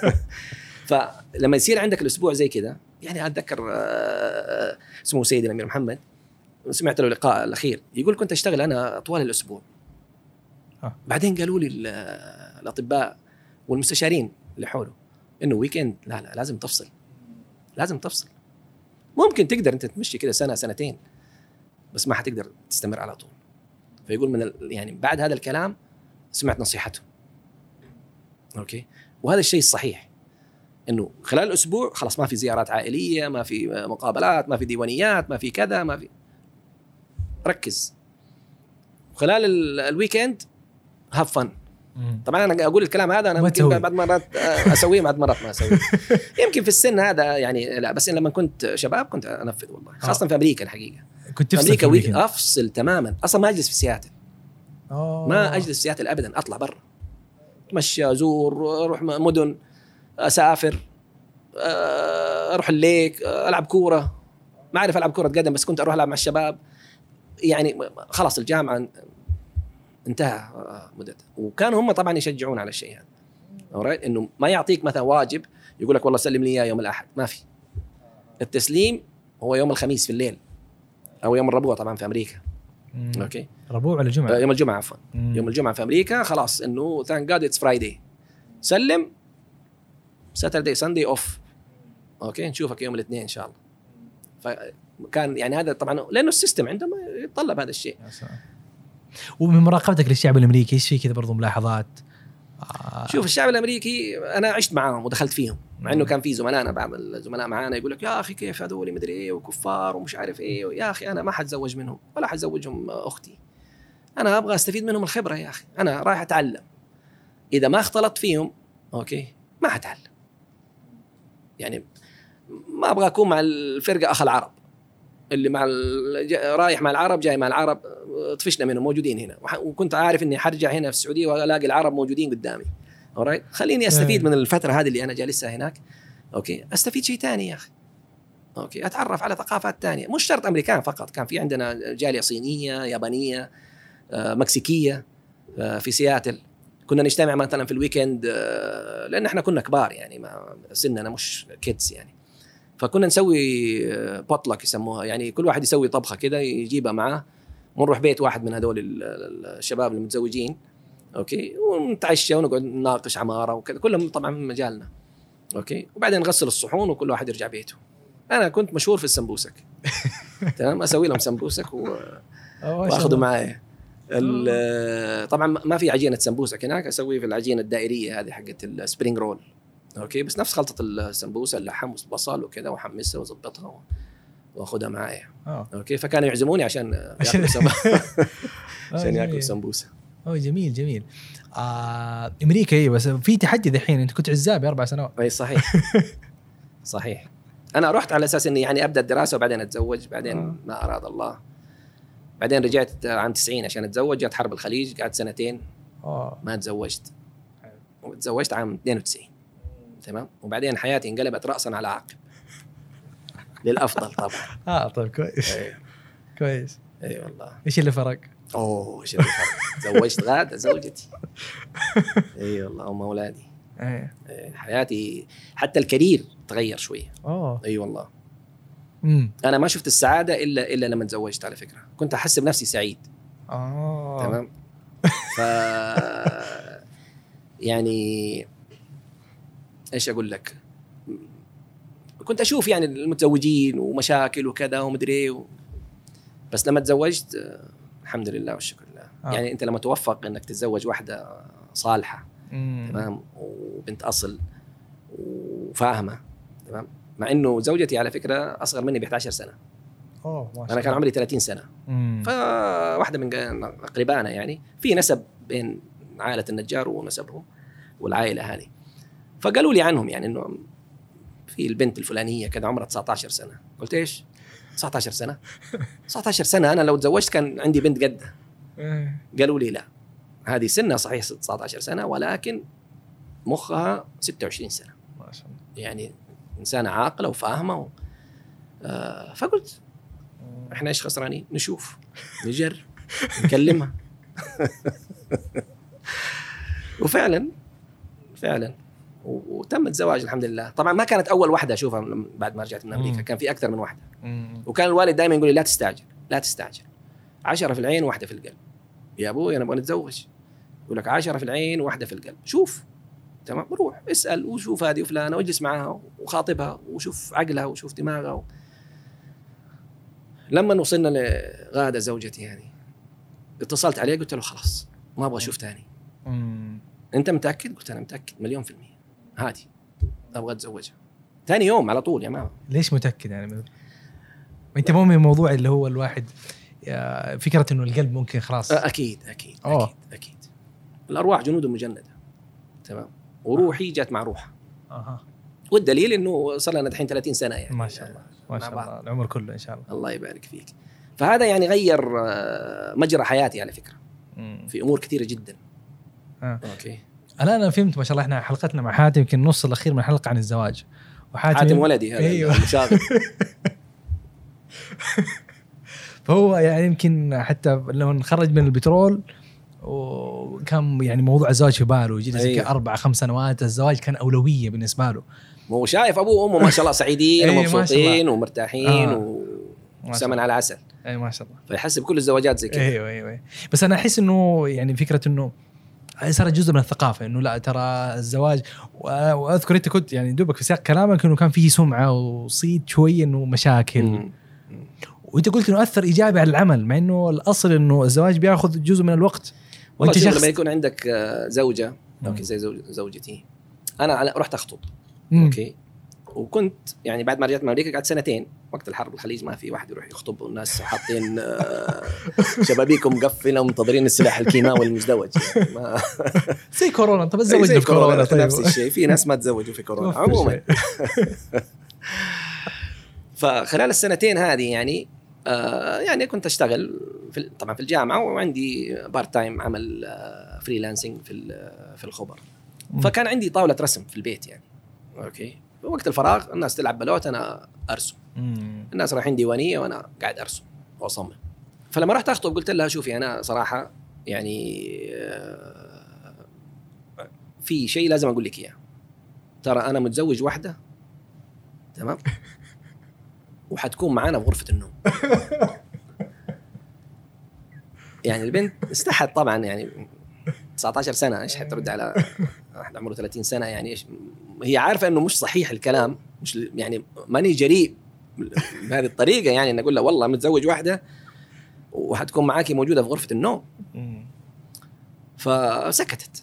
فلما يصير عندك الأسبوع زي كده، يعني أتذكر اسمه سيد الأمير محمد، سمعت له لقاء الأخير يقول كنت أشتغل أنا طوال الأسبوع. بعدين قالوا لي الأطباء والمستشارين اللي حوله إنه ويكند لا لازم تفصل. لازم تفصل. ممكن تقدر أنت تمشي كده سنة سنتين بس ما حتقدر تستمر على طول. فيقول من يعني بعد هذا الكلام سمعت نصيحته. اوكي، وهذا الشيء الصحيح انه خلال الاسبوع خلاص ما في زيارات عائليه، ما في مقابلات، ما في ديوانيات، ما في كذا، ما في. ركز. وخلال الويكند هاف فن. طبعا انا اقول الكلام هذا انا ممكن بعد مرات اسويه بعد مرات ما اسويه. يمكن في السن هذا يعني لا، بس لما كنت شباب كنت انفذ والله، خاصه في امريكا الحقيقه. كنت في امريكا افصل تماما. اصلا ما اجلس في سياتل. ما اجلس في سياتل ابدا، اطلع برا اتمشى، ازور، اروح مدن، اسافر، اروح الليك، العب كوره. ما اعرف العب كره قدم، بس كنت اروح العب مع الشباب. يعني خلاص الجامعه انتهى مدتها. وكانوا هم طبعا يشجعون على الشيء هذا، انه ما يعطيك مثلا واجب يقول لك والله سلم لي اياه يوم الاحد، ما في. التسليم هو يوم الخميس في الليل او يوم الربوع طبعا في امريكا. اوكي، ربوع ولا جمعه؟ يوم الجمعه عفوا. يوم الجمعه في امريكا خلاص انه ثانك جاد اتس فرايداي، سلم ساتردي ساندي اوف. اوكي، نشوفك يوم الاثنين ان شاء الله. فكان يعني هذا طبعا لانه السيستم عندما يتطلب هذا الشيء. ومن مراقبتك للشعب الامريكي ايش في كذا برضو ملاحظات؟ شوف الشعب الامريكي انا عشت معاهم ودخلت فيهم، مع انه كان في زملائنا بعض الزملاء معانا يقول لك يا اخي كيف هذول مدري ايه وكفار ومش عارف ايه. يا اخي انا ما حتزوج منهم ولا حتزوجهم اختي، انا ابغى استفيد منهم الخبره. يا اخي انا رايح اتعلم، اذا ما اختلطت فيهم اوكي ما حتعلم. يعني ما ابغى اكون مع الفرقه اخ العرب اللي مع رايح مع العرب جاي مع العرب، طفشنا منهم موجودين هنا، وكنت عارف اني حرجع هنا في السعوديه والاقي العرب موجودين قدامي. alright، خليني استفيد من الفتره هذه اللي انا جالسها هناك. اوكي، استفيد شيء ثاني يا اخي. اوكي، اتعرف على ثقافات ثانيه، مش شرط امريكان فقط، كان في عندنا جاليه صينيه، يابانيه، مكسيكيه في سياتل. كنا نجتمع مثلا في الويكند، لان احنا كنا كبار يعني ما سننا مش كيدز يعني. فكنا نسوي بوتلك يسموها، يعني كل واحد يسوي طبخه كده يجيبها معاه، ونروح بيت واحد من هذول الشباب المتزوجين. اوكي، ونتعشى ونقعد نناقش عماره وكذا، كلهم طبعا من مجالنا. اوكي، وبعدين نغسل الصحون وكل واحد يرجع بيته. انا كنت مشهور في السمبوسك. تمام، اسوي لهم سمبوسك واخذه معايا. طبعا ما في عجينه سمبوسك هناك، اسوي في العجينه الدائريه هذه حقت السبرينج رول. اوكي، بس نفس خلطه السمبوسه، اللحم والبصل وكذا، واحمسها واظبطها واخذها معايا. اوكي، فكانوا يعزموني عشان ياكلوا سمبوسه. جميل جميل. امريكا ايه، بس في تحدي دحين، انت كنت عزابي 4 سنوات. اي صحيح. صحيح، انا رحت على اساس اني يعني ابدا الدراسه وبعدين اتزوج، بعدين ما اراد الله. بعدين رجعت عام 90 عشان اتزوج، جت حرب الخليج، قعدت 2 ما تزوجت. وتزوجت عام 92. تمام، وبعدين حياتي انقلبت رأسا على عقب للأفضل طبعا. طيب كويس. كويس. اي والله. ايش اللي فرق؟ ايش اللي فرق؟ تزوجت غادة زوجتي. اي والله، ام اولادي. حياتي حتى الكارير تغير شويه. اي والله. انا ما شفت السعاده الا لما تزوجت على فكره. كنت احس بنفسي سعيد. تمام. يعني ايش اقول لك، كنت اشوف يعني المتزوجين ومشاكل وكذا ومدري بس لما تزوجت الحمد لله والشكر لله. يعني انت لما توفق انك تتزوج واحده صالحه تمام وبنت اصل وفاهمه تمام، مع انه زوجتي على فكره اصغر مني ب11 سنه. انا كان عمري 30 سنه. فواحده من اقربائنا يعني في نسب بين عائله النجار ونسبهم والعائله هذه، فقالوا لي عنهم يعني انه في البنت الفلانيه كذا عمرها 19 سنه. قلت ايش 19 سنه؟ 19 سنه انا لو تزوجت كان عندي بنت قدها. قالوا لي لا، هذه سنها صحيح 19 سنه ولكن مخها 26 سنه ما شاء الله، يعني انسانه عاقله وفاهمه فقلت احنا ايش خسرانين؟ نشوف نجرب نكلمها. وفعلا وتم الزواج الحمد لله. طبعا ما كانت اول واحده اشوفها بعد ما رجعت من امريكا، كان في اكثر من واحده. وكان الوالد دائما يقول لي لا تستعجل 10 في العين واحده في القلب. يا ابوي انا ابغى نتزوج، يقول لك 10 في العين واحده في القلب. شوف تمام، روح اسال وشوف هذه وفلانه واجلس معها وخاطبها وشوف عقلها وشوف دماغها. لما وصلنا لغادة زوجتي يعني اتصلت عليه قلت له خلاص ما ابغى اشوف ثاني. انت متاكد؟ قلت انا متاكد 100%، هذه ابغى اتزوجها. ثاني يوم على طول يا ماما. ليش متاكد يعني؟ انت مو من موضوع اللي هو الواحد فكره انه القلب ممكن خلاص. اكيد الارواح جنود مجنده تمام، وروحي جات مع روحها. والدليل انه صار لنا دحين 30 سنه يعني. ما شاء الله ما شاء الله، العمر كله ان شاء الله. الله يبارك فيك. فهذا يعني غير مجرى حياتي على فكره في امور كثيره جدا. اوكي، انا فهمت ما شاء الله. احنا حلقتنا مع حاتم يمكن النص الاخير من الحلقه عن الزواج، حاتم ولدي هذا أيوة. المشاغب. فهو يعني يمكن حتى لما خرج من البترول وكان يعني موضوع الزواج في باله، جلس أيوة. 4-5 سنوات الزواج كان أولوية بالنسبة له. هو شايف أبوه وأمه ما شاء الله سعيدين أيوة ومبسوطين ومرتاحين ما شاء وسمن الله. على عسل. أي ما شاء الله. فيحسب كل الزواجات زي كده. أيوة. بس أنا أحس إنه يعني فكرة إنه صار جزء من الثقافة إنه لا ترى الزواج، وأذكر أنت كنت يعني دوبك في سياق كلامك إنه كان فيه سمعة وصيت شوية إنه مشاكل. وأنت قلت إنه أثر إيجابي على العمل، مع إنه الأصل إنه الزواج بياخذ جزء من الوقت. وأنت شخص لما يكون عندك زوجة أوكي زي زوجتي، أنا رحت أخطب أوكي، وكنت يعني بعد ما رجعت من أمريكا قعدت 2 سنين وقت الحرب الخليج، ما في واحد يروح يخطب والناس حاطين شبابيكم مقفلة ومنتظرين السلاح الكيماوي المزدوج يعني ما زي كورونا. طب تزوجنا في كورونا. طيب. نفس الشيء، في ناس ما تزوجوا في كورونا عموما. فخلال 2 سنين هذه يعني يعني كنت أشتغل طبعا في الجامعة، وعندي بارت تايم عمل فريلانسنج في الخبر. فكان عندي طاولة رسم في البيت يعني أوكي. وقت الفراغ الناس تلعب بلوت أنا أرسم، الناس رايحين ديوانية وأنا قاعد أرسم وأصمم. فلما رحت أخطب قلت لها شوفي أنا صراحة يعني في شيء لازم أقول لك إياه، ترى أنا متزوج واحدة تمام وحتكون معانا في غرفة النوم. يعني البنت استحت طبعا، يعني 19 سنة إيش حترد على واحد عمره 30 سنة يعني إيش؟ هي عارفة إنه مش صحيح الكلام، مش يعني ماني جريء بهذه الطريقة يعني إن أقول له والله متزوج واحدة وحتكون معاكي موجودة في غرفة النوم. فسكتت.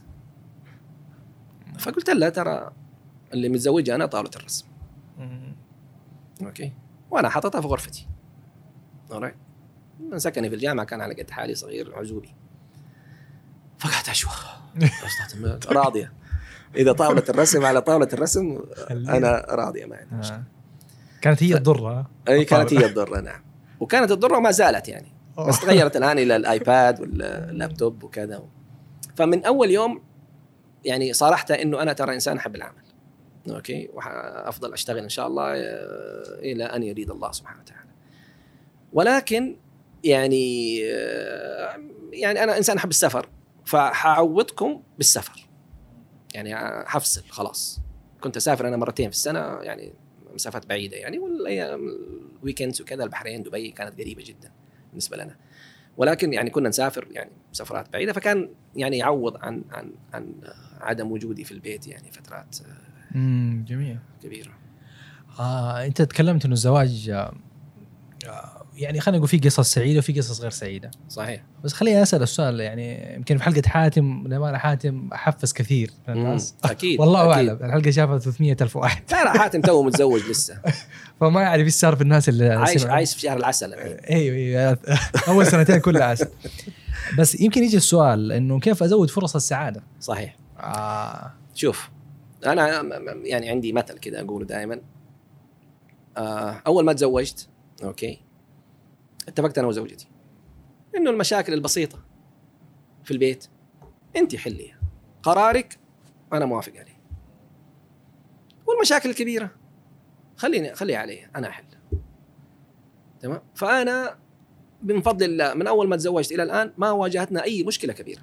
فقلت لها ترى اللي متزوجة أنا طاولة الرسم أوكي، وأنا حاططها في غرفتي. alright. من سكني في الجامعة كان على قد حالي صغير عزوبي. فقعدت أشوف راضية إذا طاولة الرسم على طاولة الرسم أنا راضية ما عندي مشكلة. كانت هي الضرة. أي كانت هي الضرة نعم، وكانت الضرة وما زالت يعني، بس تغيرت الآن إلى الآيباد واللابتوب وكذا. فمن أول يوم يعني صارحت إنه أنا ترى إنسان أحب العمل أوكي، وأفضل أشتغل إن شاء الله إلى أن يريد الله سبحانه وتعالى. ولكن يعني أنا إنسان أحب السفر، فحعوضكم بالسفر يعني حفصل خلاص. كنت أسافر أنا 2 مرات في السنة يعني مسافات بعيدة يعني، والأيام الويكندز وكذا البحرين دبي كانت قريبة جدا بالنسبة لنا، ولكن يعني كنا نسافر يعني سفرات بعيدة، فكان يعني يعوض عن عدم وجودي في البيت يعني فترات جميل كبيرة. أنت تكلمت إنه الزواج يعني خلينا نقول في قصص سعيدة وفي قصص غير سعيدة. صحيح. بس خليني أسأل السؤال، يعني يمكن في حلقة حاتم لما أنا حاتم أحفز كثير من الناس أكيد والله أعلم الحلقة شافها 300,000 واحد. لا حاتم توه متزوج لسه فما يعرف إيش صار في الناس اللي عايش في شهر العسل. أيوة أول 2 سنين كلها عسل. بس يمكن يجي السؤال إنه كيف أزود فرص السعادة. صحيح. شوف أنا يعني عندي مثل كده أقوله دائما. أول ما تزوجت أوكي اتفقت أنا وزوجتي إنه المشاكل البسيطة في البيت أنت حليها، قرارك أنا موافق عليه، والمشاكل الكبيرة خليها عليها أنا أحل. تمام. فأنا من فضل الله من أول ما تزوجت إلى الآن ما واجهتنا أي مشكلة كبيرة.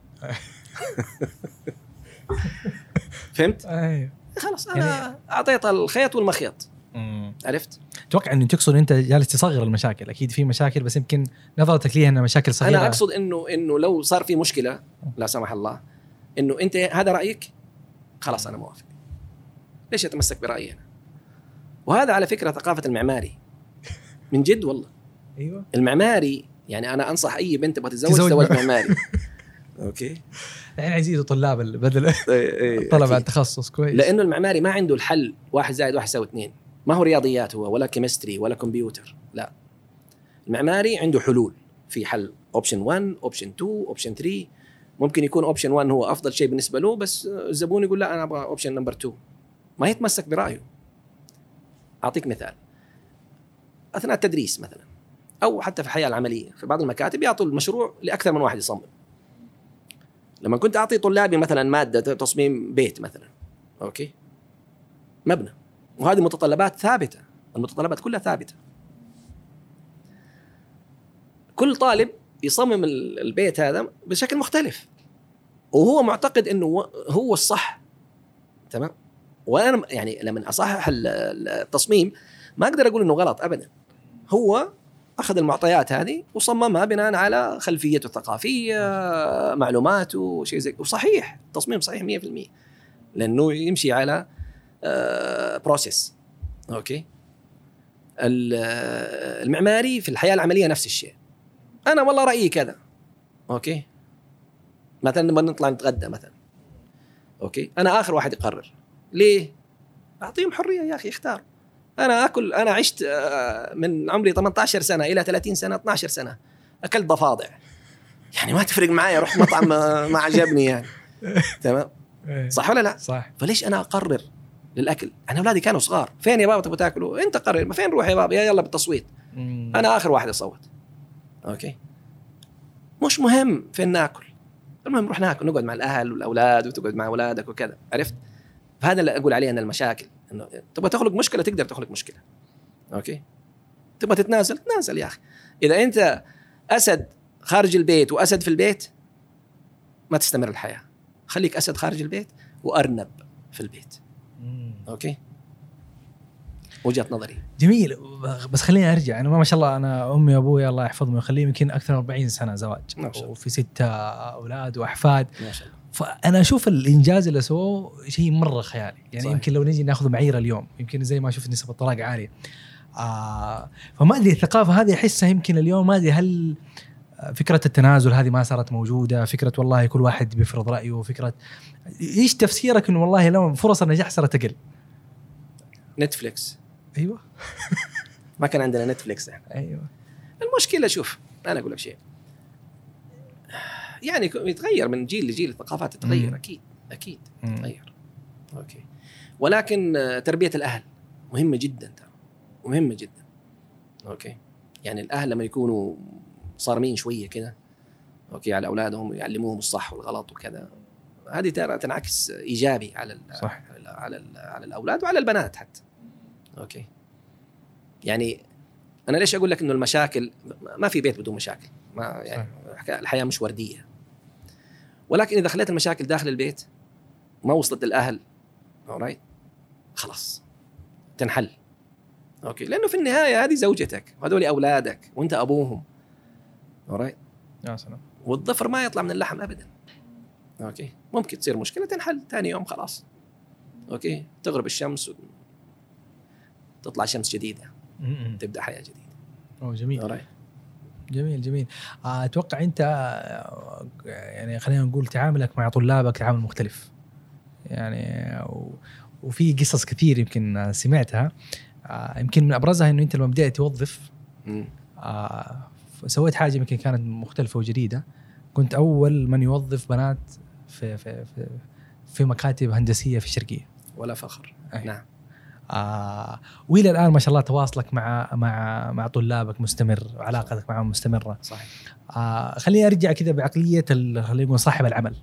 فهمت؟ خلاص أنا أعطيت الخيط والمخيط. عرفت؟ أتوقع إنه تقصد أنت جالس تصغر المشاكل، أكيد في مشاكل بس يمكن نظرتك ليها إنها مشاكل صغيرة. أنا أقصد إنه لو صار في مشكلة لا سمح الله إنه أنت هذا رأيك خلاص أنا موافق، ليش أتمسك برأيي أنا؟ وهذا على فكرة ثقافة المعماري من جد والله. أيوة. المعماري يعني أنا أنصح أي بنت تبغى تتزوج معماري. أوكي. الحين عايزين طلاب بدل طلب على تخصص كويس، لأنه المعماري ما عنده الحل 1 زائد 1 يساوي 2، ما هو رياضيات هو ولا كيمستري ولا كمبيوتر، لا المعماري عنده حلول. في حل اوبشن 1 اوبشن 2 اوبشن 3، ممكن يكون اوبشن 1 هو افضل شيء بالنسبه له بس الزبون يقول لا انا ابغى اوبشن نمبر 2، ما يتمسك برايه. اعطيك مثال، اثناء التدريس مثلا او حتى في الحياه العمليه في بعض المكاتب يعطوا المشروع لاكثر من واحد يصمم. لما كنت اعطي طلابي مثلا ماده تصميم بيت مثلا اوكي مبنى وهذه متطلبات ثابته، المتطلبات كلها ثابته. كل طالب يصمم البيت هذا بشكل مختلف، وهو معتقد انه هو الصح. تمام. وانا يعني لما اصحح التصميم ما اقدر اقول انه غلط ابدا. هو اخذ المعطيات هذه وصممها بناء على خلفيته الثقافيه، معلوماته، شيء زي، وصحيح التصميم صحيح 100%، لانه يمشي على بروسيس. اوكي. المعماري في الحياه العمليه نفس الشيء. انا والله رايي كذا، اوكي، مثلا لما نطلع نتغدى مثلا، اوكي، انا اخر واحد يقرر. ليه؟ اعطيهم حريه يا اخي يختار. انا اكل، انا عشت من عمري 18 سنه الى 30 سنه 12 سنه اكلت ضفادع، يعني ما تفرق معايا، اروح مطعم ما عجبني يعني. تمام، صح ولا لا؟ صح. فليش انا اقرر للاكل؟ انا اولادي كانوا صغار، فين يا بابا تبغوا تاكلوا؟ انت قرر. ما فين نروح يا بابا؟ يلا بالتصويت. انا اخر واحد اصوت. اوكي، مش مهم فين ناكل، المهم نروح ناكل، نقعد مع الاهل والاولاد، وتقعد مع اولادك وكذا. عرفت؟ فهذا اللي اقول عليه ان المشاكل، انه تبغى تخلق مشكله تقدر تخلق مشكله. اوكي، تبغى تتنازل تنازل يا اخي. اذا انت اسد خارج البيت واسد في البيت ما تستمر الحياه. خليك اسد خارج البيت وارنب في البيت. اوكي، وجهة نظري. جميل. بس خليني ارجع، انا ما شاء الله انا امي وابوي الله يحفظهم ويخليهم يمكن اكثر من 40 سنه زواج، وفي 6 اولاد واحفاد ما شاء الله. فانا اشوف الانجاز اللي سووه شيء مره خيالي يعني. صحيح. يمكن لو نجي ناخذ معايير اليوم يمكن زي ما شفت نسبه الطلاق عاليه. فما ادري الثقافه هذه احسها يمكن اليوم ما ادري هل فكره التنازل هذه ما صارت موجوده، فكره والله كل واحد بيفرض رايه، فكره ايش تفسيرك انه والله لو فرص النجاح صارت تقل؟ نتفليكس. ايوه. ما كان عندنا نتفليكس احنا. ايوه. المشكله شوف انا اقول لك شيء، يعني يتغير من جيل لجيل، الثقافات تتغير. اكيد تتغير. اوكي، ولكن تربيه الاهل مهمه جدا، مهمه جدا. اوكي، يعني الاهل لما يكونوا صارمين شويه كده، اوكي، على اولادهم، يعلموهم الصح والغلط وكذا، هذه ترى تنعكس ايجابي على صح. على الاولاد وعلى البنات حتى. اوكي، يعني انا ليش اقول لك انه المشاكل ما في بيت بدون مشاكل، ما يعني الحياه مش ورديه، ولكن اذا خليت المشاكل داخل البيت ما وصلت للاهل، alright، خلاص تنحل. اوكي، لانه في النهايه هذه زوجتك وهذول اولادك وانت ابوهم. alright، يا سلام. والظفر ما يطلع من اللحم ابدا. اوكي، ممكن تصير مشكله تنحل ثاني يوم خلاص. اوكي، تغرب الشمس تطلع شمس جديده، تبدا حياه جديده. جميل. جميل. اتوقع انت يعني خلينا نقول تعاملك مع طلابك تعامل مختلف يعني، وفي قصص كثير يمكن سمعتها. يمكن من ابرزها انه انت لما بدأت توظف سويت حاجه يمكن كانت مختلفه وجديده. كنت اول من يوظف بنات في مكاتب هندسيه في الشرقيه. ولا فخر. نعم. والى الان ما شاء الله تواصلك مع طلابك مستمر وعلاقتك معهم مستمره. صحيح. خليني ارجع كذا بعقليه خلينا نقول صاحب العمل.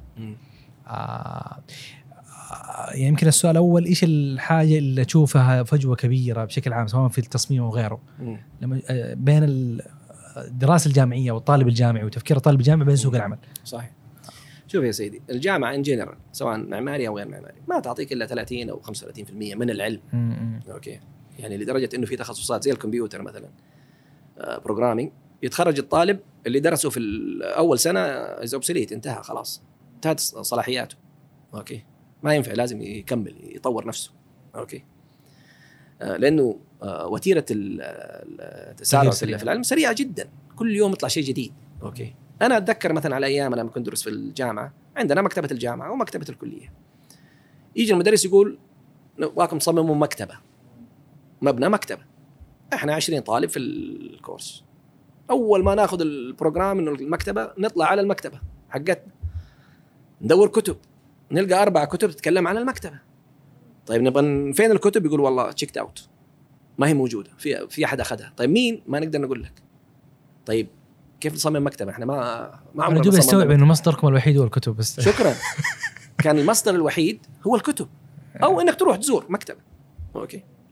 يعني يمكن السؤال الاول، ايش الحاجه اللي تشوفها فجوه كبيره بشكل عام سواء في التصميم او غيره لما بين الدراسه الجامعيه والطالب الجامعي وتفكير الطالب الجامعي بين سوق العمل؟ صحيح. شوف يا سيدي، الجامعه ان جنرال سواء معماري او غير معماري ما تعطيك الا 30 او 35% من العلم. اوكي، يعني لدرجه انه في تخصصات زي الكمبيوتر مثلا، بروجرامينج، يتخرج الطالب اللي درسه في اول سنه از اوبسوليت، انتهى خلاص، انتهت صلاحياته. اوكي، ما ينفع، لازم يكمل يطور نفسه. اوكي، لانه وتيره التسارع في العلم سريعه جدا، كل يوم يطلع شيء جديد. اوكي، انا اتذكر مثلا على ايام انا كنت ادرس في الجامعه، عندنا مكتبه الجامعه ومكتبه الكليه. يجي المدرس يقول واكم تصمموا مكتبه، مبنى مكتبه، احنا 20 طالب في الكورس. اول ما ناخذ البروجرام انه المكتبه نطلع على المكتبه حقتنا ندور كتب، نلقى 4 كتب تتكلم عن المكتبه. طيب نبغى فين الكتب؟ يقول والله تشيكت اوت، ما هي موجوده، في احد اخذها. طيب مين؟ ما نقدر نقول لك. طيب كيف نصمم مكتبه؟ احنا ما عمرنا نجيب نستوعب انه مصدركم الوحيد هو الكتب بس. شكرا. كان المصدر الوحيد هو الكتب، او انك تروح تزور مكتبه. اوكي،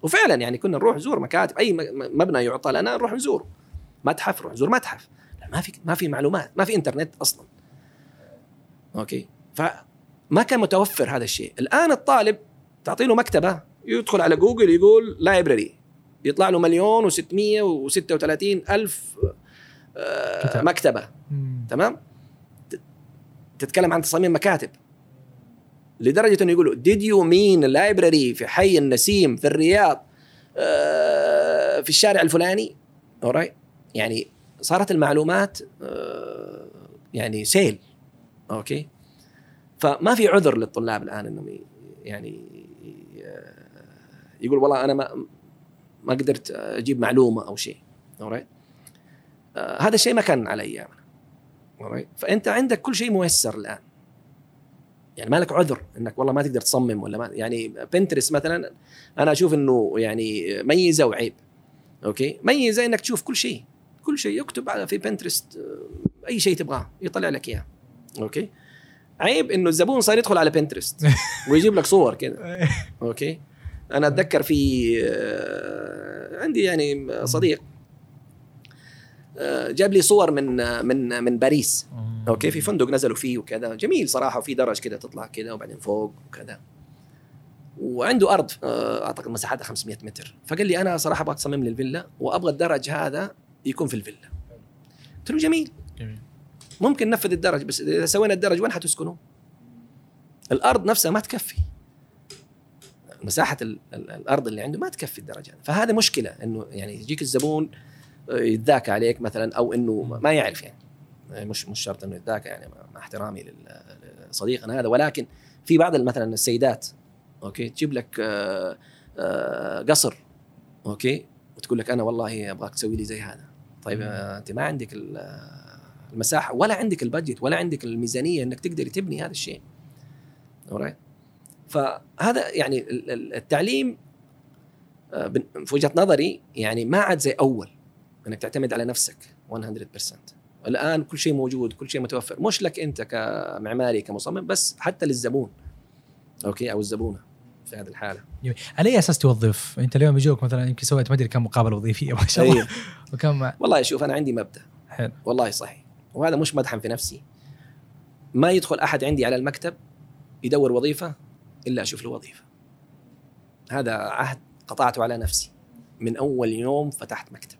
وفعلا يعني كنا نروح نزور مكاتب، اي مبنى يعطى لنا نروح نزوره، متحف نروح نزور متحف، ما في معلومات، ما في انترنت اصلا. اوكي، فما كان متوفر هذا الشيء. الان الطالب تعطي له مكتبه، يدخل على جوجل يقول لايبرري، يطلع له 1,636,000 مكتبه. تمام، تتكلم عن تصاميم مكاتب، لدرجه انه يقولوا did you mean لايبرري في حي النسيم في الرياض في الشارع الفلاني. alright، يعني صارت المعلومات يعني سيل. اوكي، فما في عذر للطلاب الان انهم يعني يقول والله انا ما قدرت اجيب معلومه او شيء. alright، هذا الشيء ما كان على ايامنا. alright، فانت عندك كل شيء ميسر الان، يعني ما لك عذر انك والله ما تقدر تصمم ولا ما. يعني بنترست مثلا انا اشوف انه يعني ميزه وعيب. اوكي، ميزه انك تشوف كل شيء يكتب على في بنترست اي شيء تبغاه يطلع لك اياه. اوكي، عيب انه الزبون صار يدخل على بنترست ويجيب لك صور كذا. اوكي، انا اتذكر في عندي يعني صديق جاب لي صور من باريس. اوكي، في فندق نزلوا فيه وكذا، جميل صراحه، وفي درج كذا تطلع كذا وبعدين فوق وكذا، وعنده ارض اعتقد مساحتها 500 متر. فقال لي انا صراحه ابغى اتصمم لي الفيلا وابغى الدرج هذا يكون في الفيلا. قلت له جميل، ممكن ننفذ الدرج، بس اذا سوينا الدرج وين حتسكنوا؟ الارض نفسها ما تكفي، مساحه الارض اللي عنده ما تكفي الدرج هذا. فهذا مشكله، انه يعني يجيك الزبون يتذاكى عليك مثلا، او انه ما يعرف، يعني مش شرط انه يتذاكى، يعني مع احترامي لصديقنا هذا، ولكن في بعض مثلا السيدات اوكي تجيب لك قصر اوكي وتقول لك انا والله ابغاك تسوي لي زي هذا. طيب انت ما عندك المساحه ولا عندك البادجت ولا عندك الميزانيه انك تقدر تبني هذا الشيء. alright، فهذا يعني التعليم في وجهة نظري يعني ما عاد زي اول انك تعتمد على نفسك 100%. الان كل شيء موجود، كل شيء متوفر، مش لك انت كمعماري كمصمم بس، حتى للزبون اوكي او الزبونه في هذه الحاله. على اي اساس توظف؟ انت اليوم يجوك مثلا يمكن سويت ما ادري كم مقابله وظيفيه ما شاء الله. وكم والله شوف، انا عندي مبدا حلو والله صحيح، وهذا مش مدحا في نفسي، ما يدخل احد عندي على المكتب يدور وظيفه الا اشوف له وظيفه. هذا عهد قطعته على نفسي من اول يوم فتحت مكتب.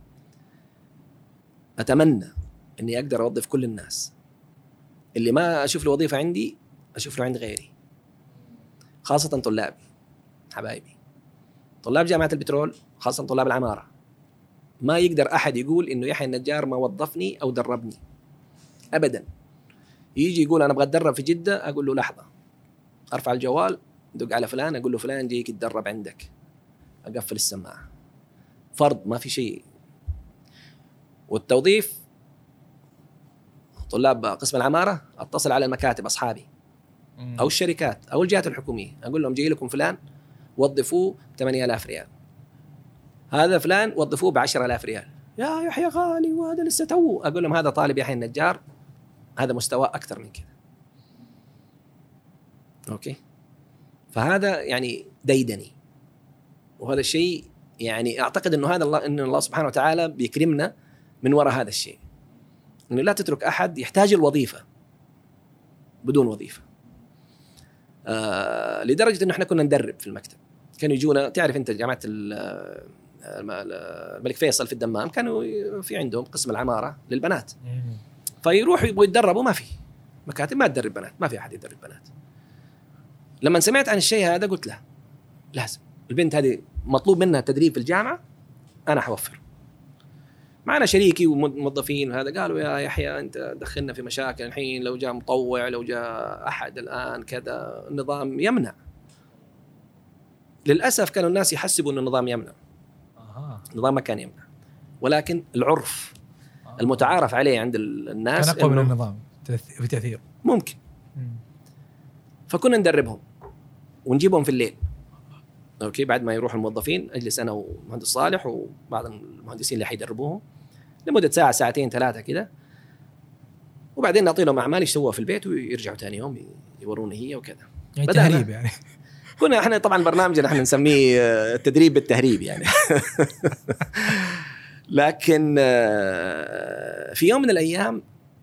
اتمنى اني اقدر اوظف كل الناس، اللي ما اشوف له وظيفه عندي اشوف له عند غيري، خاصه طلابي حبايبي، طلاب جامعه البترول، خاصه طلاب العماره. ما يقدر احد يقول انه يحيى النجار ما وظفني او دربني ابدا. يجي يقول انا ابغى اتدرب في جده، اقول له لحظه، ارفع الجوال دق على فلان، اقول له فلان جيك يتدرب عندك، اقفل السماعه، فرض ما في شيء. والتوظيف طلاب قسم العماره، اتصل على المكاتب اصحابي او الشركات او الجهات الحكوميه، اقول لهم جاي لكم فلان وظفوه 8000 ريال، هذا فلان وظفوه ب10,000 ريال. يا يحيى غالي وهذا لسه تو. اقول لهم هذا طالب يحيى النجار، هذا مستوى اكثر من كذا. اوكي، فهذا يعني ديدني، وهذا الشيء يعني اعتقد انه هذا الله سبحانه وتعالى بيكرمنا من وراء هذا الشيء، انه لا تترك احد يحتاج الوظيفه بدون وظيفه. لدرجه انه احنا كنا ندرب في المكتب، كانوا يجونا، تعرف انت جامعه الملك فيصل في الدمام، كانوا في عندهم قسم العماره للبنات، فيروحوا يبغوا يتدربوا، ما في مكاتب ما تدرب بنات، ما في احد يدرب بنات. لما سمعت عن الشيء هذا قلت لا، لازم البنت هذه مطلوب منها تدريب في الجامعه، انا حوفر. معنا شريكي وموظفين هذا قالوا يا يحيى انت دخلنا في مشاكل الحين، لو جاء مطوع، لو جاء احد الان كذا، النظام يمنع. للاسف كانوا الناس يحسبوا ان النظام يمنع. النظام ما كان يمنع، ولكن العرف المتعارف عليه عند الناس كان اقوى من النظام في تاثير ممكن. فكنا ندربهم ونجيبهم في الليل. اوكي، بعد ما يروحوا الموظفين اجلس انا ومهندس صالح وبعض المهندسين اللي حيدربوهم لمده ساعه ساعتين ثلاثه كده، وبعدين نعطي لهم اعمال يسووها في البيت ويرجعوا ثاني يوم يورونا هي وكذا. يعني تهريب يعني. كنا احنا طبعا برنامجنا احنا نسميه التدريب بالتهريب يعني. لكن في يوم من الايام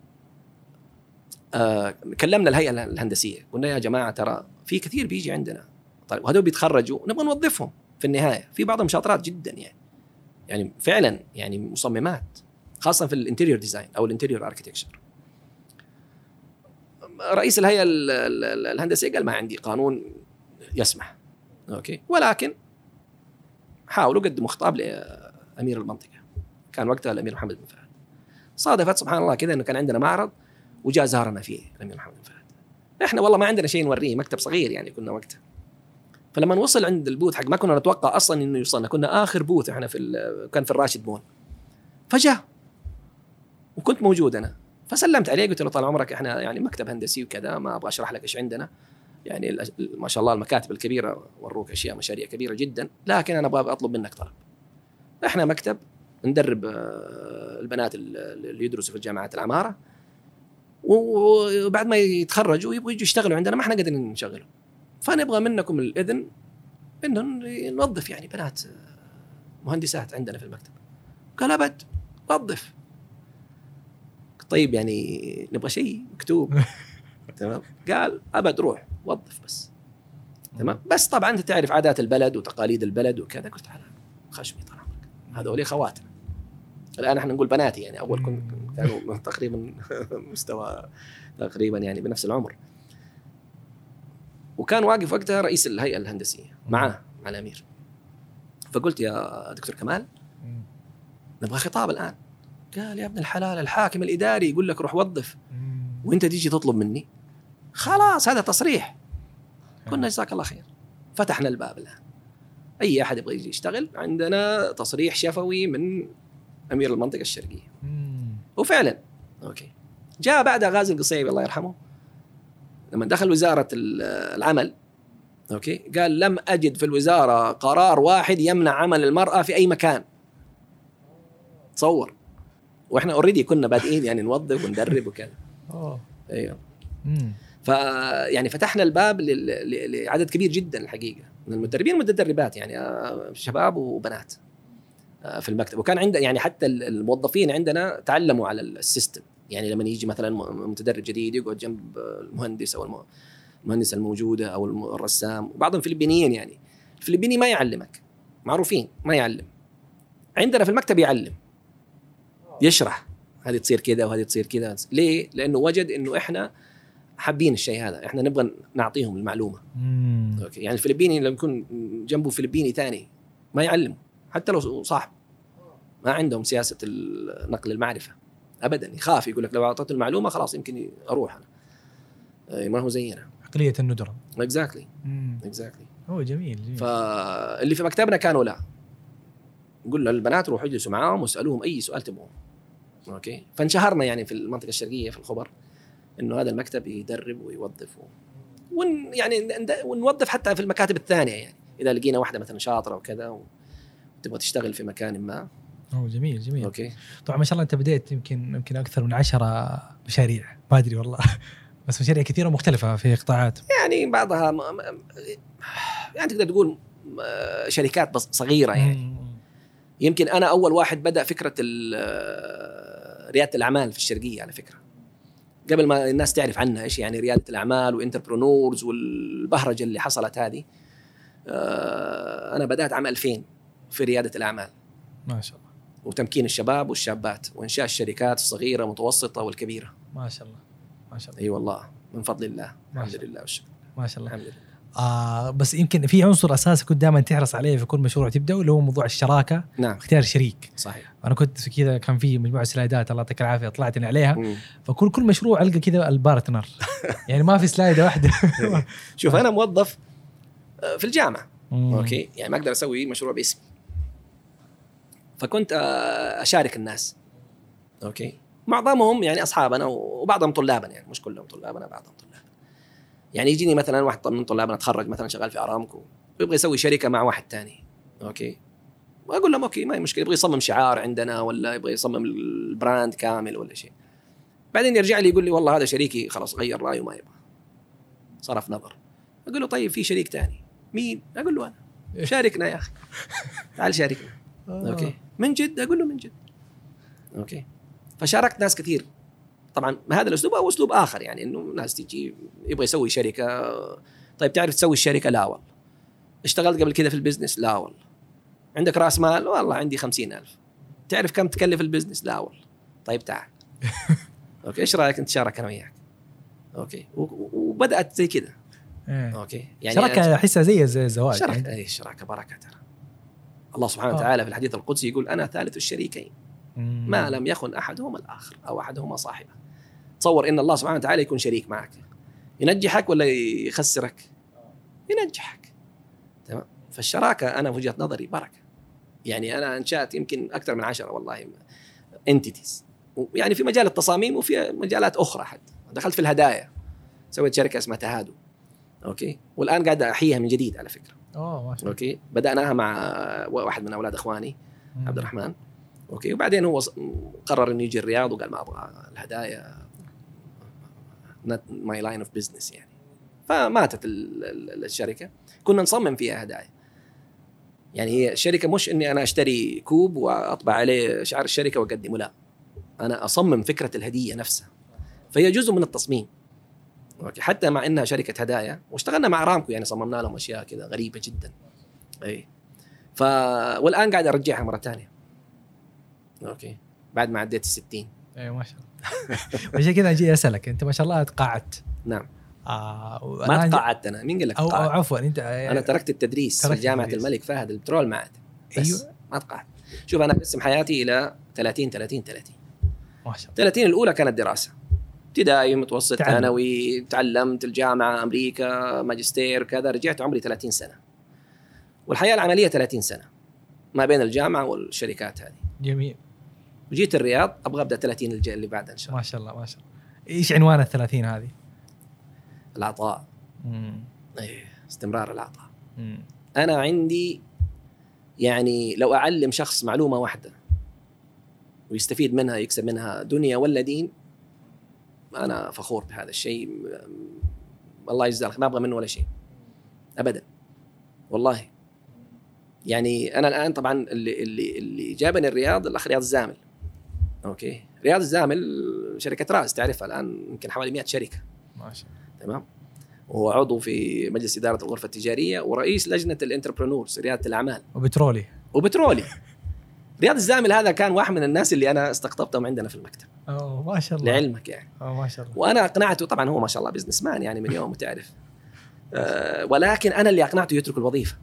كلمنا الهيئه الهندسيه، قلنا يا جماعه ترى في كثير بيجي عندنا طيب وهذول بيتخرجوا نبغى نوظفهم في النهايه، في بعضهم شاطرات جدا يعني فعلا يعني مصممات خاصه في الانتيريور ديزاين او الانتيريور اركيتكتشر. رئيس الهيئه الهندسيه قال ما عندي قانون يسمح، اوكي، ولكن حاولوا قدموا خطاب لامير المنطقه، كان وقتها الامير محمد بن فهد. صادفت سبحان الله كذا انه كان عندنا معرض وجاء زارنا فيه الامير محمد بن فهد. احنا والله ما عندنا شيء نوريه، مكتب صغير يعني كنا وقتها. فلما نوصل عند البوث حق ما كنا نتوقع اصلا انه يوصلنا، كنا اخر بوث احنا كان في الراشد مول. فجاء وكنت موجود انا، فسلمت عليه قلت له طال عمرك احنا يعني مكتب هندسي وكذا، ما ابغى اشرح لك ايش عندنا، يعني ما شاء الله المكاتب الكبيره وروك اشياء مشاريع كبيره جدا، لكن انا ابغى اطلب منك طلب. احنا مكتب ندرب البنات اللي يدرسوا في الجامعات العماره، وبعد ما يتخرجوا يبغوا يجوا يشتغلوا عندنا ما احنا قادرين نشغلهم، فنبغى منكم الاذن انه نوظف يعني بنات مهندسات عندنا في المكتب. قال ابد وظف. طيب يعني نبغى شيء مكتوب. تمام. قال ابد روح وظف بس. تمام. بس طبعا انت تعرف عادات البلد وتقاليد البلد وكذا. قلت على خشمي طال عمرك، هذول خواتنا. الان احنا نقول بناتي يعني، اول كانوا تقريبا مستوى تقريبا يعني بنفس العمر. وكان واقف وقتها رئيس الهيئه الهندسيه معاه مع الامير. فقلت يا دكتور كمال نبغى خطاب الان. قال يا ابن الحلال الحاكم الاداري يقول لك روح وظف وانت تيجي تطلب مني؟ خلاص هذا تصريح. قلنا جزاك الله خير. فتحنا الباب الان، اي احد يبغى يجي يشتغل عندنا تصريح شفوي من امير المنطقه الشرقيه. وفعلا اوكي. جاء بعدها غازي القصيبي الله يرحمه لما دخل وزاره العمل، اوكي، قال لم اجد في الوزاره قرار واحد يمنع عمل المراه في اي مكان. تصور، واحنا اوريدي كنا بادئين يعني نوظف وندرب وكذا. ايوه. فيعني فتحنا الباب لعدد كبير جدا الحقيقه من المدربين والمتدربات، يعني شباب وبنات في المكتب. وكان عندنا يعني حتى الموظفين عندنا تعلموا على السيستم، يعني لما يجي مثلا متدرب جديد يقعد جنب المهندس او المهندسه الموجوده او الرسام. وبعضهم فلبينيين، يعني الفلبيني ما يعلمك، معروفين ما يعلم. عندنا في المكتب يعلم، يشرح هذه تصير كذا وهذه تصير كذا. ليه؟ لانه وجد انه احنا حابين الشيء هذا، احنا نبغى نعطيهم المعلومه. اوكي، يعني الفلبيني لما يكون جنبه فلبيني ثاني ما يعلم، حتى لو صاحب، ما عندهم سياسه نقل المعرفه ابدا. يخاف، يقول لك لو اعطيت المعلومه خلاص يمكن اروح انا. ما هو زينا، عقليه الندره. اكزاكتلي. هو جميل. فاللي في مكتبنا كانوا لا، نقول للبنات روحوا اجلسوا معاهم واسالوهم اي سؤال تبغوه. اوكي. فانشهرنا يعني في المنطقه الشرقيه في الخبر انه هذا المكتب يدرب ويوظف يعني ونوظف حتى في المكاتب الثانيه، يعني اذا لقينا واحده مثلا شاطره وكذا وتبغى تشتغل في مكان ما. جميل. اوكي. طبعا ما شاء الله انت بديت يمكن اكثر من 10 مشاريع، ما ادري والله بس مشاريع كثيره مختلفه في قطاعات، يعني بعضها يعني تقدر تقول شركات بس صغيره يعني. يمكن انا اول واحد بدا فكره رياده الاعمال في الشرقيه على فكره، قبل ما الناس تعرف عنها ايش يعني رياده الاعمال وانتربرونورز والبهرجه اللي حصلت هذه. انا بدات عام 2000 في رياده الاعمال ما شاء الله، وتمكين الشباب والشابات وانشاء الشركات الصغيره والمتوسطه والكبيره. ما شاء الله. اي والله من فضل الله، الحمد لله والشكر. ما شاء الله. الحمد لله. بس يمكن في عنصر اساسي كنت دائما تحرص عليه في كل مشروع تبدأ، اللي هو موضوع الشراكه. نعم. اختيار شريك. صحيح. انا كنت في كذا، كان في مجموعه سلايدات الله يعطيك العافيه طلعتني عليها. فكل مشروع القى كذا البارتنر يعني ما في سلايده واحده. شوف انا موظف في الجامعه، اوكي، يعني ما اقدر اسوي مشروع باسمي، فكنت اشارك الناس، اوكي، معظمهم يعني اصحابنا وبعضهم طلابنا، يعني مش كلهم طلابنا، بعضهم طلاب. يعني يجيني مثلا واحد من طلابنا تخرج مثلا شغال في ارامكو ويبغى يسوي شركه مع واحد تاني، اوكي، واقول لهم اوكي ما هي مشكله، يبغى يصمم شعار عندنا ولا يبغى يصمم البراند كامل ولا شيء. بعدين يرجع لي يقول لي والله هذا شريكي خلاص غير رايه وما يبغى، صرف نظر. اقول له طيب في شريك تاني مين؟ اقول له انا. شاركنا يا اخي، تعال شاركنا. اوكي من جد؟ اقول له من جد. اوكي فشاركت ناس كثير. طبعا هذا الاسلوب او اسلوب اخر، يعني انه ناس تجي يبغى يسوي شركه. طيب تعرف تسوي الشركه؟ لا والله. اشتغلت قبل كده في البزنس؟ لا والله. عندك راس مال؟ والله عندي 50,000. تعرف كم تكلف البزنس؟ لا والله. طيب تعال. اوكي ايش رايك نتشارك انا وياك؟ اوكي وبدات زي كده. اوكي يعني شراكه احسها زي الزواج. شراكه اي شراكه بركه. ترى الله سبحانه وتعالى في الحديث القدسي يقول انا ثالث الشريكين ما لم يخن احدهما الاخر او احدهما صاحبه. تصور ان الله سبحانه وتعالى يكون شريك معك، ينجحك ولا يخسرك؟ ينجحك. تمام. فالشراكه انا في وجهه نظري بركه. يعني انا انشات يمكن اكثر من 10 والله انتيتيز، يعني في مجال التصاميم وفي مجالات اخرى. حتى دخلت في الهدايا، سويت شركه اسمها تهادو. اوكي والان قاعد احييها من جديد على فكره. ما شاء الله. اوكي بداناها مع واحد من اولاد اخواني عبد الرحمن. اوكي وبعدين هو قرر انه يجي الرياض وقال ما ابغى الهدايا not my line of business يعني. فماتت الشركه. كنا نصمم فيها هدايا. يعني هي الشركه مش اني انا اشتري كوب واطبع عليه شعار الشركه واقدمه، لا انا اصمم فكره الهديه نفسها، فهي جزء من التصميم. اوكي حتى مع انها شركه هدايا، واشتغلنا مع رامكو يعني صممنا لهم اشياء كذا غريبه جدا. اي والان قاعد ارجعها مره ثانيه. اوكي بعد ما عديت 60. ايوه ما شاء الله. وعشان كذا اجي اسالك، انت ما شاء الله تقاعدت. نعم. ما تقاعدت انا. مين قال لك تقاعدت؟ او عفوا انت انا تركت التدريس في جامعه الملك فهد البترول معهد. ايوه ما تقاعدت. شوف انا اقسم حياتي الى 30 30 30. ما شاء الله. 30 الاولى كانت دراسه، ابتدائي متوسط ثانوي، تعلمت الجامعه امريكا ماجستير كذا، رجعت عمري 30 سنه. والحياه العمليه 30 سنه ما بين الجامعه والشركات هذه. جميل. وجيت الرياض ابغى ابدا 30 اللي بعدها ان شاء الله. ما شاء الله ما شاء الله. ايش عنوان ال30 هذه؟ العطاء. ايه استمرار العطاء. انا عندي يعني لو اعلم شخص معلومه واحده ويستفيد منها يكسب منها دنيا ولا دين، انا فخور بهذا الشيء. الله يجزاك، ما ابغى منه ولا شيء ابدا والله. يعني انا الان طبعا اللي جابني الرياض الاخ رياض الزامل. اوكي رياض الزامل شركه راس تعرفها الان يمكن حوالي 100 شركه. ما شاء الله. تمام. وهو عضو في مجلس اداره الغرفه التجاريه ورئيس لجنه الانتربرنورز رياده الاعمال. وبترولي. رياض الزامل هذا كان واحد من الناس اللي انا استقطبتهم عندنا في المكتب. ما شاء الله. لعلمك يعني. ما شاء الله. وانا اقنعته، طبعا هو ما شاء الله بزنس مان يعني من يوم تعرف. ولكن انا اللي اقنعته يترك الوظيفه.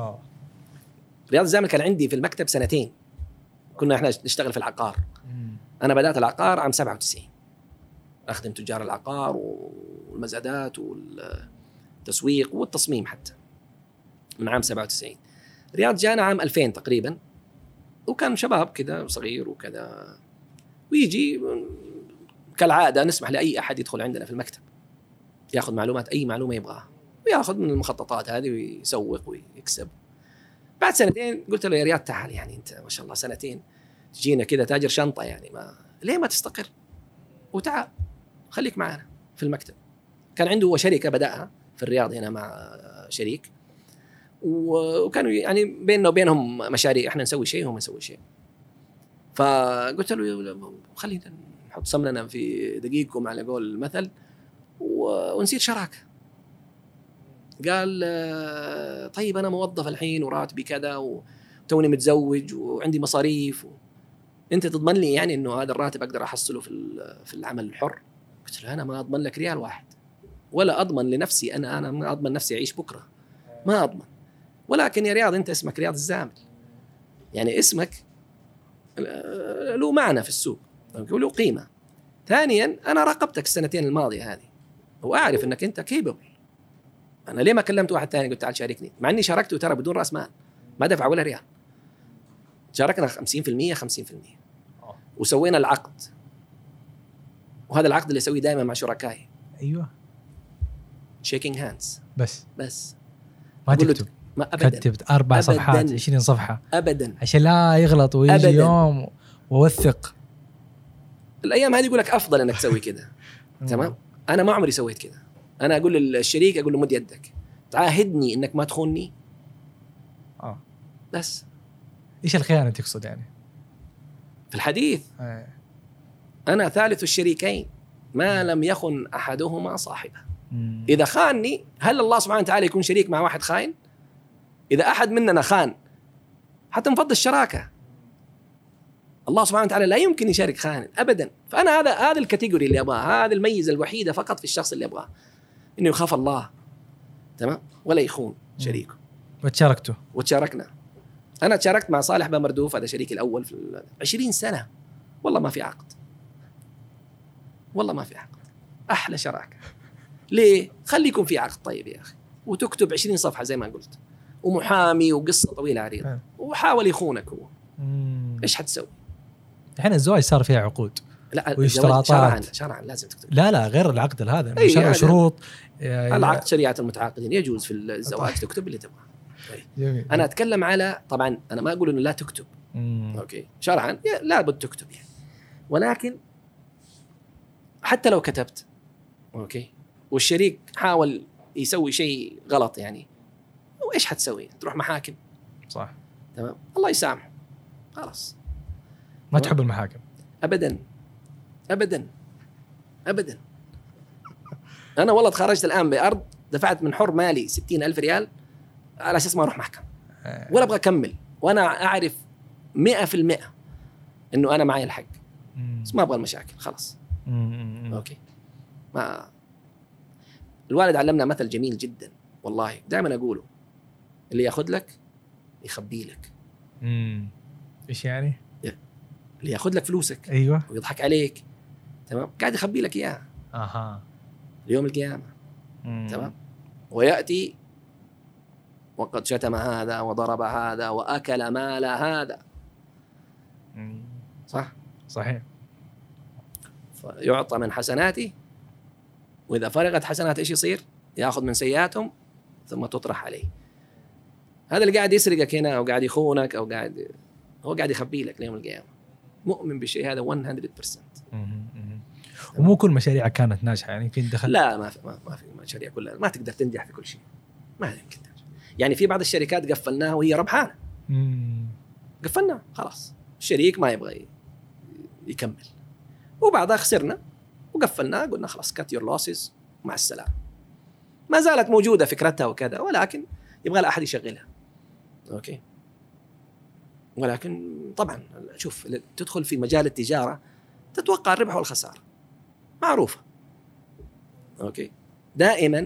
رياض الزامل كان عندي في المكتب 2 سنين، كنا احنا نشتغل في العقار. انا بدات العقار عام 97، اخدم تجار العقار والمزادات والتسويق والتصميم حتى من عام 97. رياض جانا عام 2000 تقريبا، وكان شباب كذا صغير وكذا، ويجي كالعاده نسمح لاي احد يدخل عندنا في المكتب ياخذ معلومات، اي معلومه يبغاها، وياخذ من المخططات هذه ويسوق ويكسب. بعد 2 قلت له يا رياض تعال، يعني انت ما شاء الله 2 تجينا كذا تاجر شنطه، يعني ليه ما تستقر وتعال خليك معنا في المكتب. كان عنده هو شركه بدأها في الرياض هنا مع شريك، وكانوا يعني بيننا وبينهم مشاريع، احنا نسوي شيء وهم يسوي شيء. فقلت له خلينا نحط سمننا في دقيقكم على قول المثل ونصير شراكه. قال طيب انا موظف الحين وراتبي كذا وتوني متزوج وعندي مصاريف انت تضمن لي يعني انه هذا الراتب اقدر احصله في العمل الحر؟ قلت له انا ما اضمن لك ريال واحد، ولا اضمن لنفسي، انا ما اضمن نفسي اعيش بكره، ما اضمن. ولكن يا رياض انت اسمك رياض الزامل، يعني اسمك له معنى في السوق وله قيمه. ثانيا انا راقبتك 2 الماضيه هذه واعرف انك انت كيبل. انا ليه ما كلمت واحد ثاني قلت تعال شاركني، مع اني شاركته ترى بدون راس مال، ما دفع ولا ريال، شاركنا 50% 50%، وسوينا العقد. وهذا العقد اللي اسويه دائما مع شركائي. ايوه شيكينج هاندز بس ما تكتب، ما ابدا كتبت 4 صفحات 20 صفحه ابدا عشان لا يغلط ويجي أبداً. يوم ووثق. الايام هذه يقول لك افضل انك تسوي كده. تمام. انا ما عمري سويت كده. انا اقول للشريك، اقول له مد يدك، تعاهدني انك ما تخونني. بس ايش الخيانه تقصد يعني في الحديث؟ انا ثالث الشريكين ما لم يخن احدهما صاحبه. اذا خانني، هل الله سبحانه وتعالى يكون شريك مع واحد خاين؟ اذا احد مننا خان حتى نفض الشراكه. الله سبحانه وتعالى لا يمكن يشارك خائن ابدا. فانا هذا الكاتيجوري اللي ابغاه، هذه الميزه الوحيده فقط في الشخص اللي ابغاه، انه يخاف الله، تمام، ولا يخون شريكه. وتشاركنا. انا تشاركت مع صالح بن مردوف، هذا شريكي الاول في 20 سنه، والله ما في عقد، والله ما في عقد. احلى شراكه. ليه؟ خليكم في عقد طيب يا اخي، وتكتب 20 صفحه زي ما قلت، ومحامي وقصه طويله عريضه، وحاول يخونك هو. ايش حتسوي؟ الحين الزواج صار فيها عقود، لا واشتراطات شرعا لازم تكتب. لا غير العقد هذا مش شروط. العقد شريعه المتعاقدين، يجوز في الزواج تكتب اللي تبغاه. انا اتكلم على، طبعا انا ما اقول انه لا تكتب، اوكي، شرعا لابد تكتب يعني، ولكن حتى لو كتبت اوكي والشريك حاول يسوي شيء غلط يعني، وايش حتسوي؟ تروح محاكم، صح، تمام، الله يسامح، خلاص. ما تحب المحاكم ابدا ابدا ابدا. انا والله تخرجت الان بارض، دفعت من حر مالي 60,000 ريال على اساس ما اروح محكمه ولا ابغى اكمل، وانا اعرف 100% انه انا معي الحق، بس ما ابغى المشاكل خلاص. اوكي. ما الوالد علمنا مثل جميل جدا والله، دائما اقوله، اللي ياخذ لك يخبي لك. ايش يعني؟ اللي ياخذ لك فلوسك، ايوه، ويضحك عليك، تمام، قاعد يخبي لك اياها ليوم القيامه. تمام. وياتي وقد شتم هذا وضرب هذا واكل مال هذا. صح، صحيح. فيعطى من حسناته، واذا فرغت حسنات ايش يصير؟ ياخذ من سيئاتهم ثم تطرح عليه. هذا اللي قاعد يسرقك هنا او قاعد يخونك او هو قاعد يخبي لك ليوم القيامه. مؤمن بالشيء هذا 100%. ومو كل مشاريعك كانت ناجحه يعني، يمكن دخل. لا، ما في مشاريع كلها، ما تقدر تنجح في كل شيء، ما يمكن يعني. في بعض الشركات قفلناها وهي ربحانه، قفلنا خلاص، الشريك ما يبغى يكمل، وبعدها خسرنا وقفلنا، قلنا خلاص cut your losses، مع السلامه. ما زالت موجوده فكرتها وكذا، ولكن يبغى لها احد يشغلها. اوكي. ولكن طبعا شوف، تدخل في مجال التجاره تتوقع الربح والخساره، معروفه. اوكي. دائما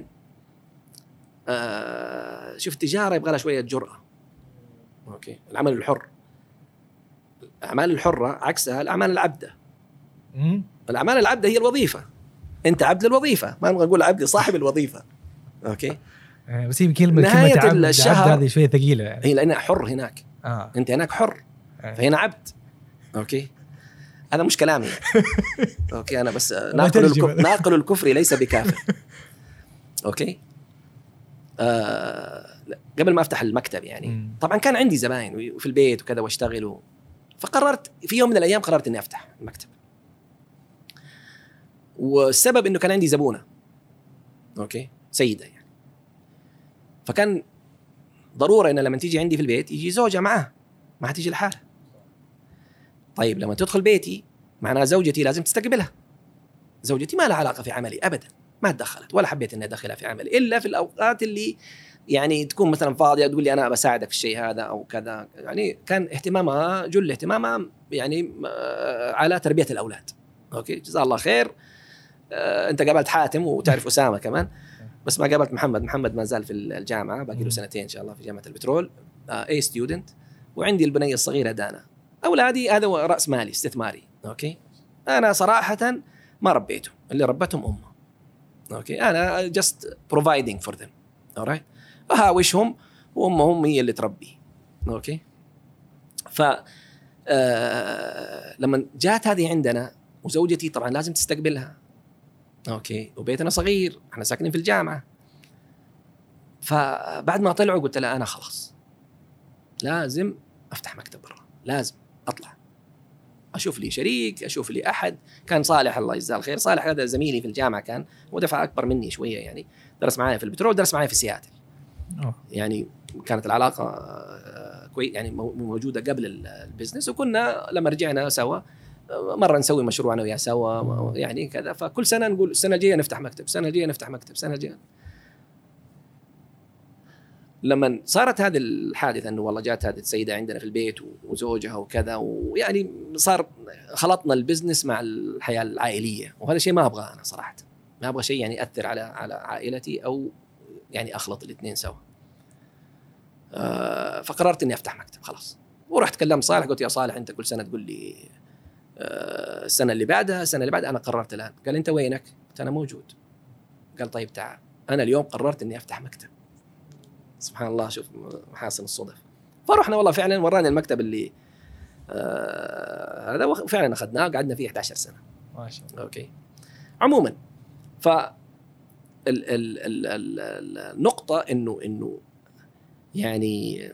شوف، التجاره يبغى لها شويه جرأه. اوكي. العمل الحر، الاعمال الحره عكسها الاعمال العبده. الاعمال العبده هي الوظيفه، انت عبد الوظيفه، ما نبغى نقول عبد، صاحب الوظيفه. اوكي. بس هي كلمه عبد هذه شويه ثقيله يعني. هي لانها حر هناك. انت هناك حر، فهنا عبد. اوكي. هذا مش كلامي. اوكي. انا بس ناقل الكفر ليس بكافر. اوكي. قبل ما افتح المكتب يعني، طبعا كان عندي زباين وفي البيت وكذا واشتغل، فقررت في يوم من الايام قررت اني افتح المكتب. والسبب انه كان عندي زبونه، اوكي، سيده يعني، فكان ضروره ان لما تيجي عندي في البيت يجي زوجها معاه، ما هتيجي لحالها. طيب لما تدخل بيتي معناها زوجتي لازم تستقبلها. زوجتي ما لها علاقه في عملي ابدا، ما تدخلت ولا حبيت اني ادخلها في عملي الا في الاوقات اللي يعني تكون مثلا فاضيه تقول لي انا بساعدك في الشيء هذا او كذا. يعني كان اهتمامها جل اهتمامها يعني على تربيه الاولاد. اوكي. جزاه الله خير. انت قابلت حاتم وتعرف اسامه كمان، بس ما قابلت محمد ما زال في الجامعه، باقي له سنتين ان شاء الله في جامعه البترول، اي ستودنت. وعندي البنيه الصغيره دانا. اولادي هذا راس مالي استثماري. اوكي. انا صراحه ما ربيتهم، اللي ربتهم امه. اوكي. انا just providing for them. alright. اهاوشهم وامهم هي اللي تربي. اوكي. ف لما جات هذه عندنا وزوجتي طبعا لازم تستقبلها. اوكي. وبيتنا صغير، احنا ساكنين في الجامعه. فبعد ما طلعوا قلت لها انا خلاص لازم افتح مكتب برا، لازم اطلع اشوف لي شريك، اشوف لي احد. كان صالح الله يجزاه الخير، صالح هذا زميلي في الجامعه، كان هو دفعه اكبر مني شويه يعني، درس معايا في البترول، درس معايا في سياتل. يعني كانت العلاقه كويس يعني موجوده قبل البزنس، وكنا لما رجعنا سوا مره نسوي مشروع انا وياه سوا يعني كذا. فكل سنه نقول السنه الجايه نفتح مكتب، السنه الجايه نفتح مكتب، السنه الجايه. لما صارت هذه الحادثه انه والله جات هذه السيده عندنا في البيت وزوجها وكذا، ويعني صار خلطنا البزنس مع الحياه العائليه، وهذا شيء ما ابغاه انا صراحه. ما ابغى شيء يعني ياثر على عائلتي او يعني اخلط الاثنين سوا. فقررت اني افتح مكتب خلاص. ورحت كلمت صالح قلت يا صالح انت كل سنه تقول لي السنه اللي بعدها السنه اللي بعدها، انا قررت الان. قال انت وينك؟ قلت انا موجود. قال طيب تعال، انا اليوم قررت اني افتح مكتب. سبحان الله، شوف محاسن الصدف. فرحنا والله فعلا وراني المكتب اللي هذا فعلا اخذناه وقعدنا فيه 11 سنه ما شاء الله. اوكي. عموما ف النقطه انه يعني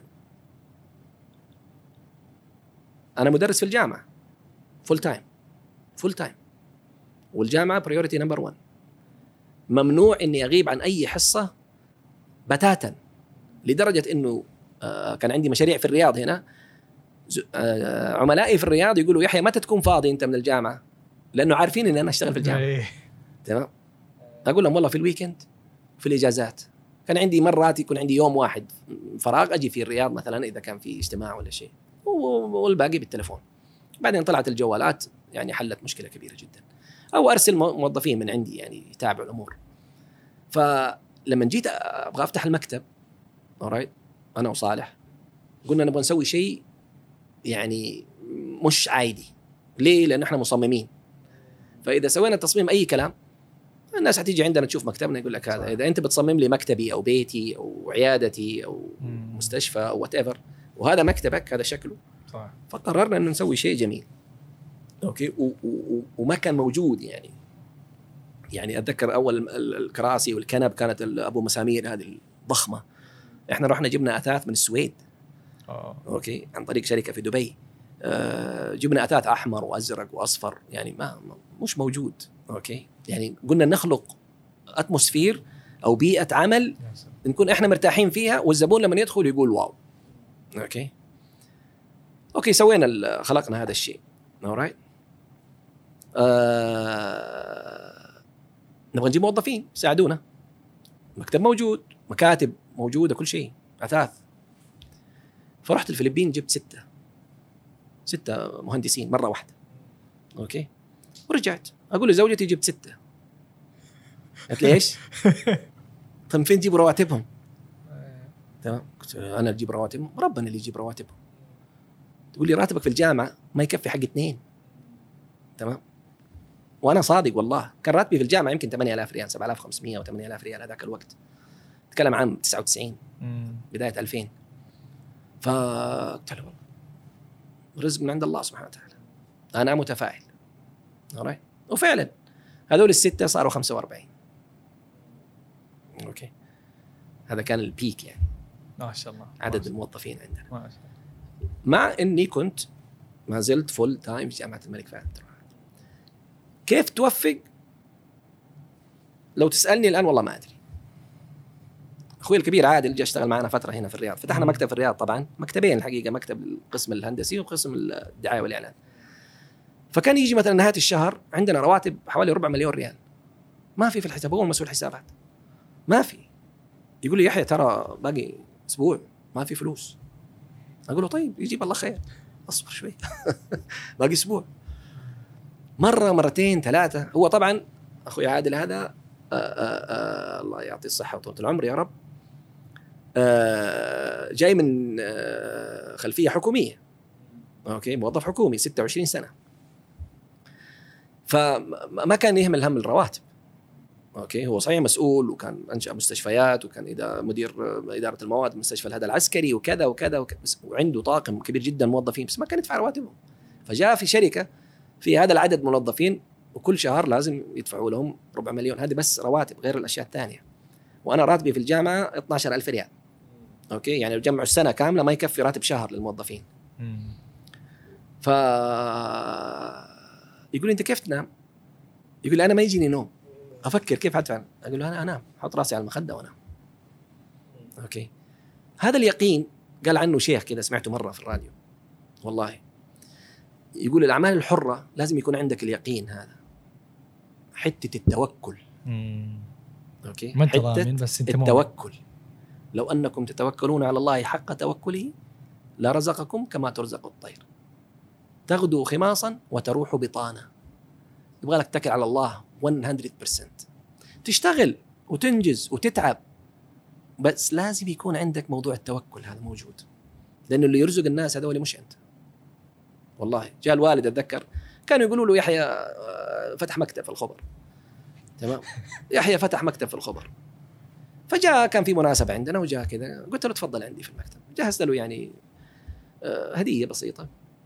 انا مدرس في الجامعه فول تايم، والجامعه بريوريتي نمبر 1. ممنوع اني اغيب عن اي حصه بتاتا، لدرجه انه كان عندي مشاريع في الرياض هنا. عملائي في الرياض يقولوا يحيى متى تكون فاضي انت من الجامعه، لانه عارفين ان انا اشتغل في الجامعه. تمام. اقول لهم والله في الويكند في الاجازات. كان عندي مرات يكون عندي يوم واحد فراغ اجي في الرياض مثلا اذا كان في اجتماع ولا شيء، والباقي بالتليفون. بعدين طلعت الجوالات يعني حلت مشكله كبيره جدا، او ارسل موظفين من عندي يعني يتابعوا الامور. فلما جيت ابغى افتح المكتب alright انا وصالح قلنا نبغى نسوي شيء يعني مش عادي. ليه؟ لأن احنا مصممين، فإذا سوينا تصميم أي كلام الناس هتيجي عندنا تشوف مكتبنا يقول لك هذا، إذا أنت بتصمم لي مكتبي أو بيتي أو عيادتي أو مستشفى أو whatever وهذا مكتبك هذا شكله صح. فقررنا أن نسوي شيء جميل أوكي. وما كان موجود يعني أتذكر أول الكراسي والكنب كانت أبو مسامير هذه الضخمة، إحنا رحنا جبنا أثاث من السويد أوكي عن طريق شركة في دبي. جبنا أثاث أحمر وأزرق وأصفر يعني مش موجود أوكي. يعني قلنا نخلق أتموسفير أو بيئة عمل نكون إحنا مرتاحين فيها والزبون لما يدخل يقول واو أوكي. سوينا خلقنا هذا الشيء alright. نبغى نجيب موظفين يساعدونا، مكتب موجود، مكاتب موجودة، كل شيء، أثاث. فرحت الفلبين جبت 6 مهندسين مرة واحدة أوكي. ورجعت أقول لزوجتي جبت 6. قالت لي إيش؟ طيب فين تجيب رواتبهم؟ تمام. قلت أنا أجيب رواتبهم؟ ربنا اللي يجيب رواتبهم. تقول لي راتبك في الجامعة ما يكفي حق 2. تمام. وأنا صادق والله كان راتبي في الجامعة يمكن 8000 ريال 7500 أو 8000 ريال هذاك الوقت. تكلم عن 99 بداية 2000. فقلت له والله رزق من عند الله سبحانه وتعالى، أنا متفائل. وفعلا هذول 6 صاروا 45 أوكي. هذا كان البيك يعني ما شاء الله عدد الموظفين عندنا ما شاء الله. مع إني كنت ما زلت فول تايم في جامعة الملك فهد. كيف توفق؟ لو تسألني الآن والله ما أدري. أخوي الكبير عادل جاء اشتغل معنا فترة هنا في الرياض، فتحنا مكتب في الرياض طبعا، مكتبين الحقيقة، مكتب القسم الهندسي وقسم الدعاية والإعلان. فكان يجي مثلا نهاية الشهر عندنا رواتب حوالي 4 مليون ريال ما في الحساب. هو مسؤول حسابات ما في. يقول لي يحيى ترى باقي أسبوع ما في فلوس. أقول له طيب يجيب الله خير أصبر شوي باقي أسبوع. مرة مرتين 3. هو طبعا أخوي عادل هذا الله يعطيه الصحة وطولة العمر يا رب، جاي من خلفية حكومية أوكي، موظف حكومي 26 سنة. فما كان يهمل هم الرواتب أوكي. هو صحيح مسؤول وكان أنشأ مستشفيات وكان مدير إدارة المواد مستشفى الهدى العسكري وكذا وكذا وعنده طاقم كبير جدا موظفين، بس ما كان يدفع رواتبهم. فجاء في شركة في هذا العدد موظفين وكل شهر لازم يدفعوا لهم 4 مليون. هذه بس رواتب غير الأشياء الثانية. وأنا راتبي في الجامعة 12,000 ريال أوكي. يعني جمعوا السنة كاملة ما يكفي راتب شهر للموظفين. يقول أنت كيف تنام؟ يقول أنا ما يجيني نوم، أفكر كيف أدفع. أقول له أنا أنام، أحط راسي على المخدة وأنام اوكي. هذا اليقين قال عنه شيخ كذا سمعته مره في الراديو والله، يقول الاعمال الحره لازم يكون عندك اليقين هذا، حته التوكل. اوكي، ما انت ضامن بس انت التوكل. لو انكم تتوكلون على الله حق توكله لرزقكم كما ترزق الطير تغدو خماصا وتروح بطانا. يبغى لك تتكل على الله 100%، تشتغل وتنجز وتتعب، بس لازم يكون عندك موضوع التوكل هذا موجود، لأنه اللي يرزق الناس هذول مش أنت. والله جاء الوالد أتذكر كانوا يقولوا له يحيى فتح مكتب في الخبر، تمام، يحيى فتح مكتب في الخبر. فجاء كان في مناسبة عندنا وجاء كذا، قلت له تفضل عندي في المكتب، جهزت له يعني هدية بسيطة.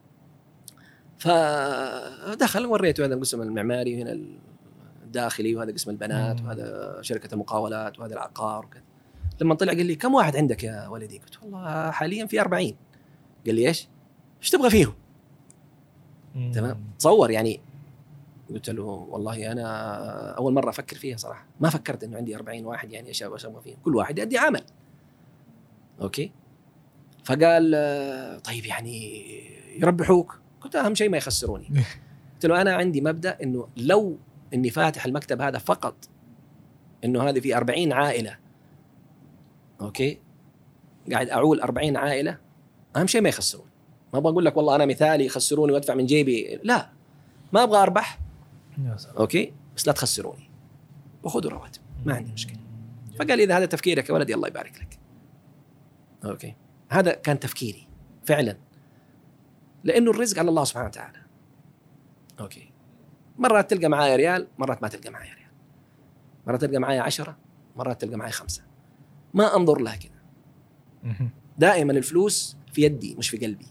فدخل وريته هذا القسم المعماري هنا الداخلي، وهذا قسم البنات، وهذا شركة المقاولات، وهذا العقار وكذا. لما طلع قال لي كم واحد عندك يا ولدي؟ قلت والله حاليا في 40. قال لي ايش تبغى فيهم؟ تمام، تصور يعني. قلت له والله انا اول مره افكر فيها صراحه، ما فكرت انه عندي 40 واحد يعني ايش ابغى فيهم، كل واحد يدي عمل. اوكي. فقال طيب يعني يربحوك؟ قلت اهم شيء ما يخسروني. قلت له انا عندي مبدا انه لو اني فاتح المكتب هذا فقط انه هذه في 40 عائله، اوكي، قاعد اعول 40 عائله، اهم شيء ما يخسرون. ما ابغى اقول لك والله انا مثالي يخسروني وادفع من جيبي، لا، ما ابغى اربح، اوكي، بس لا تخسروني وخذوا رواتب، ما عندي مشكله. فقال اذا هذا تفكيرك يا ولدي الله يبارك لك. اوكي، هذا كان تفكيري فعلا، لانه الرزق على الله سبحانه وتعالى. اوكي، مرات تلقى معايا ريال، مرات ما تلقى معايا ريال، مرات تلقى معايا 10، مرات تلقى معايا 5. ما انظر لها كده، دائما الفلوس في يدي مش في قلبي.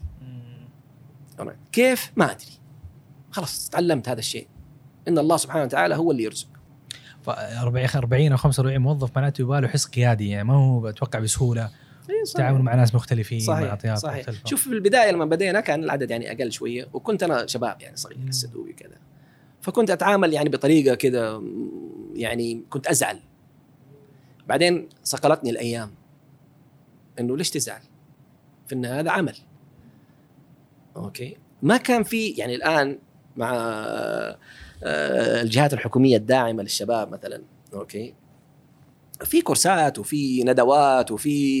كيف؟ ما ادري، خلاص تعلمت هذا الشيء، ان الله سبحانه وتعالى هو اللي يرزق. 40 او 45 موظف معناته يباله حس قيادي، يعني ما هو بتوقع بسهوله تعاون مع ناس مختلفين. صحيح. مع اطياف صحيح. مختلفه. شوف في البدايه لما بدينا كان العدد يعني اقل شويه، وكنت انا شباب يعني صغير لسه دوبي كذا، فكنت اتعامل يعني بطريقه كذا، يعني كنت ازعل. بعدين صقلتني الايام انه ليش تزعل، في النهايه هذا عمل. اوكي، ما كان في يعني الان مع الجهات الحكوميه الداعمه للشباب مثلا، اوكي، في كورسات وفي ندوات وفي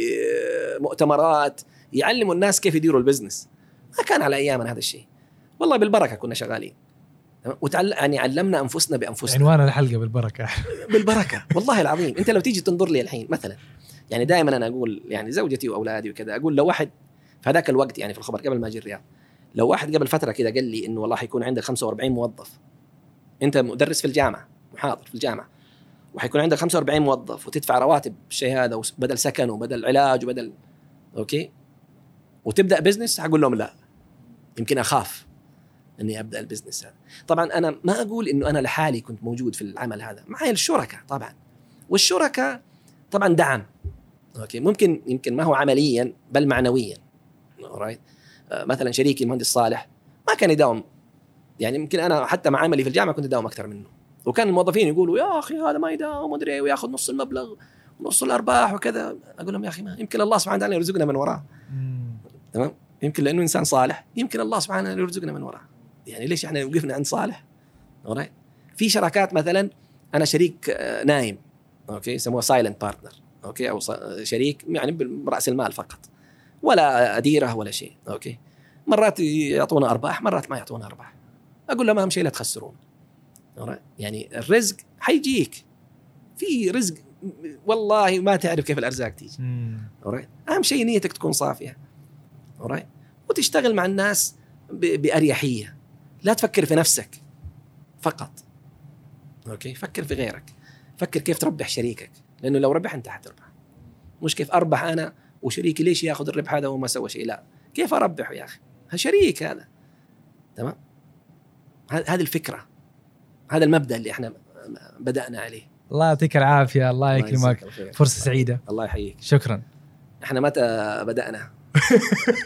مؤتمرات يعلموا الناس كيف يديروا البزنس. ما كان على ايامنا هذا الشيء، والله بالبركه كنا شغالين، يعني علمنا انفسنا بانفسنا. عنوان الحلقه بالبركه. بالبركه والله العظيم. انت لو تيجي تنظر لي الحين مثلا، يعني دائما انا اقول يعني زوجتي واولادي وكذا، اقول لو واحد في هذاك الوقت يعني في الخبر قبل ما اجي الرياض، لو واحد قبل فتره كذا قال لي انه والله حيكون عندك 45 موظف، انت مدرس في الجامعه، محاضر في الجامعه، وحيكون عندك 45 موظف وتدفع رواتب الشيء هذا وبدل سكن وبدل علاج وبدل، اوكي، وتبدا بزنس، هقول لهم لا، يمكن اخاف اني ابدا البزنس هذا. طبعا انا ما اقول انه انا لحالي كنت موجود في العمل هذا، معي الشركاء طبعا، والشركاء طبعا دعم، اوكي، ممكن يمكن ما هو عمليا بل معنويا. alright. مثلا شريكي المهندس صالح ما كان يداوم، يعني يمكن انا حتى مع عملي في الجامعه كنت اداوم اكثر منه، وكان الموظفين يقولوا يا اخي هذا ما يداوم مدري وياخذ نص المبلغ ونص الارباح وكذا. اقول لهم يا اخي ما يمكن الله سبحانه وتعالى يرزقنا من وراه، تمام، يمكن لانه انسان صالح، يمكن الله سبحانه وتعالى يرزقنا من وراه، يعني ليش احنا وقفنا عند صالح؟ alright. في شراكات مثلا انا شريك نايم، اوكي، يسموها سايلنت بارتنر، اوكي، او شريك يعني براس المال فقط، ولا اديره ولا شيء، اوكي، مرات يعطونا ارباح مرات ما يعطونا ارباح، اقول لهم اهم شيء لا تخسرون، يعني الرزق حيجيك، في رزق والله ما تعرف كيف الارزاق تيجي، اهم شيء نيتك تكون صافيه، وتشتغل مع الناس باريحيه، لا تفكر في نفسك فقط، اوكي، فكر في غيرك، فكر كيف تربح شريكك، لانه لو ربح انت حتربح، مش كيف اربح انا وشريكي ليش ياخذ الربح هذا وما سوى شيء، لا، كيف اربحه يا اخي، شريك هذا، تمام. هذه الفكره، هذا المبدا اللي احنا بدانا عليه. الله يعطيك العافيه، الله يكرمك، فرصه سعيده. الله يحييك، شكرا. احنا متى بدانا؟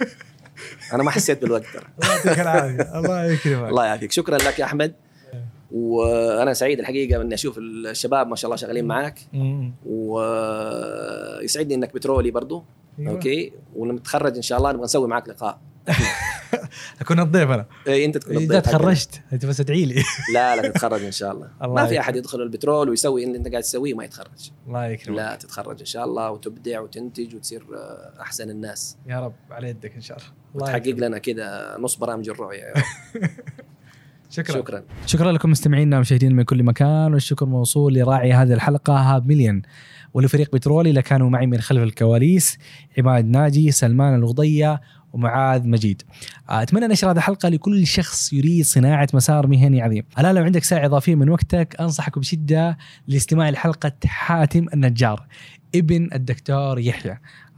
انا ما حسيت بالوقت. الله يعطيك العافيه، الله يكرمك. الله يعافيك، شكرا لك يا احمد، وانا سعيد الحقيقه اني اشوف الشباب ما شاء الله شغالين معاك، ويسعدني انك بترولي برضو. اوكي، ولما تتخرج ان شاء الله نبغى نسوي معاك لقاء. اكون الضيف انا. اي انت تكون الضيف. اذا تخرجت انت بس ادعي لي. لا تتخرج ان شاء الله. ما في احد يدخل البترول ويسوي اللي انت قاعد تسويه وما يتخرج. الله يكرمك. لا تتخرج ان شاء الله وتبدع وتنتج وتصير احسن الناس يا رب، على يدك ان شاء الله. وتحقق لنا كده نص برامج الرؤيه يا رب. شكرا لكم مستمعينا ومشاهدينا من كل مكان، والشكر موصول لراعي هذه الحلقه هاب مليون، ولفريق بترولي اللي كانوا معي من خلف الكواليس، عماد ناجي، سلمان الغضية، ومعاذ مجيد. أتمنى نشر هذه الحلقة لكل شخص يريد صناعة مسار مهني عظيم. الآن لو عندك ساعة إضافية من وقتك أنصحك بشدة للاستماع لحلقة حاتم النجار ابن الدكتور يحيى.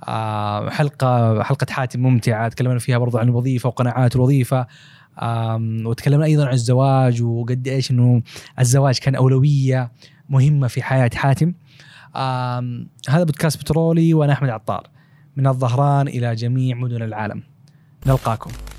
حلقة حاتم ممتعة، تكلمنا فيها برضو عن الوظيفة وقناعات الوظيفة، وتكلمنا أيضا عن الزواج وقد إيش إنه الزواج كان أولوية مهمة في حياة حاتم. هذا بودكاست بترولي، وأنا أحمد عطار من الظهران إلى جميع مدن العالم. نلقاكم.